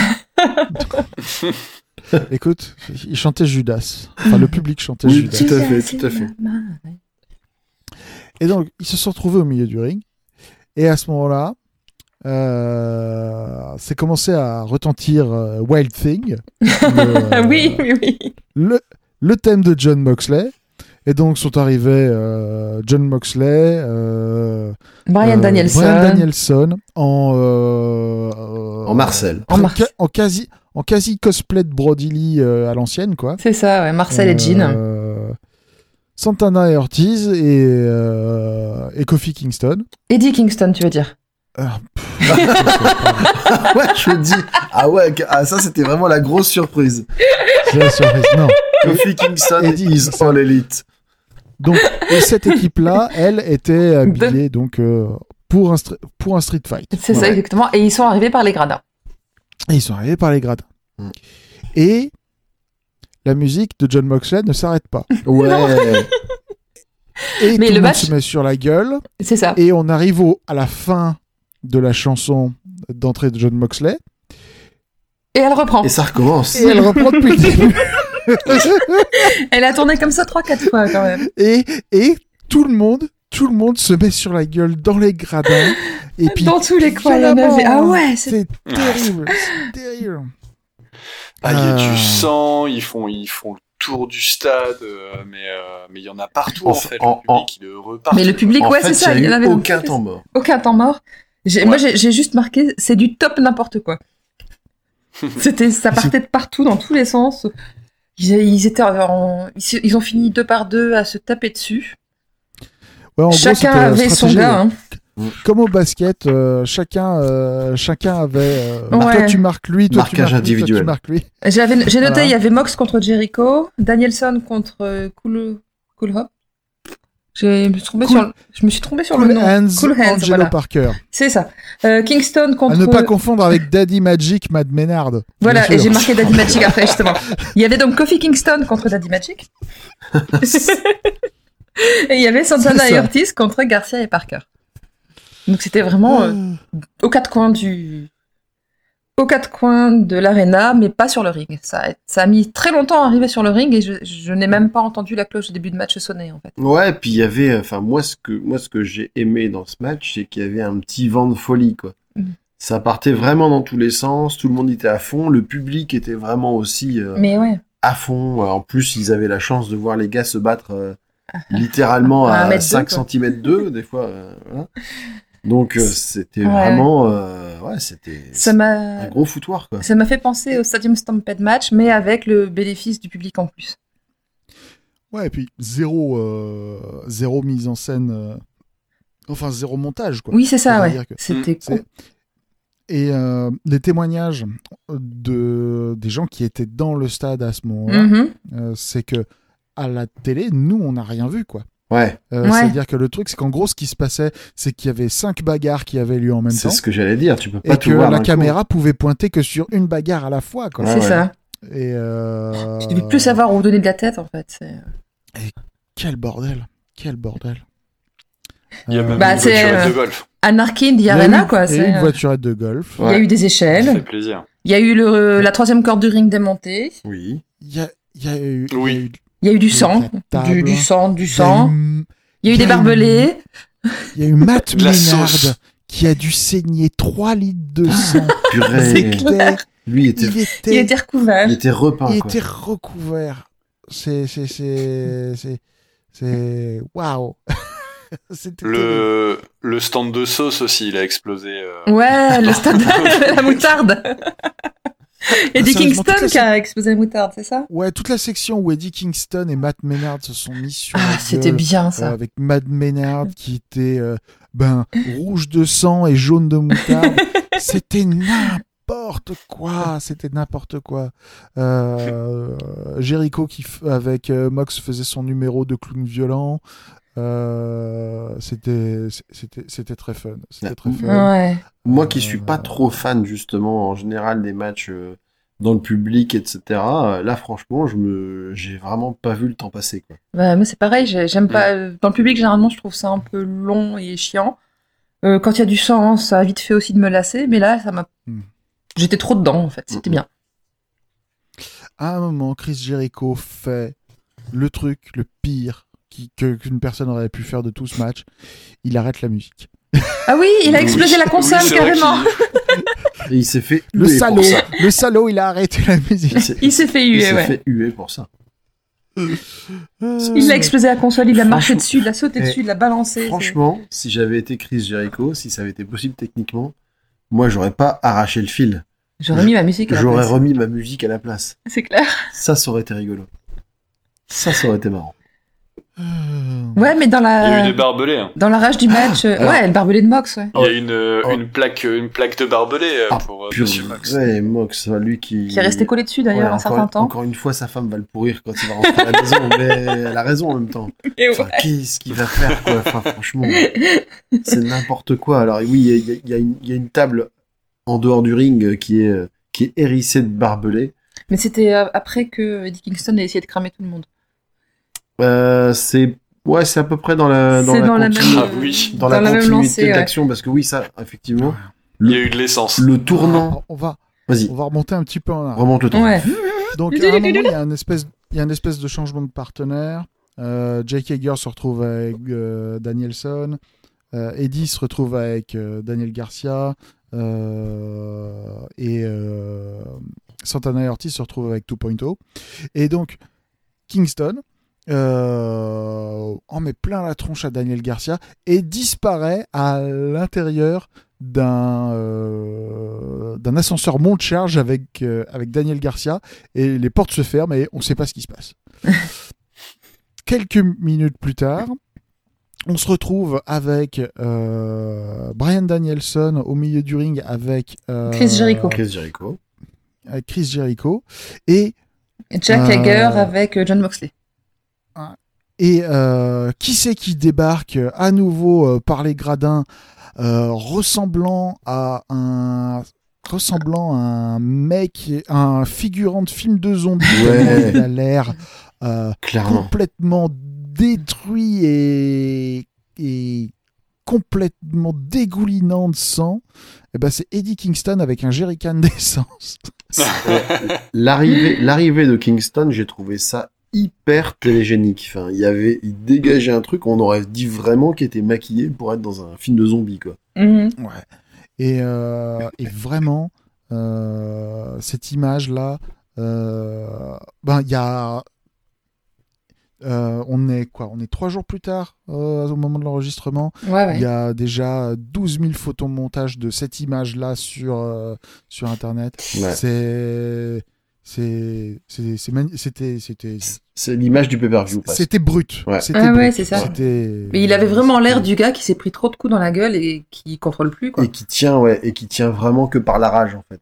Écoute, ils chantaient Judas. Enfin, le public chantait Oui, Judas. tout à fait, tout à fait. Et donc, ils se sont retrouvés au milieu du ring. Et à ce moment-là, euh, c'est commencé à retentir euh, Wild Thing. Le, Ah oui, oui, oui. le, le thème de John Moxley. Et donc sont arrivés euh, John Moxley, euh, Brian euh, Danielson. Brian Danielson en euh, euh, En Marcel. En Mar- ca- en quasi en quasi cosplay de Brody Lee euh, à l'ancienne quoi. C'est ça, ouais, Marcel et Jean. Euh, Santana et Ortiz et euh, et Kofi Kingston. Eddie Kingston, tu veux dire. Ah, Ouais, je me dis, ah ouais, ah, ça c'était vraiment la grosse surprise. c'est la surprise. Non. Kofi Kingston Eddie is Kingston. all elite. Donc et cette équipe-là, elle était habillée donc euh, pour un stri- pour un street fight. C'est ça, Ouais. exactement. Et ils sont arrivés par les gradins. Et ils sont arrivés par les gradins. Mm. Et la musique de John Moxley ne s'arrête pas. Ouais. Et Mais tout le le monde match- se met sur la gueule. C'est ça. Et on arrive au, à la fin de la chanson d'entrée de John Moxley. Et elle reprend. Et ça recommence. Et elle reprend depuis le début. Elle a tourné comme ça trois, quatre fois, quand même. Et, et tout le monde, tout le monde se met sur la gueule dans les gradins. Et puis, Dans tous les coins, il y en violemment, avait. Ah ouais, c'est... c'est terrible. C'est terrible. Ah, il y a Ah. du sang, ils font, ils font le tour du stade, euh, mais euh, mais il y en a partout en, Enfin, fait. en- le public, il est heureux partout. Mais le public, En ouais, fait, c'est ça. il y en a avait eu dans aucun tous les- temps mort. Aucun temps mort. J'ai- Ouais. Moi, j'ai j'ai juste marqué, c'est du top n'importe quoi. C'était, ça partait de partout, dans tous les sens. Ils, ils étaient en, ils, se- ils ont fini deux par deux à se taper dessus. Ouais, en gros, Chacun c'était la avait son stratégie. gars. Hein. Comme au basket, euh, chacun, euh, chacun avait. euh, Ouais. Toi, tu marques lui, toi, tu Marquage marques lui, toi, individuel. tu marques lui. J'avais, j'ai noté, Voilà. il y avait Mox contre Jericho, Danielson contre euh, Cool, Cool Hop. J'ai- Je me suis trompé Cool- sur, le- je me suis trompé sur Cool le nom. Hands, Cool Hands, Angelo voilà. Parker. C'est ça. Euh, Kingston À contre. ne pas confondre avec Daddy Magic, Mad Menard. Voilà, Bien et sûr. j'ai marqué Daddy Magic après, justement. Il y avait donc Kofi Kingston contre Daddy Magic. Et il y avait Santana C'est et ça. Ortiz contre Garcia et Parker. Donc c'était vraiment euh, aux quatre coins du... aux quatre coins de l'arena, mais pas sur le ring. Ça a, ça a mis très longtemps à arriver sur le ring et je, je n'ai même pas entendu la cloche au début de match sonner, en fait. Ouais, puis il y avait, enfin moi ce que moi ce que j'ai aimé dans ce match, c'est qu'il y avait un petit vent de folie quoi. Mm. Ça partait vraiment dans tous les sens, tout le monde était à fond, le public était vraiment aussi euh, Mais ouais. à fond. En plus, ils avaient la chance de voir les gars se battre euh, littéralement À un à mètre deux, cinq quoi. centimètres d'eux, des fois. euh, voilà. Donc euh, c'était Ouais. vraiment, euh, ouais, c'était Ça un m'a... gros foutoir quoi. Ça m'a fait penser au Stadium Stampede match, mais avec le bénéfice du public en plus. Ouais, et puis zéro, euh, zéro mise en scène. euh, Enfin, zéro montage, quoi. Oui, c'est ça, ouais. C'est-à-dire que- C'était C'est- con. Et euh, les témoignages de, des gens qui étaient dans le stade à ce moment-là, Mhm. euh, c'est que à la télé, nous, on n'a rien vu, quoi. Ouais, Euh, Ouais. C'est-à-dire que le truc, c'est qu'en gros, ce qui se passait, c'est qu'il y avait cinq bagarres qui avaient lieu en même c'est temps. ce que j'allais dire. Tu peux pas Et tout que voir la d'un coup. caméra pouvait pointer que sur une bagarre à la fois, quoi. Ouais, C'est ouais. ça. Et euh... Tu devais plus savoir où donner de la tête, en fait. C'est... Quel bordel, quel bordel. Il y a Euh, même Bah, une c'est, voiturette euh, de golf. Anarchy in the il y a Arena, eu- quoi. Il y a eu C'est... une voiturette de golf. Il y a Ouais. eu des Ça fait échelles. plaisir. Il y a eu le, la troisième corde du ring démontée. Oui. Il y a, il y a eu, Oui. il y a eu Il y a eu du Il y a eu sang. de la table. Du, du sang, du il y a sang. eu- Il y a eu il y des a eu- barbelés. Il y a eu Matt De la Menard sauce. qui a dû saigner trois litres de sang. Purée. C'est il, clair. était, Lui il était, il Il était, était recouvert. il était repeint il quoi. était recouvert. C'est, c'est, c'est, c'est, c'est, waouh. C'était terrible. Le, le stand de sauce aussi, il a explosé. euh. Ouais, le stade de la moutarde. Eddie sérieusement, toute Kingston la qui a explosé la moutarde, c'est ça? Ouais, toute la section où Eddie Kingston et Matt Menard se sont mis sur Ah, la c'était gueule, bien euh, ça. avec Matt Menard qui était euh, ben rouge de sang et jaune de moutarde. C'était n'importe quoi, c'était n'importe quoi. Euh, Jericho qui f- avec euh, Mox faisait son numéro de clown violent. Euh, c'était c'était c'était très fun. C'était très fun. Ouais. Moi qui suis pas Euh, trop fan justement en général des matchs euh, dans le public, et cetera. euh, Là franchement, je me, j'ai vraiment pas vu le temps passer quoi. Bah, moi, c'est pareil, j'ai- j'aime pas. Dans le public, généralement, je trouve ça un peu long et chiant. Euh, quand il y a du sang, ça a vite fait aussi de me lasser, mais là, ça m'a. Hmm. J'étais trop dedans, en fait. C'était Mhm. bien. À un moment, Chris Jericho fait le truc le pire qui- que- qu'une personne aurait pu faire de tout ce match. Il arrête la musique. Ah oui, il a Oui. explosé la console, Oui, c'est vrai carrément. qu'il- Et il s'est fait Le huer salaud, pour ça. le salaud, il a arrêté la musique. Il s'est, Il s'est fait il huer, s'est ouais. fait huer pour ça. Il a explosé la console, il a marché Franchement- dessus, il a sauté Eh, dessus, il l'a balancé. c'est- Franchement, si j'avais été Chris Jericho, si ça avait été possible techniquement, moi j'aurais pas arraché le fil. J'aurais mis ma musique à la J'aurais place. remis ma musique à la place. C'est clair. Ça, ça aurait été rigolo. Ça, ça aurait été marrant. Euh, Ouais, mais dans Il y a eu la. des barbelés. hein. Dans la rage du match. euh, alors- Ouais, le barbelé de Mox, ouais. Il y a une, euh, Oh. une plaque, une plaque de barbelés euh, Ah, pour euh, Pur Monsieur Mox. ouais, Mox, lui qui... Qui est resté collé dessus, d'ailleurs, Ouais, un encore, certain temps. encore une fois, sa femme va le pourrir quand il va rentrer à la maison, mais elle a raison en même temps. Et Enfin, ouais. qu'est-ce qu'il va faire, quoi? Enfin, franchement, c'est n'importe quoi. Alors, oui, il y a, il y a- il y a une, il y a une table en dehors du ring qui est, euh, qui est hérissée de barbelés. Mais c'était euh, après que Eddie Kingston a essayé de cramer tout le monde. Euh, c'est, ouais, c'est à peu près dans la, dans C'est la, dans la continu- même. Ah oui. dans la dans la même continuité lancée, ouais. d'action, parce que oui, ça, effectivement, Il y a eu de l'essence. le tournant, on va, vas-y, on va remonter un petit peu en arrière. remonte le temps. Ouais. Donc à un moment, il y a une espèce, il y a une espèce de changement de partenaire. Euh, Jake Hager se retrouve avec euh, Danielson. Euh, Eddie se retrouve avec euh, Daniel Garcia. Euh, et euh, Santana et Ortiz se retrouvent avec deux point oh. Et donc, Kingston euh, en met plein la tronche à Daniel Garcia et disparaît à l'intérieur d'un euh, d'un ascenseur monte-charge avec, euh, avec Daniel Garcia, et les portes se ferment et on ne sait pas ce qui se passe. Quelques minutes plus tard, on se retrouve avec euh, Bryan Danielson au milieu du ring avec euh, Chris Jericho. Chris Jericho. avec Chris Jericho et Jack Euh, Hager avec euh, John Moxley. Et euh, qui c'est qui débarque euh, à nouveau euh, par les gradins, euh, ressemblant à un ressemblant à un mec, un figurant de film de zombies. Ouais. Il a l'air euh, Clairement. complètement détruit et, et complètement dégoulinant de sang. Et ben c'est Eddie Kingston avec un jerrycan d'essence. L'arrivée, l'arrivée de Kingston, j'ai trouvé ça hyper télégénique. Enfin, il y avait, il dégageait un truc, on aurait dit vraiment qu'il était maquillé pour être dans un film de zombies, quoi. Mhm. Ouais. Et, euh, et vraiment, euh, cette image-là, euh, ben il y a, euh, on est quoi On est trois jours plus tard euh, au moment de l'enregistrement. Ouais, ouais. Il y a déjà douze mille photomontages de cette image-là sur euh, sur internet. Ouais. C'est c'est c'est c'est magni- c'était c'était C'est l'image du pay-per-view, presque. c'était brut. Ouais. C'était Ah ouais, brut. c'est ça. C'était- Mais il avait vraiment l'air c'était- du gars qui s'est pris trop de coups dans la gueule et qui contrôle plus, quoi. Et qui tient, ouais, et qui tient vraiment que par la rage, en fait.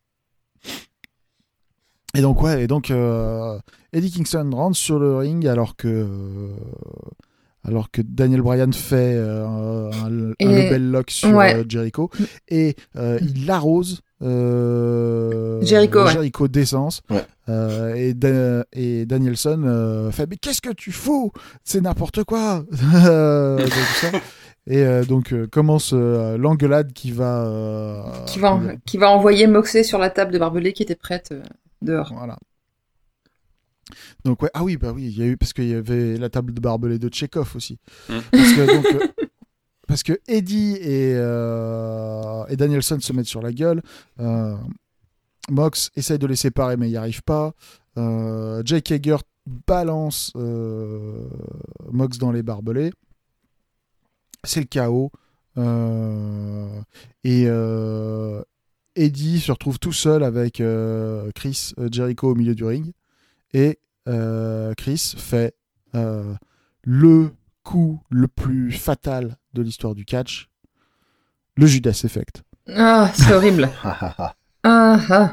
Et donc ouais, et donc euh, Eddie Kingston rentre sur le ring alors que euh, alors que Daniel Bryan fait euh, un, un Et- Lebel Lock sur ouais. euh, Jericho, et euh, il arrose euh, Jericho, ouais. Jericho d'essence. Ouais. Euh, et, Da- et Danielson euh, fait mais qu'est-ce que tu fous, c'est n'importe quoi. Euh, donc, tout ça. Et euh, donc euh, commence euh, l'engueulade qui va euh, Qui va, comment en- qui va envoyer Moxley sur la table de barbelé qui était prête euh, dehors. Voilà. Donc ouais, ah oui, bah oui, il y a eu parce qu'il y avait la table de barbelé de Tchekhov aussi. Mm. Parce que donc euh, parce que Eddie et euh, et Danielson se mettent sur la gueule. Euh, Mox essaye de les séparer mais il n'y arrive pas. Euh, Jake Hager balance euh, Mox dans les barbelés. C'est le chaos. Euh, et euh, Eddie se retrouve tout seul avec euh, Chris euh, Jericho au milieu du ring. Et euh, Chris fait euh, le coup le plus fatal de l'histoire du catch, le Judas Effect. Ah, c'est horrible. Ah, ah.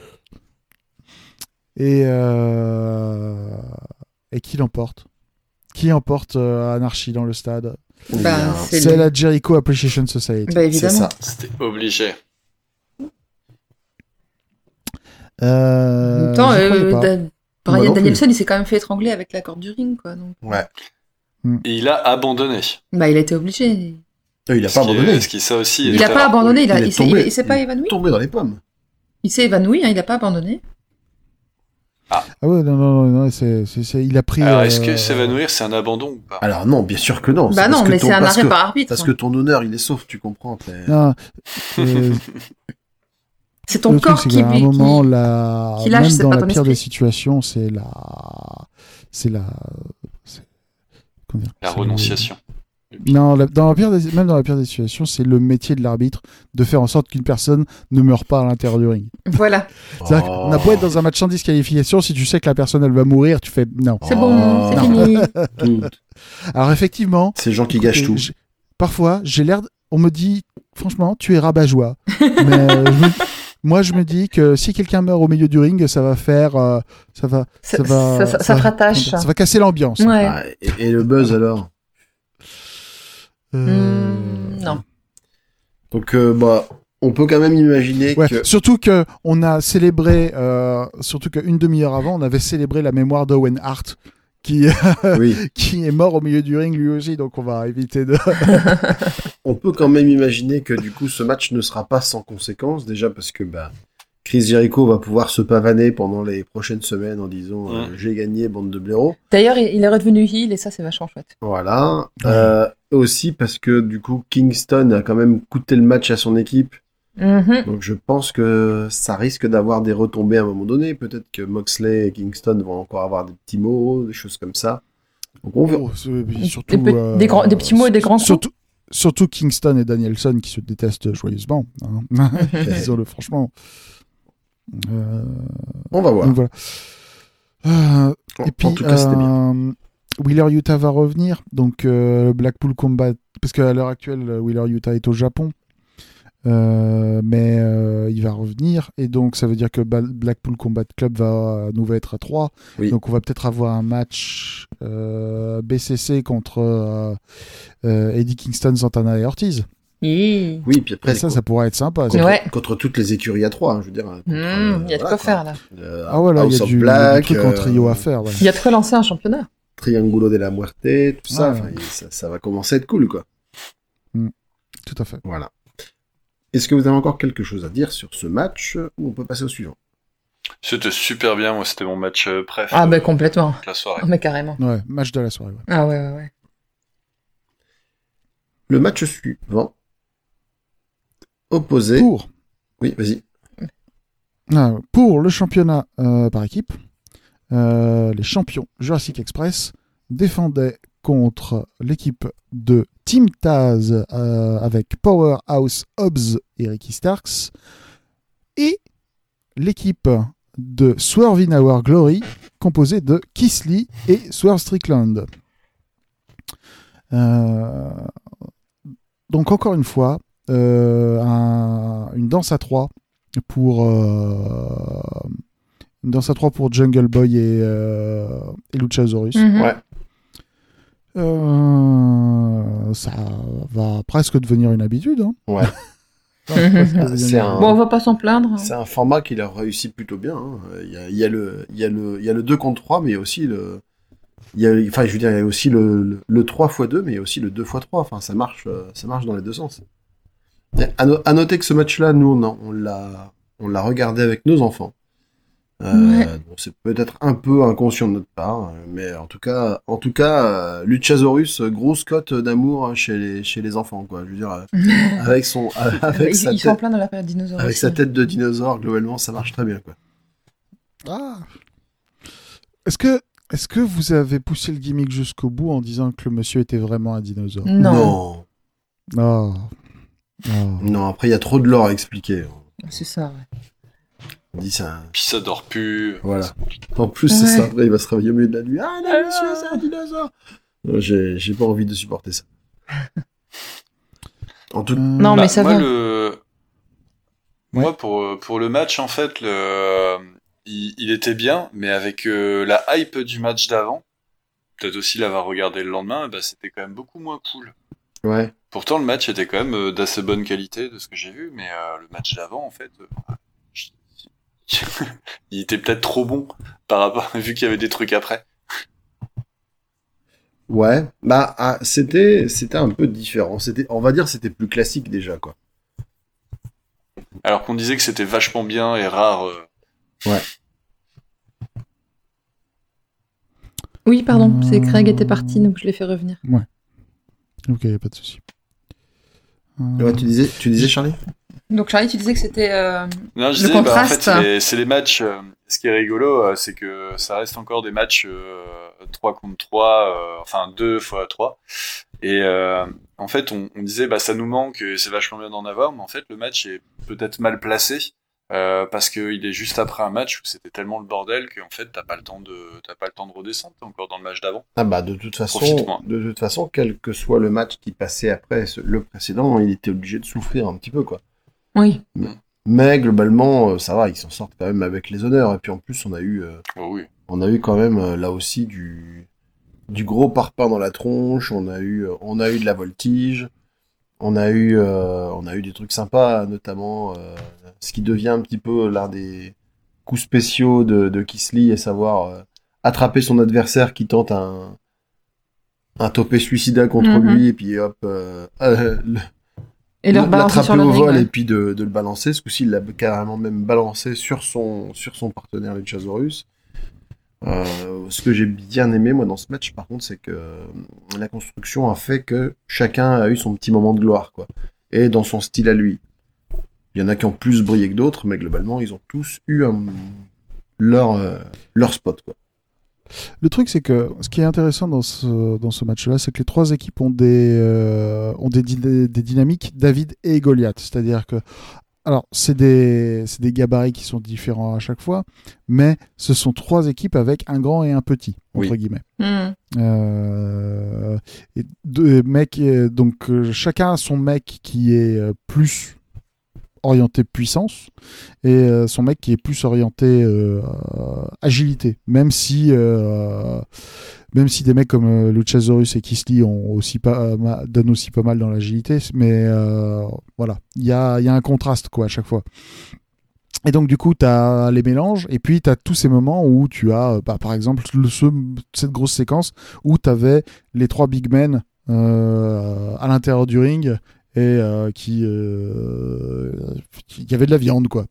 Et, euh... et qui l'emporte Qui emporte euh, Anarchy dans le stade? Bah, c'est C'est lui. la Jericho Appreciation Society. Bah, évidemment. C'est ça. C'était obligé. Euh... En même temps, j'y euh, croyais pas. Da- Moi Brian non plus. Danielson, il s'est quand même fait étrangler avec la corde du ring, quoi. Donc... Ouais. Et il a abandonné. Bah, il a été obligé. Euh, Il a Ce pas qui est- abandonné. Ce qui, ça aussi. Il est a pas alors- abandonné, il, a, Il est il s'est, tombé. il- il s'est pas Il est évanoui. Tombé dans les pommes. Il s'est évanoui, hein, il a pas abandonné. Ah ouais, non, non, non, non c'est, c'est, c'est- il a pris. Alors, euh, est-ce que s'évanouir, c'est un abandon ou pas? Alors non, bien sûr que non. Bah parce non, que mais ton- c'est un parce arrêt que- par arbitre. Parce que ton honneur, il est sauf, tu comprends. t'es- Non, euh, C'est ton le truc, corps c'est qui, qu'à un qui- moment, la... qui lâche, même c'est dans pas la ton pire des esprit. situations, c'est la, c'est la, c'est... comment dire, La c'est- renonciation. Non, la- dans la pire des... même dans la pire des situations, c'est le métier de l'arbitre de faire en sorte qu'une personne ne meure pas à l'intérieur du ring. Voilà. C'est-à-dire qu'on a beau être dans un match sans disqualification, si tu sais que la personne elle va mourir, tu fais non. C'est bon, c'est fini. Tout. Alors effectivement, C'est les gens qui gâchent tout. j'ai- parfois j'ai l'air, d- on me dit franchement, tu es rabat-joie. Mais euh, je me- moi je me dis que si quelqu'un meurt au milieu du ring, ça va faire, euh, ça va, Ça, ça va, ça, ça, ça fera tâche. ça va casser l'ambiance. Ouais. Ah, et, et le buzz alors. Euh, Hmm, non. Donc euh, bah, on peut quand même imaginer Ouais, que. surtout que on a célébré, euh, surtout qu'une demi-heure avant, on avait célébré la mémoire d'Owen Hart, qui Oui. qui est mort au milieu du ring lui aussi, donc on va éviter de. On peut quand même imaginer que du coup ce match ne sera pas sans conséquences, déjà parce que bah, Chris Jericho va pouvoir se pavaner pendant les prochaines semaines en disant euh, Mm. j'ai gagné, bande de blaireaux. D'ailleurs, il il est redevenu heel et ça, c'est vachement chouette. Voilà. Euh, aussi parce que du coup Kingston a quand même coûté le match à son équipe, Mhm. donc je pense que ça risque d'avoir des retombées à un moment donné. Peut-être que Moxley et Kingston vont encore avoir des petits mots, des choses comme ça. Donc on verra. Oh, c'est- puis surtout, Des, pe- euh, des, grands, des petits mots et des grands coups. Surtout, surtout Kingston et Danielson qui se détestent joyeusement. Hein. Disons-le franchement. Euh, On va voir. donc voilà. Euh, En- et puis, en tout cas, c'était bien. euh, Wheeler Yuta va revenir. Donc, euh, Blackpool Combat. Parce qu'à l'heure actuelle, Wheeler Yuta est au Japon. Euh, mais euh, il va revenir. Et donc, ça veut dire que Ba- Blackpool Combat Club va à nouveau être à trois. Oui. Donc, on va peut-être avoir un match euh, B C C contre euh, euh, Eddie Kingston, Santana et Ortiz. Hi. Oui, puis après Et ça, ça pourrait être sympa. ça. contre, Ouais. contre toutes les écuries à trois, hein, je veux dire. contre, Hmm, euh, il y a de voilà, quoi faire là. Euh, Ah ouais, là, il y House a of du, Black, du truc en euh, trio à faire. Ouais. Il y a de quoi lancer un championnat. Triangulo de la Muerte, tout ça, Ouais. enfin, ça, ça va commencer à être cool, quoi. Tout à fait. Voilà. Est-ce que vous avez encore quelque chose à dire sur ce match ou on peut passer au suivant? C'était super bien, moi, c'était mon match euh, préf Ah, euh, bah complètement. de la soirée. Ah, mais carrément. Ouais, match de la soirée. Ouais. Ah, ouais, ouais, ouais. Le match suivant. Opposé. Pour, Oui, vas-y. ah, pour le championnat euh, par équipe, euh, les champions Jurassic Express défendaient contre l'équipe de Team Taz euh, avec Powerhouse Hobbs et Ricky Starks et l'équipe de Swerve in Our Glory composée de Keith Lee et Swerve Strickland. Euh, donc encore une fois, euh, un- une danse à trois pour euh, une danse à trois pour Jungle Boy et, euh, et Luchasaurus. Mhm. Ouais. Euh, ça va presque devenir une habitude. Hein. Ouais. Ça va presque Mhm. devenir C'est une un- Bon, on va pas s'en plaindre. C'est un format qui leur réussit plutôt bien. hein. Il y a, il y a le, il y a le, il y a le deux contre trois, mais il y a aussi le, il y a, enfin, je veux dire, il y a aussi le, le, le trois fois deux, mais il y a aussi le deux fois trois. Enfin, ça marche, euh, ça marche dans les deux sens. Et À, no- à noter que ce match-là, nous, on, a- on l'a, on l'a regardé avec nos enfants. Euh, Ouais. bon, c'est peut-être un peu inconscient de notre part, euh, mais en tout cas, en tout cas, euh, Luchasaurus, euh, grosse cote d'amour hein, chez les, chez les enfants, quoi. Je veux dire, euh, avec son, avec ils sa ils sont tête, plein dans la période dinosaure. avec aussi. sa tête de dinosaure, globalement, ça marche très bien, quoi. Ah. Est-ce que, est-ce que vous avez poussé le gimmick jusqu'au bout en disant que le monsieur était vraiment un dinosaure? Non. Non. Ah. Ah. Non, après, il y a trop de lore à expliquer. C'est ça, ouais. On dit ça. Puis ça dort plus. Voilà. En plus, c'est Ouais. ça. Après, il va se réveiller au milieu de la nuit. Ah, non, monsieur, c'est un dinosaure. Non, J'ai, j'ai pas envie de supporter ça. En tout Non, Bah, mais ça moi, va. le... Ouais. moi pour, pour le match, en fait, le... il, il était bien, mais avec euh, la hype du match d'avant, peut-être aussi l'avoir regardé le lendemain, bah, c'était quand même beaucoup moins cool. Ouais. Pourtant, le match était quand même euh, d'assez bonne qualité de ce que j'ai vu, mais euh, le match d'avant, en fait, euh, je- il était peut-être trop bon par rapport, vu qu'il y avait des trucs après. Ouais. Bah, ah, c'était, c'était un peu différent. C'était, on va dire, c'était plus classique déjà, quoi. Alors qu'on disait que c'était vachement bien et rare. euh, Oui, pardon, Mmh. c'est Craig était parti, donc je l'ai fait revenir. Ok, y a pas de souci. Euh, Ouais, tu disais, tu disais, Charlie? Donc Charlie, tu disais que c'était... euh, Non, je Le disais, bah, en contraste. fait, c'est les, c'est les matchs. euh, ce qui est rigolo, euh, c'est que ça reste encore des matchs euh, trois contre trois, euh, enfin deux fois trois. Et euh, en fait, on, on disait, bah, ça nous manque, et c'est vachement bien d'en avoir, mais en fait, le match est peut-être mal placé. Euh, parce qu'il est juste après un match où c'était tellement le bordel qu'en fait t'as pas le temps de t'as pas le temps de redescendre, t'es encore dans le match d'avant. Ah bah de toute façon, Profite-moi. de toute façon, quel que soit le match qui passait après ce- le précédent, il était obligé de souffrir un petit peu, quoi. Oui. Mais globalement, euh, ça va, ils s'en sortent quand même avec les honneurs. Et puis en plus, on a eu, euh, Oh oui. on a eu quand même euh, là aussi du, du gros parpaing dans la tronche. On a eu, euh, on a eu de la voltige. On a eu, euh, on a eu des trucs sympas, notamment euh, ce qui devient un petit peu l'un des coups spéciaux de, de Kisly, à savoir euh, attraper son adversaire qui tente un, un topé suicidaire contre Mhm. lui, et puis hop, euh, euh, le- Et leur balancer l'attraper sur le au ring. vol ouais. et puis de, de le balancer. Ce coup-ci, il l'a carrément même balancé sur son, sur son partenaire Luchasaurus. Euh, ce que j'ai bien aimé, moi, dans ce match, par contre, c'est que euh, la construction a fait que chacun a eu son petit moment de gloire, quoi. Et dans son style à lui. Il y en a qui ont plus brillé que d'autres, mais globalement, ils ont tous eu un- leur, euh, leur spot, quoi. Le truc, c'est que ce qui est intéressant dans ce, dans ce match-là, c'est que les trois équipes ont des, euh, ont des, dy- des dynamiques David et Goliath. C'est-à-dire que, alors, c'est des, c'est des gabarits qui sont différents à chaque fois, mais ce sont trois équipes avec un grand et un petit, entre Oui. guillemets. Hmm. Euh, et deux mecs, euh, donc euh, chacun a son mec qui est euh, plus orienté puissance et euh, son mec qui est plus orienté euh, euh, agilité, même si euh, même si des mecs comme euh, Luchasaurus et Kisly ont aussi pas euh, ma- donnent aussi pas mal dans l'agilité, mais euh, voilà, il y a il y a un contraste quoi à chaque fois. Et donc du coup tu as les mélanges et puis tu as tous ces moments où tu as euh, bah, par exemple le, ce, cette grosse séquence où tu avais les trois big men euh, à l'intérieur du ring et euh, qui euh, il y avait de la viande quoi.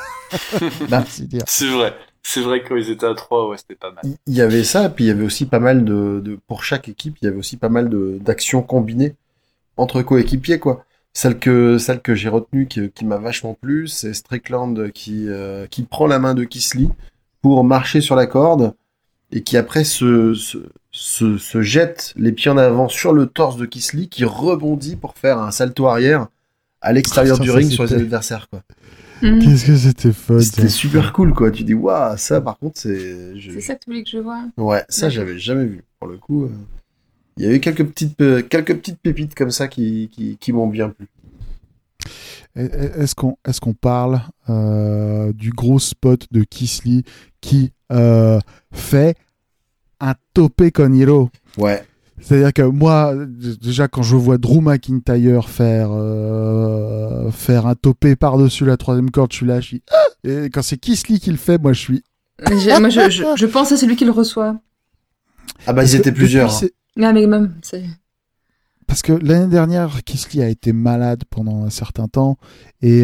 Bah, C'est dire. C'est vrai. C'est vrai que quand ils étaient à trois, ouais, c'était pas mal. Il y avait ça, puis il y avait aussi pas mal de, de pour chaque équipe, il y avait aussi pas mal de d'actions combinées entre coéquipiers, quoi. Celle que celle que j'ai retenue qui, qui m'a vachement plu, c'est Strickland qui euh, qui prend la main de Kisly pour marcher sur la corde et qui après se se, se se jette les pieds en avant sur le torse de Kisly qui rebondit pour faire un salto arrière à l'extérieur Putain, du ça, ring sur les c'était- adversaires, quoi. Hmm. Qu'est-ce que c'était fun. C'était ça. super cool, quoi. Tu dis waouh, ça par contre c'est je- C'est ça que tu voulais que je vois. Ouais, ça D'accord. j'avais jamais vu. Pour le coup, euh, il y a eu quelques petites, euh, quelques petites pépites comme ça qui, qui, qui m'ont bien plu. Est-ce qu'on est-ce qu'on parle euh, du gros spot de Kisly qui euh, fait un topé con hilo? Ouais. C'est-à-dire que moi, d- déjà quand je vois Drew McIntyre faire euh, faire un topé par-dessus la troisième corde, je suis là, je suis ah et quand c'est Kisly qui le fait, moi je suis. J'ai- Moi, je, je, je pense à celui qui le reçoit. Ah bah Parce ils que étaient depuis plusieurs. hein. ces- Ah, mais même, c'est... Parce que l'année dernière, Kisly a été malade pendant un certain temps et,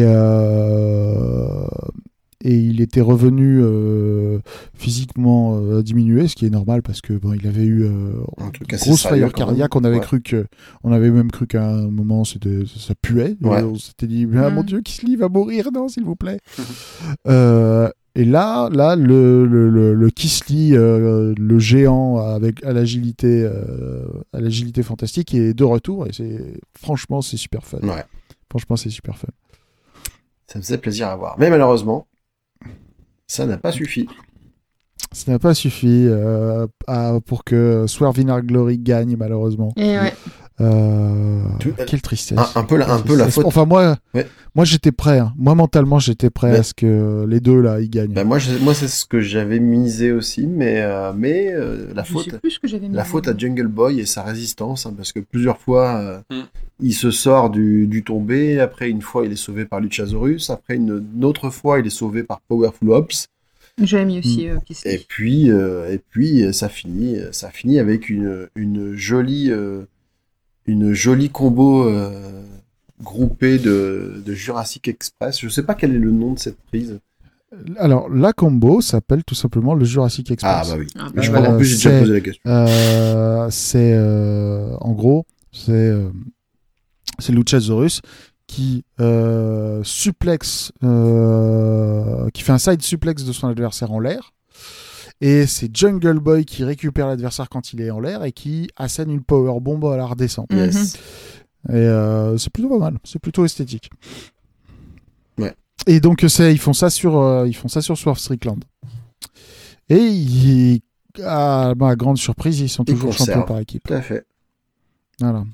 euh, et il était revenu euh, physiquement euh, diminué, ce qui est normal parce que bon, il avait eu euh, Un truc une assez grosse sérieux, frayeur quand même. cardiaque. On avait Ouais. cru que, on avait même cru qu'à un moment c'était, ça puait. Ouais. Et on s'était dit, ah, Mm. mon Dieu, Kisly va mourir, non, s'il vous plaît. euh, Et là, là, le, le, le, le Kisly, euh, le géant avec à l'agilité, euh, à l'agilité fantastique, est de retour et c'est franchement c'est super fun. Ouais. Franchement c'est super fun. ça faisait plaisir à voir. Mais malheureusement, ça n'a pas suffi. Ça n'a pas suffi euh, à, pour que Swerve in Our Glory gagne, malheureusement. Et ouais. Euh, Tout- quelle tristesse. Un, un peu, la, un peu la faute. Enfin, moi, Ouais. moi j'étais prêt. Hein. Moi, mentalement, j'étais prêt Ouais. à ce que les deux, là, ils gagnent. Bah, moi, je- moi, c'est ce que j'avais misé aussi, mais, euh, mais euh, la Je faute, sais plus ce que j'avais mis. la faute à Jungle Boy et sa résistance, hein, parce que plusieurs fois, euh, Mm. il se sort du, du tombé, après une fois, il est sauvé par Luchasaurus, après une, une autre fois, il est sauvé par Powerful Ops, J'avais mis aussi euh, Kiss et Me. puis, euh, et puis, euh, ça finit, ça finit avec une, une jolie, euh, une jolie combo euh, groupée de, de Jurassic Express. Je sais pas quel est le nom de cette prise. Alors, la combo s'appelle tout simplement le Jurassic Ah Express. bah oui. Ah, bah, Mais je voilà. crois qu'en plus, j'ai déjà C'est- posé la question. Euh, c'est euh, en gros, c'est euh, c'est Luchasaurus qui euh, suplexe, euh, qui fait un side suplex de son adversaire en l'air, et c'est Jungle Boy qui récupère l'adversaire quand il est en l'air et qui assène une power bomb à la redescente. Mhm. Yes. Et euh, c'est plutôt pas mal, c'est plutôt esthétique. Ouais. Et donc c'est, ils font ça sur, euh, ils font ça sur Swerve Strickland. Et ils, à ma grande surprise, ils sont Ils toujours champions conservent. par équipe. Tout à fait. Voilà.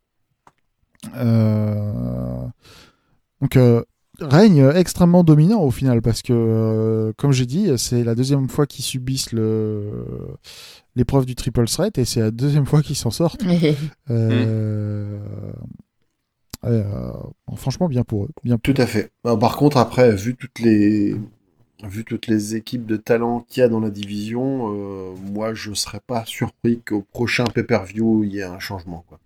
Euh... Donc euh, règne extrêmement dominant au final parce que, euh, comme j'ai dit, c'est la deuxième fois qu'ils subissent le l'épreuve du triple threat et c'est la deuxième fois qu'ils s'en sortent. Euh... euh, franchement, bien pour eux. Bien pour Tout à fait. Alors, par contre, après, vu toutes les, vu toutes les équipes de talent qu'il y a dans la division, euh, moi, je serais pas surpris qu'au prochain pay-per-view, il y ait un changement, quoi.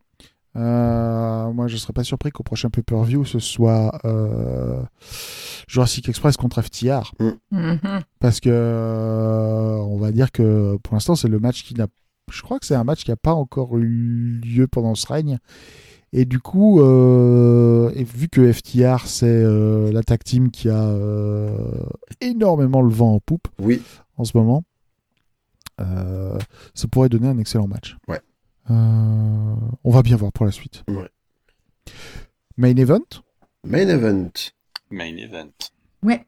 Euh, moi, je serais pas surpris qu'au prochain pay-per-view, ce soit euh, Jurassic Express contre F T R. Mhm. Parce que, euh, on va dire que pour l'instant, c'est le match qui n'a. Je crois que c'est un match qui n'a pas encore eu lieu pendant ce règne. Et du coup, euh, et vu que F T R, c'est euh, la tag team qui a euh, énormément le vent en poupe Oui. en ce moment, euh, ça pourrait donner un excellent match. Ouais. Euh, on va bien voir pour la suite. Ouais. Main event. Main event. Main event. Ouais.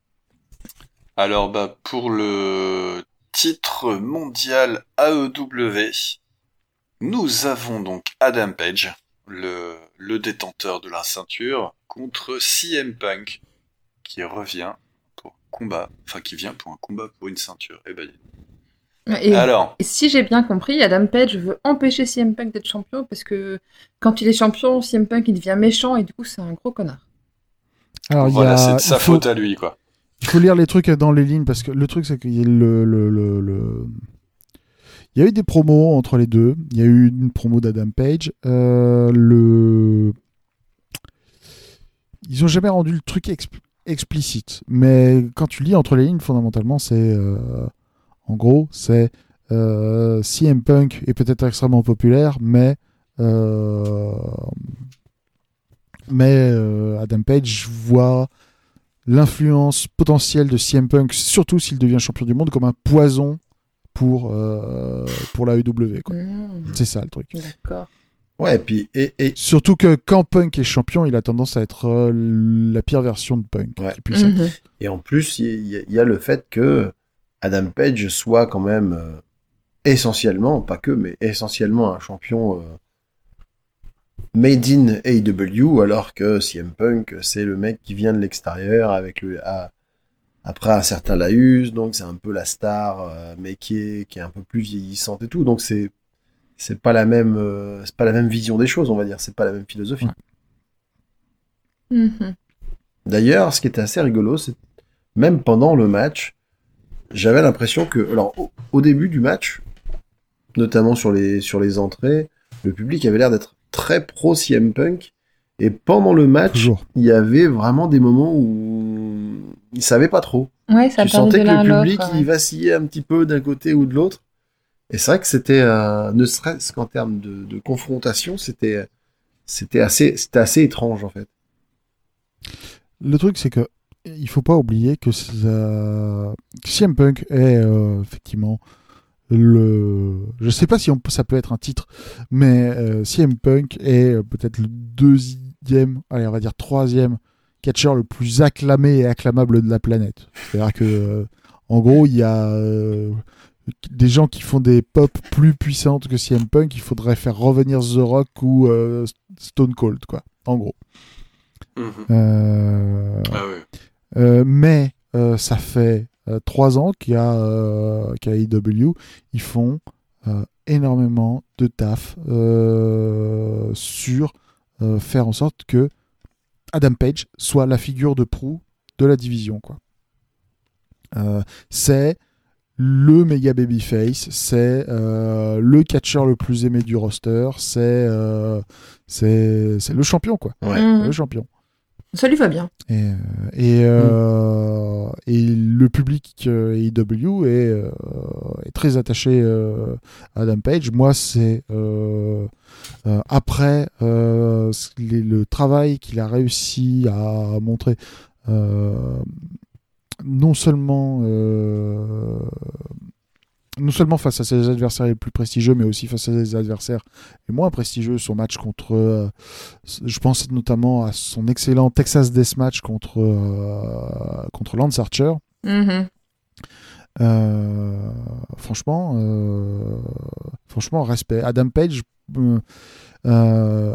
Alors, bah, pour le titre mondial A E W, nous avons donc Adam Page, le, le détenteur de la ceinture, contre C M Punk, qui revient pour combat, enfin, qui vient pour un combat pour une ceinture. Eh ben, Et, alors, et si j'ai bien compris, Adam Page veut empêcher C M Punk d'être champion parce que quand il est champion, C M Punk il devient méchant et du coup c'est un gros connard. Alors, il y voilà, a- c'est de sa il faut- faute à lui, quoi. Il faut lire les trucs dans les lignes parce que le truc c'est qu'il y a le, le, le, le- il y a eu des promos entre les deux. Il y a eu une promo d'Adam Page. Euh, le... Ils ont jamais rendu le truc exp- explicite. Mais quand tu lis entre les lignes, fondamentalement, c'est euh, en gros, c'est euh, C M Punk est peut-être extrêmement populaire, mais euh, mais euh, Adam Page voit l'influence potentielle de C M Punk, surtout s'il devient champion du monde, comme un poison pour, euh, pour la A E W. Quoi. Mmh, C'est ça le truc. d'accord. Ouais, et puis, et, et, Surtout que quand Punk est champion, il a tendance à être euh, la pire version de Punk. Ouais. qui puisse être. Mhm. et en plus, il y, a- il y a le fait que Adam Page soit quand même euh, essentiellement, pas que, mais essentiellement un champion euh, made in A E W, alors que C M Punk, c'est le mec qui vient de l'extérieur avec le, à- après un certain laïus, donc c'est un peu la star, euh, mais qui est, qui est un peu plus vieillissante et tout, donc c'est, c'est pas la même, euh, c'est pas la même vision des choses, on va dire, c'est pas la même philosophie. Ouais. Mhm. D'ailleurs, ce qui était assez rigolo, c'est même pendant le match, j'avais l'impression que, alors, au, au début du match, notamment sur les, sur les entrées, le public avait l'air d'être très pro C M Punk, et pendant le match, Toujours. il y avait vraiment des moments où il savait pas trop. Ouais, ça Tu parle sentais de que l'un à le l'autre. public, ouais. il vacillait un petit peu d'un côté ou de l'autre. Et c'est vrai que c'était, euh, ne serait-ce qu'en termes de, de confrontation, c'était, c'était assez, c'était assez étrange, en fait. Le truc, c'est que il faut pas oublier que ça... que C M Punk est euh, effectivement le. Je sais pas si on peut... ça peut être un titre, mais euh, C M Punk est euh, peut-être le deuxième, allez, on va dire troisième catcheur le plus acclamé et acclamable de la planète. C'est-à-dire que, euh, en gros, il y a euh, des gens qui font des pop plus puissantes que C M Punk. Il faudrait faire revenir The Rock ou euh, Stone Cold, quoi. En gros. Mhm. Euh, Ah oui. euh, mais euh, ça fait euh, trois ans qu'il y a euh, qu'à A E W, ils font euh, énormément de taf euh, sur euh, faire en sorte que Adam Page soit la figure de proue de la division, quoi. Euh, c'est le méga babyface, c'est euh, le catcheur le plus aimé du roster, c'est euh, c'est c'est le champion, quoi. Ouais. Mhm. Le champion. Ça lui va bien. Et, euh, et, euh, et le public euh, A E W est, euh, est très attaché euh, à Adam Page. Moi, c'est euh, euh, après euh, les- le travail qu'il a réussi à montrer, euh, non seulement euh, non seulement face à ses adversaires les plus prestigieux, mais aussi face à des adversaires les moins prestigieux. Son match contre, euh, je pense notamment à son excellent Texas Deathmatch contre euh, contre Lance Archer. Mhm. Euh, franchement, euh, franchement, respect. Adam Page, euh, euh,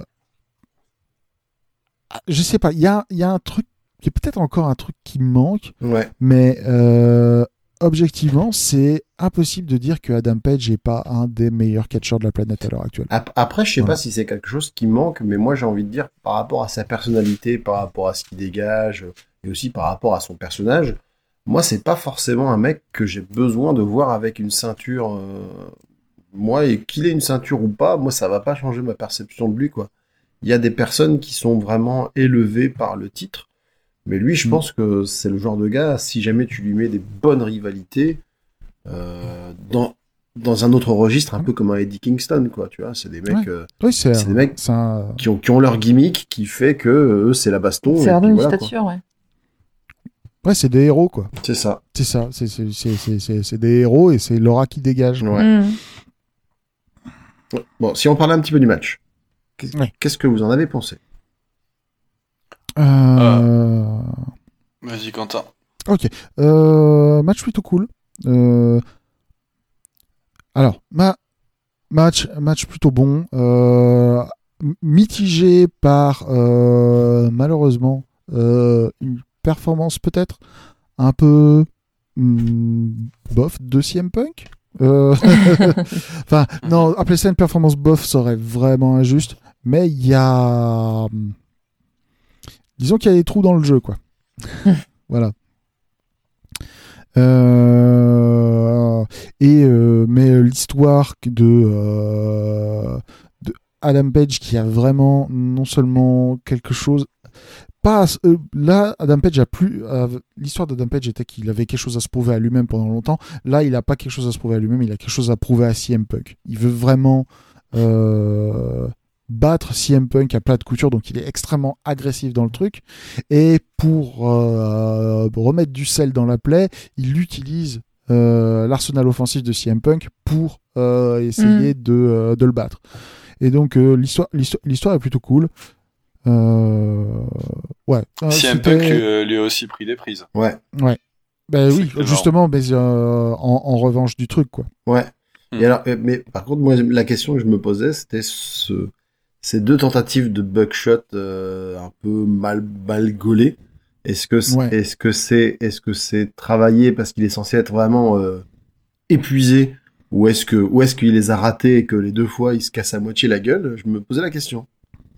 je sais pas, il y a, il y a un truc, il y a peut-être encore un truc qui me manque, Ouais. mais euh, objectivement, c'est impossible de dire que Adam Page n'est pas un des meilleurs catcheurs de la planète à l'heure actuelle. Ap- Après, je sais Voilà. pas si c'est quelque chose qui manque, mais moi j'ai envie de dire par rapport à sa personnalité, par rapport à ce qu'il dégage, et aussi par rapport à son personnage, moi c'est pas forcément un mec que j'ai besoin de voir avec une ceinture. euh, Moi, et qu'il ait une ceinture ou pas, moi ça va pas changer ma perception de lui, quoi. Il y a des personnes qui sont vraiment élevées par le titre, mais lui, je Mm. pense que c'est le genre de gars, si jamais tu lui mets des bonnes rivalités, euh, dans, dans un autre registre, un peu comme un Eddie Kingston, quoi, tu vois, c'est des mecs Ouais. euh, Oui, c'est, C'est des mecs c'est un- qui, ont, qui ont leur gimmick qui fait que eux, c'est la baston. C'est et leur puis donne une voilà, quoi. stature, ouais. ouais, c'est des héros, quoi. C'est ça. C'est ça, c'est, c'est, c'est, c'est, c'est, c'est des héros et c'est l'aura qui dégage. Ouais. Mhm. Bon, si on parlait un petit peu du match, qu'est- Ouais. qu'est-ce que vous en avez pensé? Euh... Vas-y, Quentin. Ok. Euh, match plutôt cool. Euh, Alors, ma... match, match plutôt bon. Euh, m- Mitigé par, euh, malheureusement, euh, une performance peut-être un peu hmm, bof de C M Punk. Euh, Enfin, non, appeler ça une performance bof serait vraiment injuste. Mais il y a... Disons qu'il y a des trous dans le jeu, quoi. Voilà. Euh, et euh, mais l'histoire de, euh, de Adam Page qui a vraiment non seulement quelque chose, pas à ce- euh, là Adam Page a plus euh, l'histoire d'Adam Page était qu'il avait quelque chose à se prouver à lui-même pendant longtemps. Là, il a pas quelque chose à se prouver à lui-même, il a quelque chose à prouver à C M Punk. Il veut vraiment euh, battre C M Punk à plat de couture, donc il est extrêmement agressif dans le truc. Et pour euh, remettre du sel dans la plaie, il utilise euh, l'arsenal offensif de C M Punk pour euh, essayer de, euh, de le battre. Et donc euh, l'histoire, l'histoire, l'histoire est plutôt cool. Euh, ouais. Euh, C M c'était- Punk euh, lui a aussi pris des prises. Ouais, Ben C'est oui, que c'est justement, mais euh, en, en revanche du truc, quoi. ouais. Hmm. Et alors, euh, mais par contre, moi, la question que je me posais, c'était ce, ces deux tentatives de buckshot euh, un peu mal, mal gaulées. Est-ce que c'est, Ouais. est-ce que c'est, est-ce que c'est travaillé parce qu'il est censé être vraiment euh, épuisé, ou est-ce que, ou est-ce qu'il les a ratés et que les deux fois il se casse à moitié la gueule? Je me posais la question.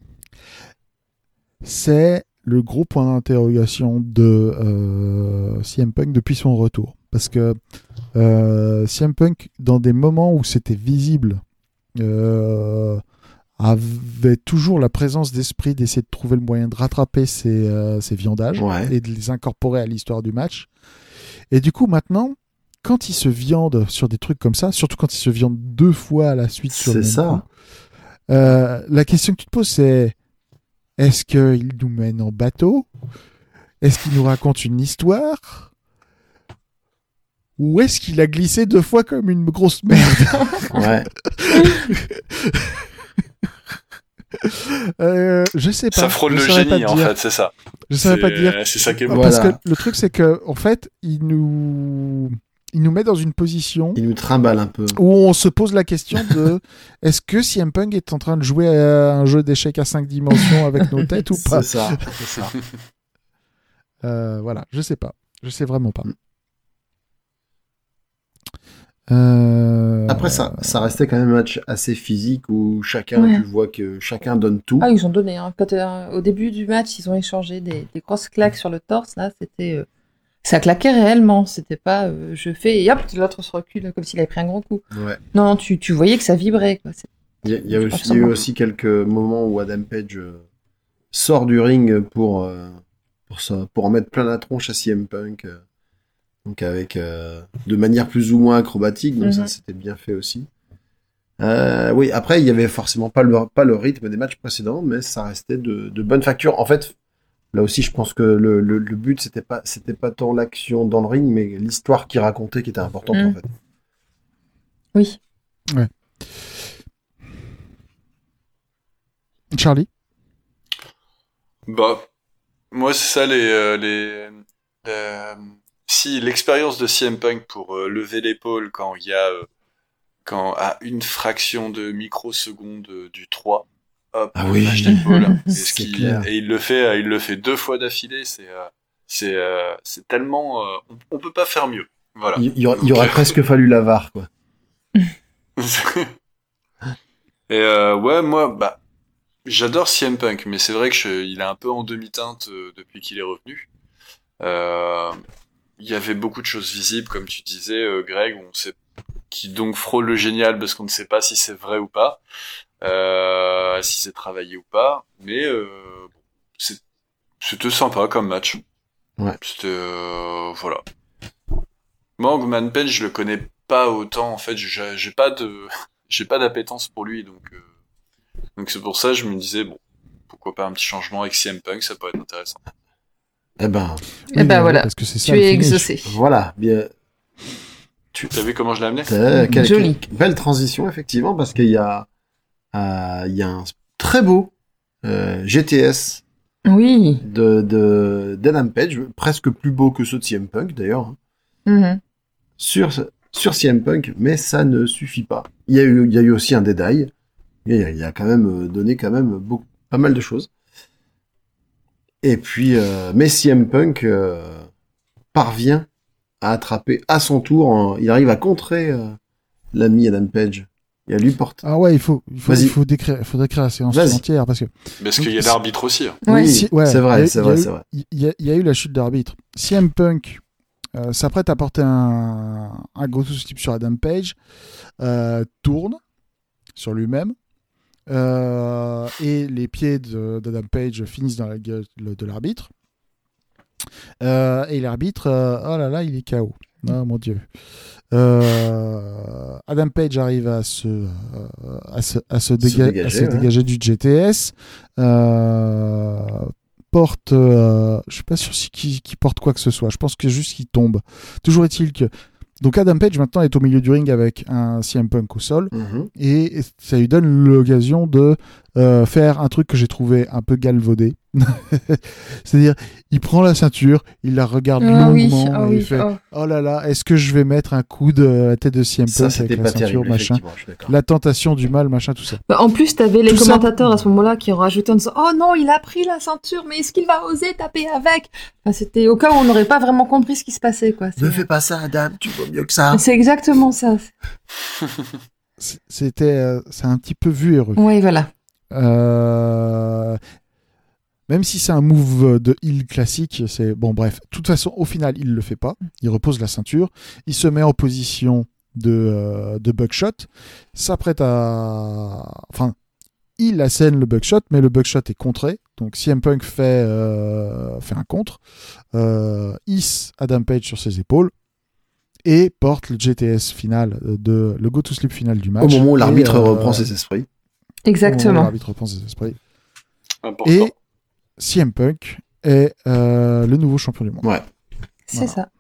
C'est le gros point d'interrogation de euh, C M Punk depuis son retour. Parce que euh, C M Punk, dans des moments où c'était visible, euh, avait toujours la présence d'esprit d'essayer de trouver le moyen de rattraper ses, euh, ses viandages Ouais. et de les incorporer à l'histoire du match. Et du coup, maintenant, quand il se viande sur des trucs comme ça, surtout quand il se viande deux fois à la suite sur le C'est même ça. coup, euh, la question que tu te poses, c'est est-ce qu'il nous mène en bateau? Est-ce qu'il nous raconte une histoire? Ou est-ce qu'il a glissé deux fois comme une grosse merde? Ouais. euh, je sais pas. Ça frôle je le saurais génie, pas en dire. fait, c'est ça. Je savais C'est- pas te dire. C'est ça qui est beau. Parce Voilà. que le truc, c'est que en fait, il nous, il nous met dans une position Il nous trimballe un peu. où on se pose la question de est-ce que C M Punk est en train de jouer à un jeu d'échecs à cinq dimensions avec nos têtes ou pas? C'est ça. C'est ça. Euh, Voilà, je sais pas. Je sais vraiment pas. Mm. Euh, Après, ça, ça restait quand même un match assez physique où chacun, Ouais. tu vois que chacun donne tout. Ah, ils ont donné. Hein. Quand, euh, au début du match, ils ont échangé des, des grosses claques sur le torse. Là, c'était. euh, Ça claquait réellement. C'était pas euh, je fais et hop, l'autre se recule comme s'il avait pris un gros coup. Ouais. Non, non, tu, tu voyais que ça vibrait. Quoi. C'est- Il y a, il y a Je aussi, pense il y a eu vraiment. aussi quelques moments où Adam Page euh, sort du ring pour, euh, pour, ça, pour en mettre plein la tronche à C M Punk. euh, donc avec euh, de manière plus ou moins acrobatique. Donc ça, Mhm. c'était bien fait aussi. Euh, oui, après, il y avait forcément pas le, pas le rythme des matchs précédents, mais ça restait de, de bonne facture. En fait, là aussi, je pense que le, le, le but, c'était pas, c'était pas tant l'action dans le ring, mais l'histoire qu'il racontait qui était importante, Mm. en fait. Oui. Charlie? Bah, moi, c'est ça, les, euh, les, euh, si l'expérience de C M Punk pour euh, lever l'épaule quand il y a, euh, quand à une fraction de microseconde euh, du trois, hop, Ah oui. lâche l'épaule. et, ce C'est qui- clair. et il le fait, euh, il le fait deux fois d'affilée, c'est, euh, c'est, euh, c'est tellement, euh, on, on peut pas faire mieux. Voilà. Il, il y aurait, il y aurait presque fallu la V A R, quoi. Et euh, ouais, moi, bah, j'adore C M Punk, mais c'est vrai que je- il est un peu en demi-teinte euh, depuis qu'il est revenu. Euh, Il y avait beaucoup de choses visibles, comme tu disais, euh, Greg, on sait qui donc frôle le génial parce qu'on ne sait pas si c'est vrai ou pas, euh, si c'est travaillé ou pas, mais euh, bon, c'est- c'était sympa comme match. Ouais. C'était euh, voilà. Moi, Hangman Page, je le connais pas autant en fait. J'ai j'ai pas de, j'ai pas d'appétence pour lui, donc euh, donc c'est pour ça que je me disais bon, pourquoi pas un petit changement avec C M Punk, ça pourrait être intéressant. Eh ben, Eh ben voilà. Parce que c'est ça Tu le es finish. exaucé. voilà. Bien. T'as vu comment je l'ai amené? Euh, quelle- Joli. quelle belle transition, effectivement, parce qu'il y a, euh, il y a un très beau euh, G T S Oui. de, de, d'Adam Page, presque plus beau que ceux de C M Punk, d'ailleurs, hein, Mhm. sur, sur C M Punk, mais ça ne suffit pas. Il y a eu, il y a eu aussi un Deadeye. Il y a, il y a quand même euh, donné quand même beaucoup, pas mal de choses. Et puis, euh, mais C M Punk euh, parvient à attraper à son tour, en- il arrive à contrer euh, l'ami Adam Page et à lui porter. Ah ouais, il faut, il faut, Vas-y. il faut décrire, il faut décrire la séance Vas-y. entière parce que Parce qu'il y a Donc, l'arbitre aussi. hein. Ouais. Oui, Si- ouais, c'est il y vrai, a- c'est il y vrai, a eu- c'est vrai. Il y, a- il y a eu la chute d'arbitre. C M Punk euh, s'apprête à porter un, un gros slip sur Adam Page, euh, tourne sur lui-même, euh, et les pieds de- d'Adam Page finissent dans la gueule de l'arbitre. Euh, et l'arbitre, euh, oh là là, il est K O. Oh mon Dieu. Euh, Adam Page arrive à se, euh, à se, à se, déga- dégager, à se ouais. dégager du G T S. Euh, porte, euh, je suis pas sûr si qui, qui porte quoi que ce soit. Je pense que juste qu'il tombe. Toujours est-il que donc Adam Page maintenant est au milieu du ring avec un C M Punk au sol Mhm. et ça lui donne l'occasion de euh, faire un truc que j'ai trouvé un peu galvaudé. C'est-à-dire, il prend la ceinture, il la regarde Ah oui, longuement ah et il oui. fait oh. oh là là, est-ce que je vais mettre un coup de à la tête de C M Ça, Punk c'était avec pas la ceinture, terrible, machin. effectivement, je suis d'accord. La tentation du mal, machin, tout ça. Bah, en plus, t'avais les Tout ça- commentateurs à ce moment-là qui ont rajouté en disant oh non, il a pris la ceinture, mais est-ce qu'il va oser taper avec? Enfin, c'était au cas où on n'aurait pas vraiment compris ce qui se passait, quoi. C'est- Ne fais pas ça, Adam, tu vaux mieux que ça. C'est exactement ça. C- C'était, euh, c'est un petit peu vu et revu. Oui, voilà. Euh, Même si c'est un move de heal classique, c'est bon, bref. De toute façon, au final, il le fait pas. Il repose la ceinture. Il se met en position de, euh, de buckshot. S'apprête à. Enfin, il assène le buckshot, mais le buckshot est contré. Donc, C M Punk fait, euh, fait un contre. Euh, hisse Adam Page sur ses épaules. Et porte le G T S final, de, le go to sleep final du match. Au moment où Et, l'arbitre euh, reprend ses esprits. au moment où Exactement. L'arbitre reprend ses esprits. Important. Et C M Punk est euh, le nouveau champion du monde. Ouais. C'est Voilà. ça.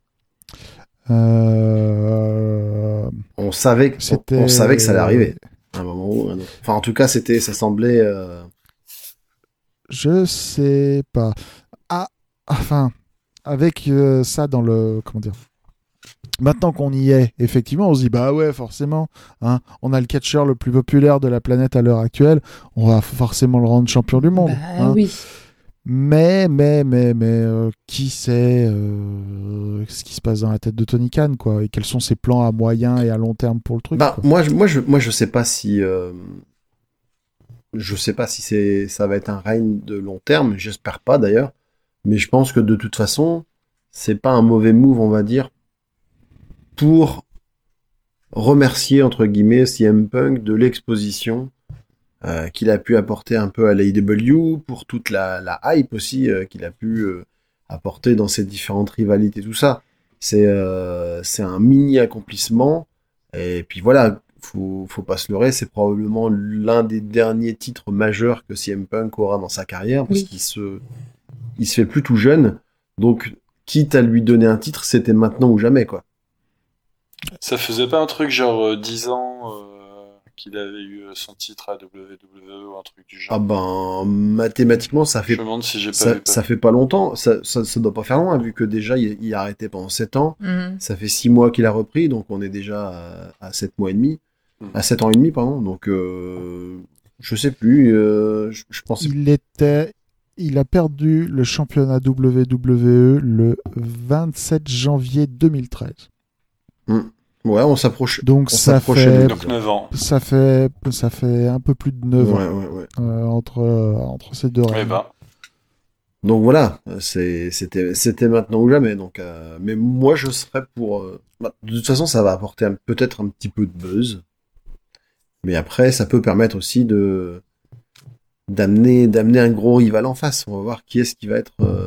Euh, On savait, que- C'était- on, on savait que ça allait arriver. À un moment ou un autre. Enfin, en tout cas, c'était, ça semblait. Euh... Je sais pas. Ah, enfin, avec euh, ça dans le, comment dire. Maintenant qu'on y est, effectivement, on se dit bah ouais, forcément, hein, on a le catcheur le plus populaire de la planète à l'heure actuelle, on va forcément le rendre champion du monde. Bah hein. oui. Mais, mais, mais, mais, euh, qui sait euh, ce qui se passe dans la tête de Tony Khan, quoi, et quels sont ses plans à moyen et à long terme pour le truc. Bah, quoi. moi, je, moi, je, moi, je sais pas si, euh, je sais pas si c'est, ça va être un règne de long terme. J'espère pas d'ailleurs, mais je pense que de toute façon, c'est pas un mauvais move, on va dire, pour remercier entre guillemets C M Punk de l'exposition euh, qu'il a pu apporter un peu à l'A E W, pour toute la, la hype aussi euh, qu'il a pu euh, apporter dans ses différentes rivalités, tout ça. C'est euh, c'est un mini accomplissement. Et puis voilà, faut faut pas se leurrer, c'est probablement l'un des derniers titres majeurs que C M Punk aura dans sa carrière, parce Oui. qu'il se il se fait plus tout jeune. Donc quitte à lui donner un titre, c'était maintenant ou jamais, quoi. Ça faisait pas un truc genre euh, dix ans euh, qu'il avait eu son titre à W W E ou un truc du genre. Ah ben, mathématiquement, ça Je fait, me demande si j'ai pas ça, vu. ça fait pas longtemps. Ça, ça, ça doit pas faire loin, vu que déjà, il, il a arrêté pendant sept ans. Mhm. Ça fait six mois qu'il a repris, donc on est déjà à, à sept mois et demi. Mhm. À sept ans et demi, pardon. Donc, euh, je sais plus, euh, je, je pensais... Il était, il a perdu le championnat W W E le vingt-sept janvier deux mille treize. Ouais, on s'approche. Donc On ça s'approchait fait, de- Donc neuf ans. ça fait, ça fait un peu plus de neuf Ouais, ans ouais, ouais. euh, entre euh, entre ces deux Eh règnes. ben, Donc voilà, c'est, c'était, c'était maintenant ou jamais. Donc, euh, mais moi, je serais pour. euh, bah, de toute façon, ça va apporter un- peut-être un petit peu de buzz, mais après, ça peut permettre aussi de d'amener, d'amener un gros rival en face. On va voir qui est-ce qui va être. euh,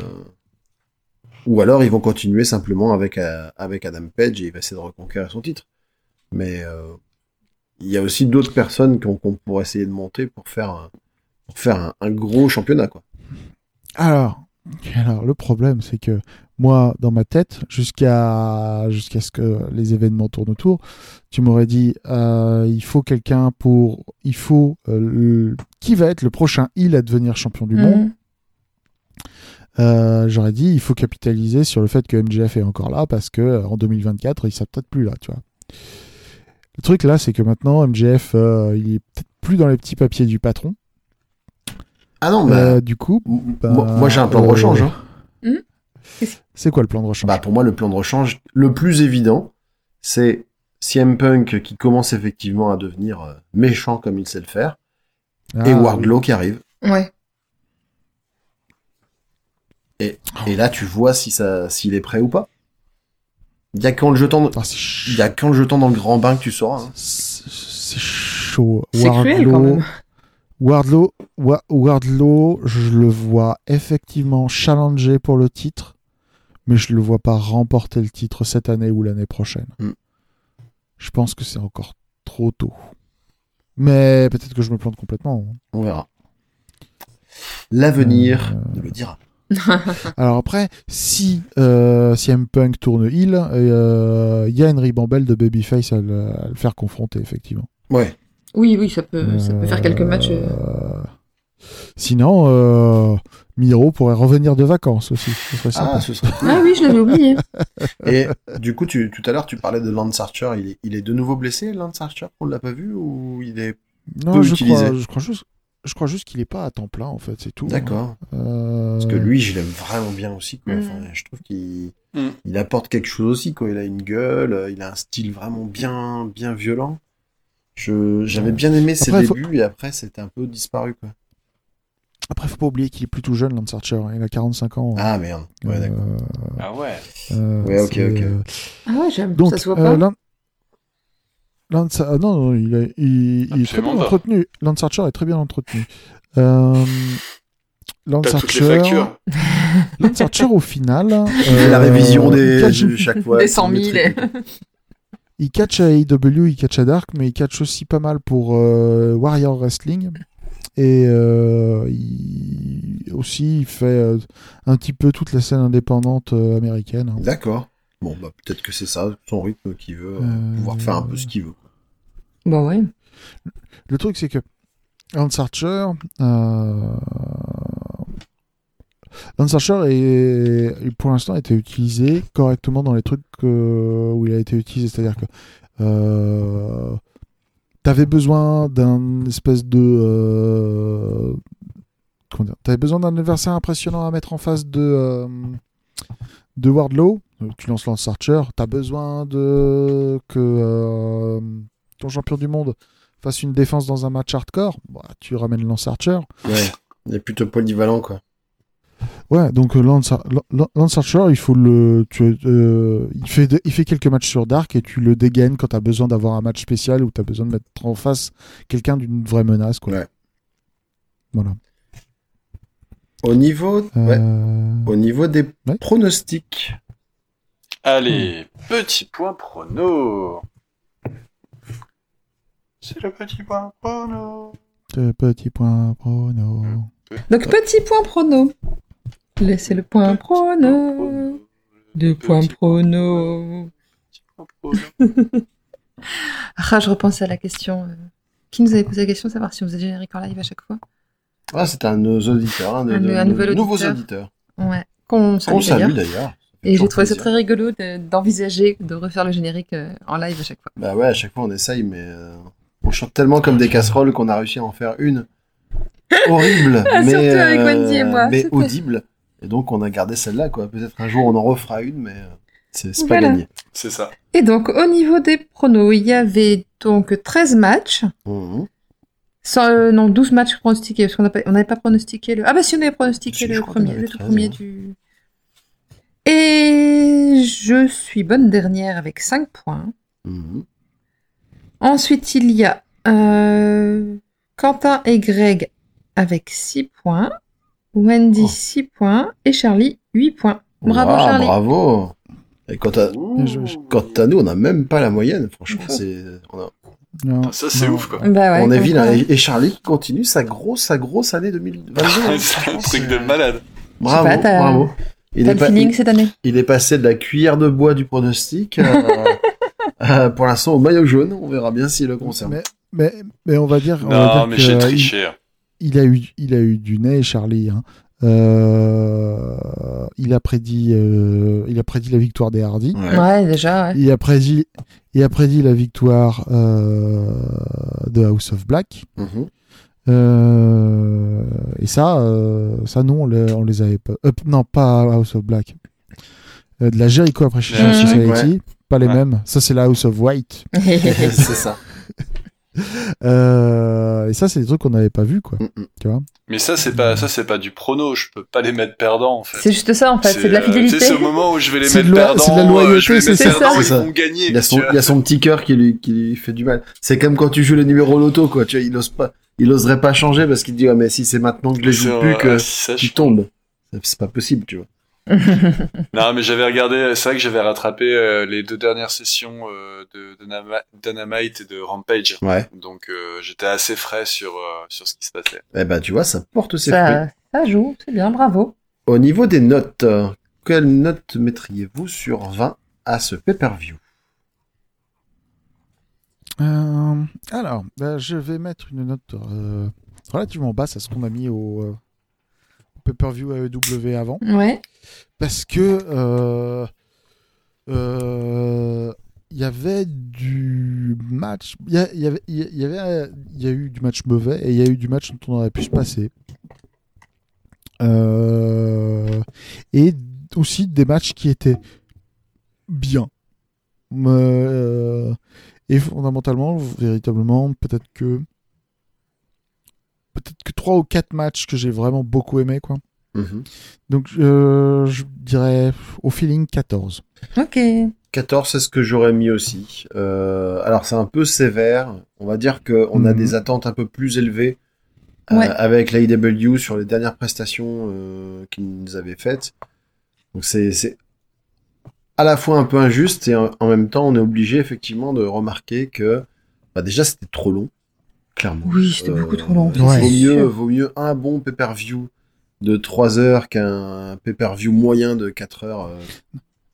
Ou alors, ils vont continuer simplement avec euh, avec Adam Page et il va essayer de reconquérir son titre. Mais euh, il y a aussi d'autres personnes qu'on, qu'on pourrait essayer de monter pour faire un, pour faire un, un gros championnat, quoi. Alors, alors, le problème, c'est que moi, dans ma tête, jusqu'à jusqu'à ce que les événements tournent autour, tu m'aurais dit, euh, il faut quelqu'un pour, il faut euh, le- qui va être le prochain heel à devenir champion du monde. Mhm. Euh, j'aurais dit, il faut capitaliser sur le fait que M J F est encore là, parce que euh, en deux mille vingt-quatre, il sera peut-être plus là, tu vois. Le truc là, c'est que maintenant, M J F, euh, il est peut-être plus dans les petits papiers du patron. Ah non, mais Euh, du coup, m- bah, moi, moi, j'ai un plan de euh, rechange. Hein. c'est quoi le plan de rechange? Bah, pour moi, le plan de rechange le plus évident, c'est C M Punk qui commence effectivement à devenir euh, méchant comme il sait le faire, Ah, et Wardlow qui arrive. Ouais. Et là, tu vois si ça, s'il est prêt ou pas. Il y a qu'en le jetant, ah, c'est ch- il y a qu'en le jetant dans le grand bain que tu sauras. Hein. C'est c'est chaud. C'est cruel quand même. Wardlow, Wa- Wardlow, je le vois effectivement challenger pour le titre, mais je le vois pas remporter le titre cette année ou l'année prochaine. Mm. Je pense que c'est encore trop tôt. Mais peut-être que je me plante complètement. On verra. L'avenir Euh, nous le dira. Alors après, si euh, C M Punk tourne heel, il euh, y a une ribambelle de babyface à le, à le faire confronter, effectivement. Ouais. Oui, oui, ça peut, ça peut faire quelques matchs. euh. Euh, Sinon, euh, Miro pourrait revenir de vacances aussi. Ce serait sympa. Ah, ce serait cool. Ah oui, je l'avais oublié. Et du coup, tu, tout à l'heure, tu parlais de Lance Archer. Il est, il est de nouveau blessé, Lance Archer? On l'a pas vu ou il est... non, peu je utilisé. crois, je crois juste, je crois juste qu'il est pas à temps plein en fait, c'est tout. D'accord. Euh, Parce que lui, je l'aime vraiment bien aussi, quoi. Mm. Enfin, je trouve qu'il Mm. il apporte quelque chose aussi, quoi. Il a une gueule, euh, il a un style vraiment bien, bien violent. Je, j'avais bien aimé ses Après, faut- débuts et après, c'était un peu disparu, quoi. Après, faut pas oublier qu'il est plutôt jeune, Lance Archer. Il a quarante-cinq ans. Ah, merde. Ouais, Euh, d'accord. Ah ouais. euh, Ouais, ok, c'est, ok. euh, Ah ouais, j'aime. Donc, Ça se voit euh, pas. Lan- Lance, ah non, non, il, est- il- il est très Absolument bien pas. entretenu. Lance Archer est très bien entretenu. Euh, Lance T'as toutes les Archer, factures. Lance Archer au final. Il fait la euh, révision il des catch- jeux chaque fois. Des avec son cent mille. métrique. Il catch à A E W, il catch à Dark, mais il catch aussi pas mal pour euh, Warrior Wrestling. Et euh, il aussi il fait euh, un petit peu toute la scène indépendante euh, américaine. hein. D'accord. Bon, bah, peut-être que c'est ça, son rythme qu'il veut, euh, Euh, pouvoir faire un peu ce qu'il veut. Bah ouais. Le truc, c'est que Lance Archer, euh... Lance Archer est, pour l'instant, a été utilisé correctement dans les trucs euh, où il a été utilisé. C'est-à-dire que euh... t'avais besoin d'un espèce de... Euh... Comment dire, t'avais besoin d'un adversaire impressionnant à mettre en face de, euh... de Wardlow. Tu lances Lance Archer. T'as besoin de... que euh... ton champion du monde fasse une défense dans un match hardcore. Bah, tu ramènes Lance Archer. Ouais, il est plutôt polyvalent, quoi. Ouais, donc euh, Lance, Ar- Lance Archer, il faut le, tu, euh, il fait, de- il fait quelques matchs sur Dark et tu le dégaines quand t'as besoin d'avoir un match spécial ou t'as besoin de mettre en face quelqu'un d'une vraie menace, quoi. Ouais. Voilà. Au niveau, Euh, ouais, au niveau des ouais. pronostics. Allez, petit point prono. C'est le petit point prono. euh, petit point prono. Donc, petit point prono. Laissez le point prono. Deux points prono. Petit point prono. Ah, je repense à la question. euh, Qui nous avait posé la question de savoir si on faisait générique en live à chaque fois? Ah, c'est un de nos auditeurs, un de, Un- de- un de- nouvel nouveaux auditeur. auditeurs. Ouais. Qu'on salue On salue d'ailleurs. d'ailleurs. Et j'ai toujours trouvé ça plaisir. très rigolo de- d'envisager de refaire le générique euh, en live à chaque fois. Bah ouais, à chaque fois on essaye, mais euh, on chante tellement comme des casseroles qu'on a réussi à en faire une horrible, Ah, mais, surtout avec Wendy et moi, mais c'était- audible. Et donc on a gardé celle-là, quoi. Peut-être un jour on en refera une, mais euh, c'est c'est pas Voilà. gagné. C'est ça. Et donc, au niveau des pronos, il y avait donc treize matchs. Mhm. Sans, euh, non, douze matchs pronostiqués, parce qu'on n'a pas- on n'avait pas pronostiqué le... Ah bah si, on avait pronostiqué Si, je le crois qu'on premier, avait le tout treize, premier ouais. du... Et je suis bonne dernière avec cinq points. Mhm. Ensuite, il y a euh, Quentin et Greg avec six points, Wendy Oh. six points et Charlie huit points. Bravo Ouah, Charlie. Bravo. Et quant à, je- je- quant à nous, on n'a même pas la moyenne. Franchement, Ouf. c'est, on, a- Non, Ça, c'est non. ouf, quoi. Bah ouais, on est comme vilain. quoi. Et, et Charlie qui continue sa grosse, sa grosse année deux mille vingt-deux. C'est un truc de malade. Bravo, Je sais pas, t'as- bravo. Il T'as est, le pas- feeling il, cette année? il est passé de la cuillère de bois du pronostic euh, euh, pour l'instant au maillot jaune. On verra bien s'il le concerne. Mais, mais, mais on va dire, on va Non, dire mais que, j'ai euh, triché. il, il a eu, il a eu du nez, Charlie. Hein. Euh, il a prédit, euh, il a prédit la victoire des Hardy. Ouais. Ouais, déjà, ouais. Il a prédit, il a prédit la victoire euh, de House of Black. Mhm. Euh, et ça, euh, ça non, on les, on les avait pas. euh, non, pas House of Black. Euh, de la Jericho Appreciation Ouais, Society, ouais. pas les Ouais. mêmes. Ça, c'est la House of White. c'est ça. Euh, et ça, c'est des trucs qu'on n'avait pas vus, quoi. Mm-mm. Tu vois. Mais ça, c'est pas, ça, c'est pas du prono. Je peux pas les mettre perdants, en fait. C'est juste ça en fait, c'est de la euh, fidélité. tu sais, c'est au moment où je vais les C'est mettre de la- perdants. c'est de la euh, loyauté, je vais les c'est mettre ça. perdants, C'est ils ça. vont gagner. Il y a son, tu vois. il y a son petit cœur qui lui, qui lui fait du mal. C'est comme quand tu joues les numéros loto, quoi. Tu vois, il ose pas, il oserait pas changer parce qu'il dit, ah, mais si c'est maintenant que je les joue C'est, plus euh, que si ça, tu je- tombes. C'est- C'est pas possible, tu vois. Non, mais j'avais regardé, c'est vrai que j'avais rattrapé euh, les deux dernières sessions euh, de, de Nama- Dynamite et de Rampage. Ouais. Donc euh, j'étais assez frais sur, euh, sur ce qui se passait. Eh ben, tu vois, ça porte ses fruits. Ça, ça joue, c'est bien, bravo. Au niveau des notes, euh, quelle note mettriez-vous sur vingt à ce pay-per-view? Euh, alors, bah, je vais mettre une note euh, relativement basse à ce qu'on a mis au, euh, au pay-per-view A E W avant. Ouais. Parce que euh, euh, il y avait du match, il y, a- il y avait, il y avait, il y a eu du match mauvais et il y a eu du match dont on aurait pu se passer. Euh, et aussi des matchs qui étaient bien. Euh, et fondamentalement, véritablement, peut-être que peut-être que trois ou quatre matchs que j'ai vraiment beaucoup aimé, quoi. Mhm. Donc, euh, je dirais au feeling quatorze. Ok. quatorze, c'est ce que j'aurais mis aussi. Euh, alors, c'est un peu sévère. On va dire qu'on a Mhm. des attentes un peu plus élevées euh, Ouais. avec l'A E W sur les dernières prestations euh, qu'ils nous avaient faites. Donc, c'est, c'est à la fois un peu injuste et en, en même temps, on est obligé effectivement de remarquer que bah, déjà, c'était trop long, clairement. Oui, c'était beaucoup trop long. Ouais. Vaut c'est mieux, sûr. vaut mieux un bon pay-per-view de trois heures qu'un pay-per-view moyen de quatre heures. euh,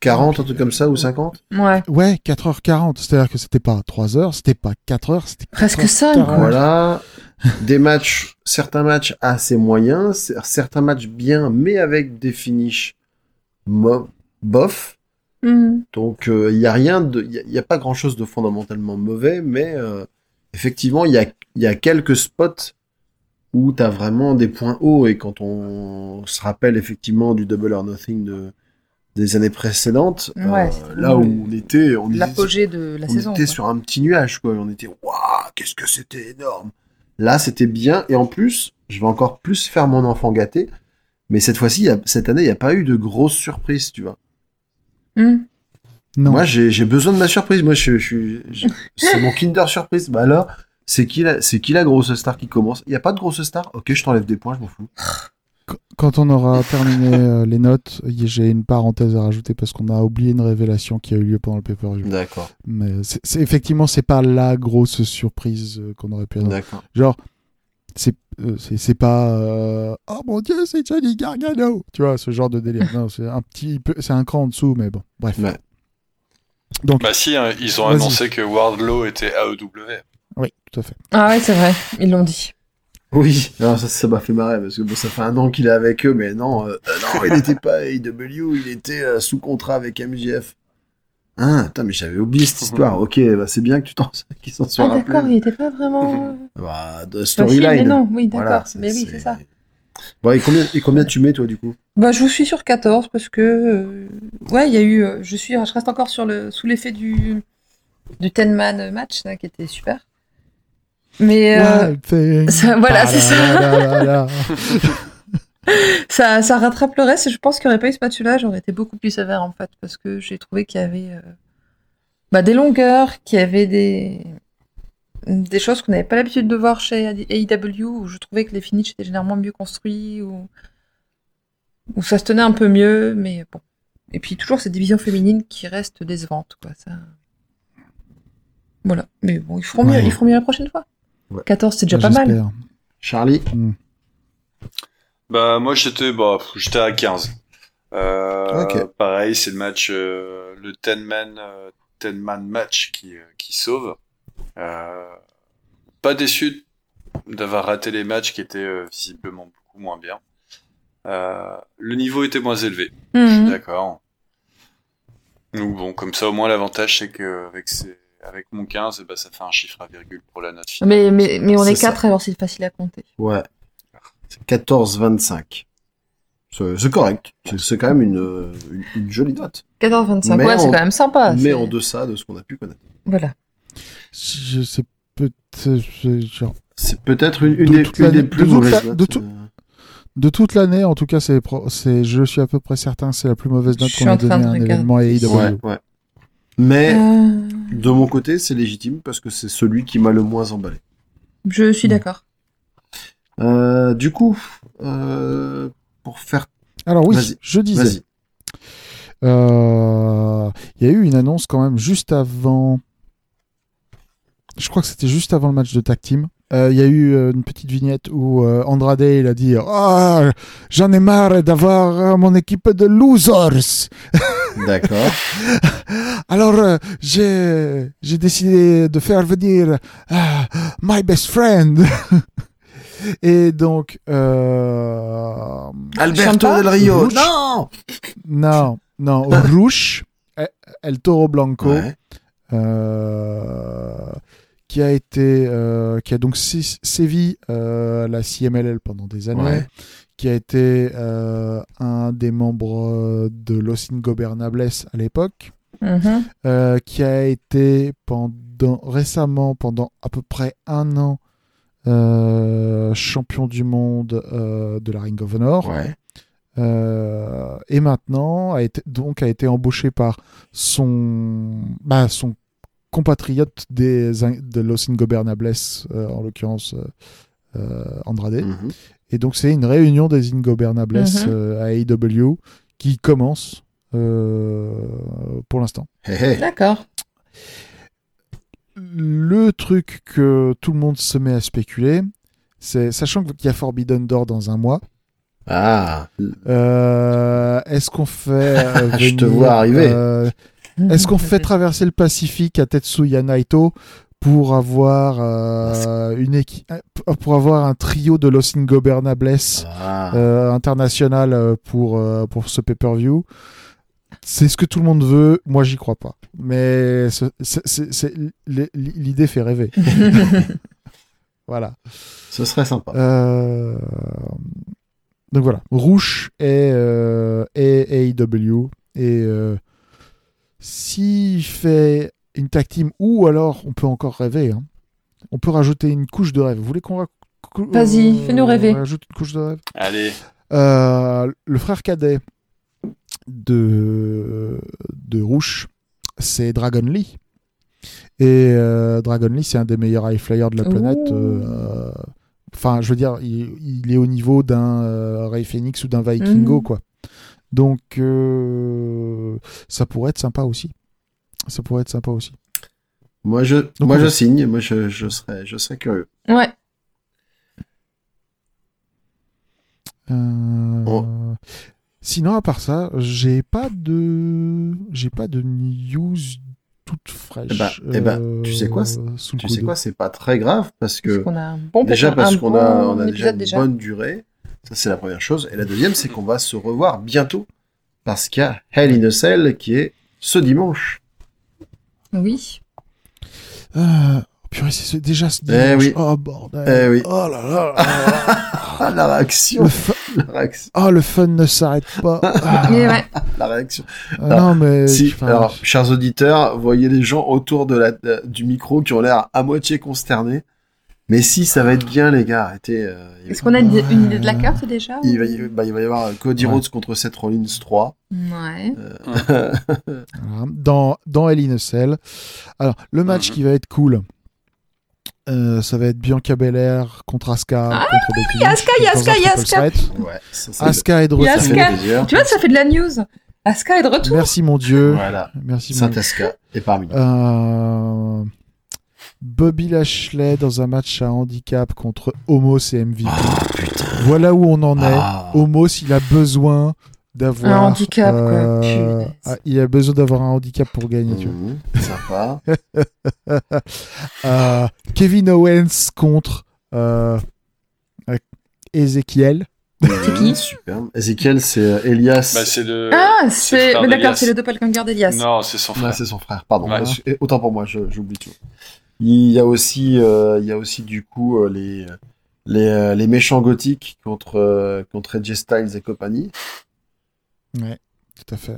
quarante, un truc comme ça, ou cinquante. Ouais. Ouais, quatre heures quarante. C'est-à-dire que c'était pas trois heures, c'était pas quatre heures, c'était Presque cinq, quoi. Voilà. Des matchs, certains matchs assez moyens, c- certains matchs bien, mais avec des finishes mo- bof. Mhm. Donc, il n'y a rien de, il y, a pas grand chose de fondamentalement mauvais, mais euh, effectivement, il y a, y a quelques spots où tu as vraiment des points hauts, et quand on se rappelle effectivement du Double or Nothing de, des années précédentes, Ouais, euh, c'était là vraiment où on était, on était, L'apogée de la on saison. était quoi. sur un petit nuage, quoi. On était, waouh, qu'est-ce que c'était énorme. Là, c'était bien, et en plus, je vais encore plus faire mon enfant gâté, mais cette fois-ci, il y a- cette année, il n'y a pas eu de grosses surprises, tu vois. Mhm. Non. Moi, j'ai j'ai besoin de ma surprise. Moi, je, je, suis- je- c'est mon Kinder surprise. Bah alors, c'est qui la, c'est qui la grosse star qui commence? Il y a pas de grosse star? Ok, je t'enlève des points, je m'en fous. Qu- Quand on aura terminé euh, les notes, y- j'ai une parenthèse à rajouter parce qu'on a oublié une révélation qui a eu lieu pendant le pay-per-view. D'accord, Mais c'est, c'est- effectivement, c'est pas la grosse surprise euh, qu'on aurait pu avoir. d'accord. Genre, c'est, euh, c'est, c'est pas euh, oh mon dieu, c'est Johnny Gargano, tu vois, ce genre de délire. Non, c'est un petit peu, c'est un cran en dessous, mais bon, bref. Ouais. Donc, Bah si, hein, ils ont Vas-y. annoncé que Wardlow était A E W. oui, tout à fait. Ah ouais, c'est vrai, ils l'ont dit. Oui, alors ça, ça m'a fait marrer parce que bon, ça fait un an qu'il est avec eux, mais non, euh, euh, non, il n'était pas à A E W, il était euh, sous contrat avec M J F. Ah, putain, mais j'avais oublié cette histoire. Ok, bah c'est bien que tu t'en, qu'ils s'en soient Ah rappelés. d'accord, il était pas vraiment... Bah, de Bah, si, mais storyline. non, oui, d'accord. Voilà, mais oui, c'est ça. Bon, et combien, et combien tu mets, toi, du coup? Bah, je vous suis sur quatorze parce que... euh, Ouais, il y a eu... euh, Je suis, je reste encore sur le, sous l'effet du, du ten-man match, là, qui était super. Mais... euh, Wild thing. ça- voilà, c'est ça. Ta-da-da-da-da. Ça, ça rattrape le reste, et je pense qu'il n'y aurait pas eu ce match-là, j'aurais été beaucoup plus sévère en fait, parce que j'ai trouvé qu'il y avait euh, bah, des longueurs, qu'il y avait des, des choses qu'on n'avait pas l'habitude de voir chez A E W, où je trouvais que les finishes étaient généralement mieux construits, ou où ça se tenait un peu mieux, mais bon. Et puis toujours cette division féminine qui reste décevante, quoi. Ça... Voilà, mais bon, ils feront mieux, Ouais. ils feront mieux la prochaine fois. Ouais. quatorze, c'est déjà Bah, pas mal. j'espère. Charlie? Bah moi j'étais bah j'étais à quinze. Euh, Ok. Pareil, c'est le match euh, le ten man euh, ten man match qui euh, qui sauve. Euh, pas déçu d'avoir raté les matchs qui étaient euh, visiblement beaucoup moins bien. Euh, le niveau était moins élevé. Je suis Mhm. d'accord. Donc bon, comme ça au moins l'avantage c'est que avec ces avec mon quinze, eh ben, ça fait un chiffre à virgule pour la note finale. Mais, mais, mais on est C'est ça. quatre, alors c'est facile à compter. Ouais. C'est quatorze vingt-cinq. C'est, c'est correct. C'est, c'est quand même une, une, une jolie note. quatorze vingt-cinq, Mais ouais, c'est en- quand même sympa. mais c'est- en deçà de ce qu'on a pu connaître. Voilà. Je sais peut-être. je- genre, C'est peut-être une, une, De des, toute une l'année- des plus de toute mauvaises la- notes. de tout- euh. De toute l'année, en tout cas, c'est, pro- c'est, je suis à peu près certain, c'est la plus mauvaise note Je suis qu'on a en train donnée de à un regarder. événement A E W. Ouais, ouais. Mais Euh, de mon côté, c'est légitime parce que c'est celui qui m'a le moins emballé. je suis d'accord. Euh, du coup, euh, pour faire... Alors oui, Vas-y. je disais, Vas-y. euh, il y a eu une annonce quand même juste avant. Je crois que c'était juste avant le match de tag team. Euh, Il y a eu euh, une petite vignette où euh, Andrade il a dit ah j'en ai marre d'avoir euh, mon équipe de losers. D'accord. Alors euh, j'ai j'ai décidé de faire venir ah, my best friend. Et donc euh, Alberto Sympa. Del Rio. Rouge. Non. non non Rush El- El Toro Blanco. Ouais. Euh, qui a été euh, qui a donc sé- sévi euh, la C M L L pendant des années, Ouais. qui a été euh, un des membres de Los Ingobernables à l'époque, Mhm. euh, qui a été pendant récemment pendant à peu près un an euh, champion du monde euh, de la Ring of Honor. Ouais. Euh, et maintenant a été, donc a été embauché par son bah, son compatriote des in- de Los Ingobernables, euh, en l'occurrence euh, euh, Andrade. Mhm. Et donc c'est une réunion des Ingobernables Mhm. euh, à A E W qui commence euh, pour l'instant. Hey, hey. D'accord. Le truc que tout le monde se met à spéculer, c'est sachant qu'il y a Forbidden Door dans un mois. Ah. Euh, est-ce qu'on fait euh, Je venir, te vois arriver. euh, est-ce qu'on fait traverser le Pacifique à Tetsuya Naito pour avoir euh, une équipe, pour avoir un trio de Los Ingobernables Ah. euh, international euh, pour euh, pour ce pay-per-view? C'est ce que tout le monde veut. Moi, j'y crois pas. Mais c'est, c'est, c'est, c'est- l'idée fait rêver. Voilà. Ce serait sympa. Euh, Donc voilà, Rouge est, euh, est A E W et euh, s'il fait une tag team ou alors on peut encore rêver, hein. On peut rajouter une couche de rêve. Vous voulez qu'on ra- cou- Vas-y, euh, fais-nous rêver. rajoute une couche de rêve. Allez. Euh, le frère cadet de de Rouge, c'est Dragon Lee. Et euh, Dragon Lee, c'est un des meilleurs high flyers de la planète. Ouh. euh, Enfin, je veux dire, il, il est au niveau d'un euh, Ray Phoenix ou d'un Vikingo, Mhm. quoi. Donc, euh, ça pourrait être sympa aussi. Ça pourrait être sympa aussi. Moi, je, Donc, moi, on je va- signe. Moi, je, je serais, je serais curieux. Ouais. Euh, Oh. Sinon, à part ça, j'ai pas de, j'ai pas de news toute fraîche. Eh ben- eh ben, tu sais quoi, c'est- euh, sous le Tu sais coude. quoi, c'est pas très grave parce Parce que qu'on a un bon déjà un parce qu'on bon a, on a déjà épisode une déjà. bonne durée. Ça, c'est la première chose. Et la deuxième, c'est qu'on va se revoir bientôt parce qu'il y a Hell in a Cell qui est ce dimanche. Oui. Euh, oh, purée, c'est ce- déjà ce Eh dimanche. oui. Oh bordel. Eh oui. Oh là là. là là. Ah, la réaction. le, fu- La réaction. oh, le fun ne s'arrête pas. Ah. Mais ouais. La réaction. Ah, non mais. Si, enfin, alors, chers auditeurs, voyez les gens autour de la, de- du micro qui ont l'air à moitié consternés. Mais si, ça va être bien, les gars. Arrêtez. euh, il, Est-ce qu'on a une, une idée de la carte déjà il ou- va, y, bah, il va y avoir Cody Ouais. Rhodes contre Seth Rollins trois. Ouais. Euh, voilà. Dans dans Hell in a Cell. Alors le match Mhm. qui va être cool. euh, ça va être Bianca Belair contre Asuka Ah contre Becky oui, Lynch Asuka, il y a dans Asuka, un il y a triple Asuka. threat. ouais, ça, ça, Asuka est de Il y a retour. ça fait Asuka. plaisir. Tu vois, ça fait de la news. Asuka est de retour. Merci mon Dieu. Voilà. Merci mon Saint Dieu. Asuka est parmi nous. Euh, Bobby Lashley dans un match à handicap contre Omos et M V P. Ah, putain. Voilà où on en est. Ah. Omos, il a besoin d'avoir Un handicap, quoi. euh, Punaise. ah, il a besoin d'avoir un handicap pour gagner. Tu vois. Mhm, sympa. Euh, Kevin Owens contre euh, euh, Ezekiel. C'est qui Mhm, Super. Ezekiel, c'est euh, Elias. Bah, c'est le. Ah, le c'est. frère Mais d'accord, d'Elias. c'est le doppelganger d'Elias. Non, c'est son Ouais, frère. c'est son frère, pardon. Ouais. Et autant pour moi, je- j'oublie tout. Il y a aussi, euh, il y a aussi du coup euh, les les, euh, les méchants gothiques contre euh, contre Edge Styles et compagnie. Ouais, tout à fait.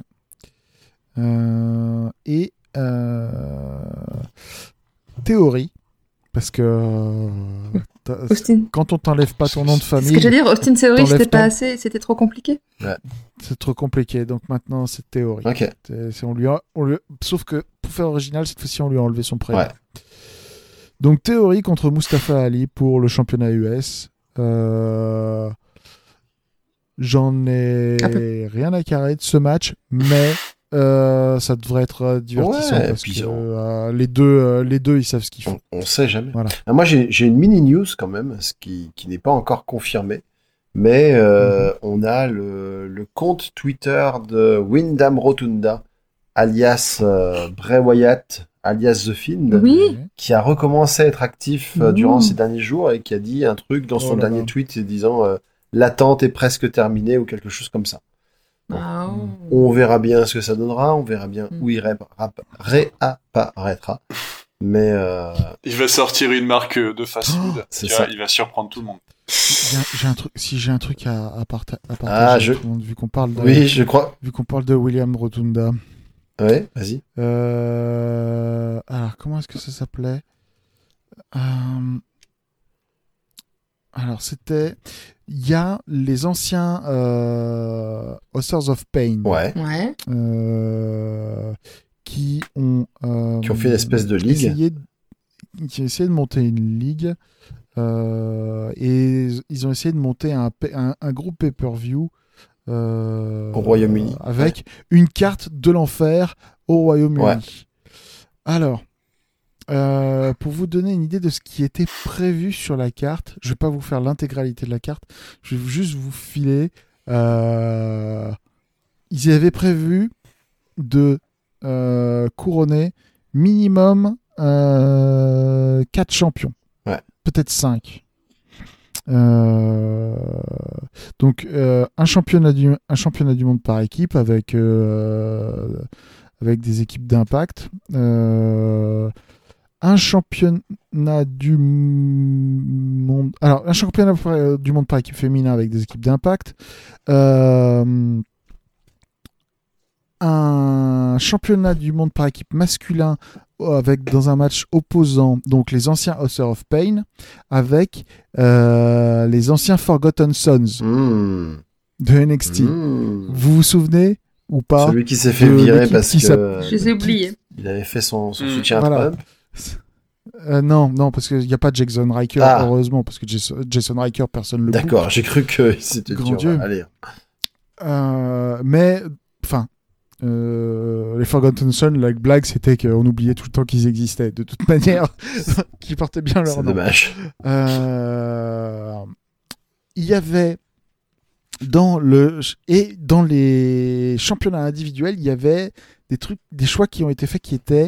Euh, et euh, théorie, parce que euh, t'as- Austin. quand on t'enlève pas ton nom de Ce famille, que j'allais dire, Austin Theory, t'enlèves c'était pas ton- assez, c'était trop compliqué. c'est trop compliqué. Donc maintenant, c'est théorie. Ok. C'est- c'est- on lui a- on lui- Sauf que pour faire original, cette fois-ci, on lui a enlevé son prénom. Ouais. Donc théorie contre Mustafa Ali pour le championnat U S. Euh, J'en ai Un peu. rien à carrer de ce match, mais euh, ça devrait être euh, divertissant Ouais, parce puis que on- euh, les deux, euh, les deux, ils savent ce qu'ils font. On, on sait jamais. Voilà. Ah, moi, j'ai j'ai une mini news quand même, ce qui qui n'est pas encore confirmé, mais euh, Mhm. on a le le compte Twitter de Wyndham Rotunda, alias euh, Bray Wyatt, alias The Fiend. Oui. Qui a recommencé à être actif euh, Ouh. durant ces derniers jours et qui a dit un truc dans son Oh là dernier là. tweet disant euh, l'attente est presque terminée ou quelque chose comme ça. Ah, oh. On verra bien ce que ça donnera, on verra bien Mm. où il ré- rap- réapparaîtra. Mais euh, Il va sortir une marque de fast-food. c'est Tu vois, ça. il va surprendre tout le monde. J'ai un- j'ai un truc, si j'ai un truc à, à, parta- à partager, Ah, avec je- tout le monde, vu qu'on parle de, oui, je crois. vu qu'on parle de William Rotunda. Ouais, vas-y. Euh, alors, comment est-ce que ça s'appelait Euh, Alors, c'était. Il y a les anciens euh, Authors of Pain Ouais. Ouais. euh, qui ont. euh, Qui ont fait une espèce de ligue. essayé de- qui ont essayé de monter une ligue. euh, et ils ont essayé de monter un, pa- un, un groupe pay-per-view. euh, Au Royaume-Uni. Avec une carte de l'enfer au Royaume-Uni. Ouais. Alors, Euh, pour vous donner une idée de ce qui était prévu sur la carte, je vais pas vous faire l'intégralité de la carte, je vais juste vous filer. Euh, ils avaient prévu de euh, couronner minimum euh, quatre champions, ouais. peut-être cinq. Euh, donc euh, un championnat du un championnat du monde par équipe avec euh, avec des équipes d'impact. Euh, un championnat du monde. Alors, un championnat du monde par équipe féminin avec des équipes d'impact. Euh, un championnat du monde par équipe masculin avec dans un match opposant donc les anciens Authors of Pain avec euh, les anciens Forgotten Sons mmh. de N X T. Mmh. Vous vous souvenez ou pas? Celui qui s'est fait virer parce que je les ai oubliés. Il avait fait son, son Mmh. soutien Voilà. à Trump. Euh, non, non, parce qu'il n'y a pas Jason Riker, Ah. heureusement, parce que Jason, Jason Riker, personne ne le D'accord, book. j'ai cru que c'était Grand dur. Dieu. Allez. Euh, mais, enfin, euh, les Forgotten Sons, la blague, c'était qu'on oubliait tout le temps qu'ils existaient, de toute manière, qu'ils portaient bien leur C'est nom. dommage. Euh, il y avait dans le et dans les championnats individuels, il y avait des trucs, des choix qui ont été faits qui étaient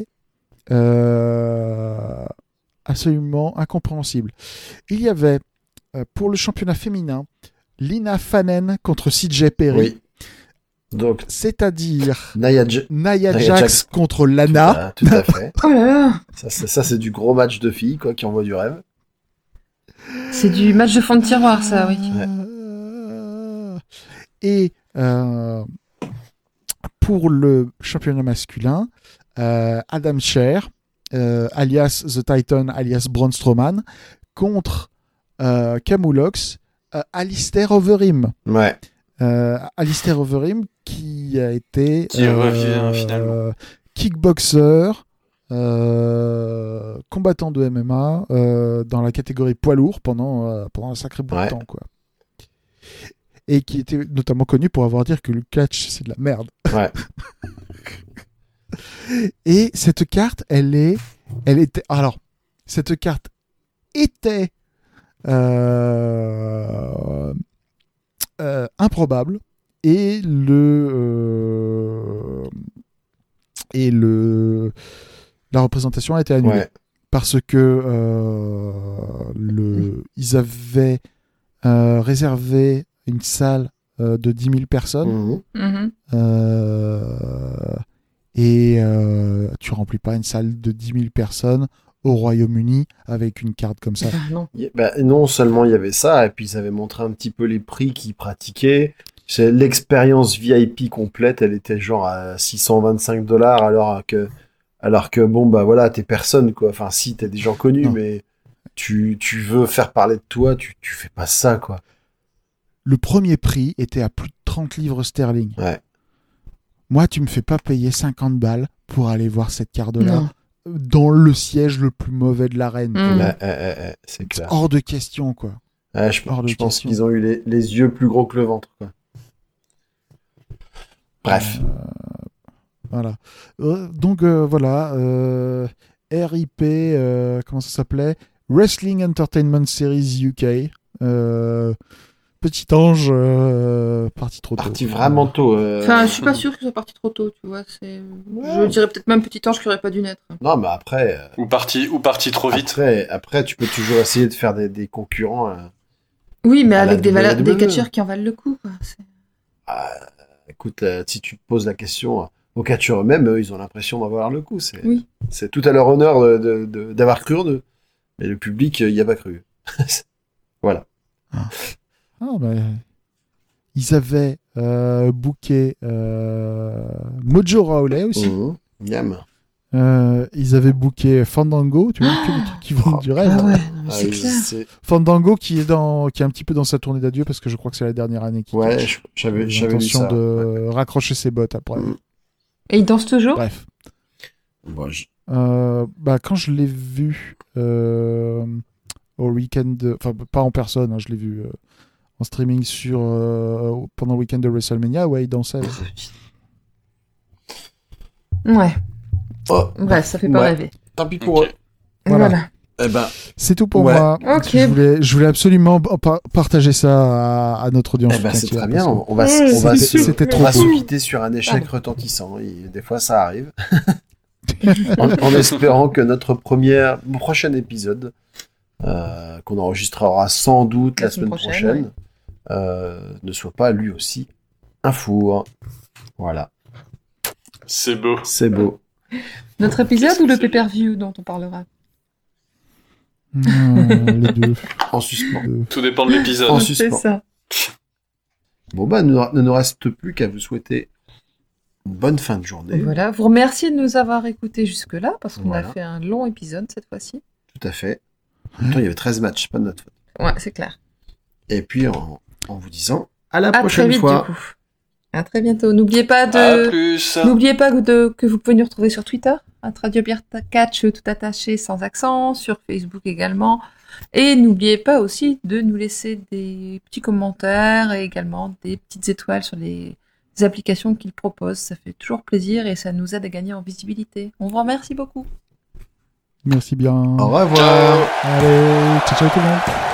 euh, absolument incompréhensibles. Il y avait euh, pour le championnat féminin Lina Fanen contre C J Perry, Oui. Donc, c'est-à-dire Nia J- Nia, Nia Jax, Jax contre Lana. Ah, tout à fait. Oh là là, Ça, c'est, ça, c'est du gros match de filles, quoi, qui envoie du rêve. c'est du match de fond de tiroir, ça, oui. Euh, Et euh, pour le championnat masculin, euh, Adam Scherr, euh, alias The Titan, alias Braun Strowman, contre euh, Camoulox, euh, Alistair Overeem. Ouais. Euh, Alistair Overeem qui a été Qui revient, finalement. kickboxer, euh, combattant de M M A euh, dans la catégorie poids lourd pendant, euh, pendant un sacré bout Ouais. de temps, quoi. Et qui était notamment connu pour avoir dit que le catch c'est de la merde. Ouais. Et cette carte, elle est, elle était, alors cette carte était euh, euh, improbable et le euh, et le la représentation a été annulée Ouais. parce que euh, le ils avaient euh, réservé une salle euh, de dix mille personnes. Mhm. Mhm. Euh, et euh, tu remplis pas une salle de dix mille personnes au Royaume-Uni avec une carte comme ça. Bah, non. Y- bah, non seulement il y avait ça, et puis ils avaient montré un petit peu les prix qu'ils pratiquaient. C'est l'expérience V I P complète, elle était genre à six cent vingt-cinq dollars, alors que, alors que bon, bah voilà, t'es personne, quoi. Enfin, si, t'es des gens connus, Non. mais tu, tu veux faire parler de toi, tu, tu fais pas ça, quoi. Le premier prix était à plus de trente livres sterling. Ouais. Moi, tu me fais pas payer cinquante balles pour aller voir cette carte-là Non. dans le siège le plus mauvais de l'arène. Mm. Ouais, ouais, ouais, ouais, c'est C'est clair. hors de question, quoi. Ouais, je, hors de je pense question. qu'ils ont eu les, les yeux plus gros que le ventre, quoi. Bref. Voilà. Euh, donc euh, voilà, euh, R I P, euh, comment ça s'appelait? Wrestling Entertainment Series U K. Euh, petit ange euh, parti trop tôt. Parti vraiment tôt. euh, Enfin, je suis pas sûr qu'il soit parti trop tôt, tu vois. C'est... Je dirais peut-être même petit ange qui aurait pas dû naître. Non, mais après, euh, Ou parti, ou parti trop vite. après, après, tu peux toujours essayer de faire des, des concurrents. euh, Oui, mais À la avec des, valeurs, des W W E. catcheurs qui en valent le coup, quoi. C'est... Ah, écoute, euh, si tu te poses la question euh, aux catcheurs eux-mêmes, eux, ils ont l'impression d'avoir le coup. C'est, Oui. c'est tout à leur honneur de, de- de- d'avoir cru en eux. Mais le public, il n'y a pas cru. Voilà. Ah, bah, ils avaient euh, booké euh, Mojo Rawley aussi. Mhm. Miam. Euh, ils avaient booké Fandango, tu vois, que des trucs qui vendent du rêve. Ah ouais, non, mais Ah, c'est oui, clair. c'est- Fandango qui est dans, qui est un petit peu dans sa tournée d'adieu parce que je crois que c'est la dernière année qui Ouais, catch. je- j'avais, J'ai j'avais lu l'intention ça. de raccrocher ses bottes après. Mm. Et il danse toujours? Bref. Bon, je- Euh, bah, quand je l'ai vu euh, au week-end, de- enfin pas en personne, hein, je l'ai vu euh, en streaming sur euh, pendant le week-end de WrestleMania, ouais, il dansait. ouais. Ouais. Oh, Bref, ça fait pas Ouais. rêver. tant pis pour Ok. eux. Voilà. Voilà. Eh ben, C'est tout pour Ouais. moi. Ok. Je voulais, je voulais absolument par- partager ça à, à notre audience. eh ben tout c'est entière, très bien. parce On, on va, s- Ouais, on va, c'était- se, c'était on trop va se beau. quitter sur un échec Pardon. retentissant. Et des fois, ça arrive. en, en espérant que notre première, prochain épisode, euh, qu'on enregistrera sans doute la, La semaine semaine prochaine, prochaine, euh, ne soit pas lui aussi un four. Voilà, C'est beau. c'est beau. Notre épisode Qu'est-ce ou que le c'est pay-per-view dont on parlera? que- Non, les deux. En suspens. les deux. Tout dépend de l'épisode. En C'est suspens. ça. Bon bah, il ne nous reste plus qu'à vous souhaiter une bonne fin de journée. Voilà. Vous remerciez de nous avoir écoutés jusque-là parce qu'on Voilà. a fait un long épisode cette fois-ci. Tout à fait. En même temps, il y avait treize matchs, pas de notre faute. Ouais, c'est clair. Et puis, en, en vous disant à la À très prochaine vite fois. du coup. À très bientôt. N'oubliez pas À de. plus. N'oubliez pas de, que vous pouvez nous retrouver sur Twitter, à Radio Bière Catch tout attaché sans accent, sur Facebook également. Et n'oubliez pas aussi de nous laisser des petits commentaires et également des petites étoiles sur les applications qu'ils proposent. Ça fait toujours plaisir et ça nous aide à gagner en visibilité. On vous remercie beaucoup. Merci bien. Au revoir. Ciao. Allez, ciao, ciao tout le monde.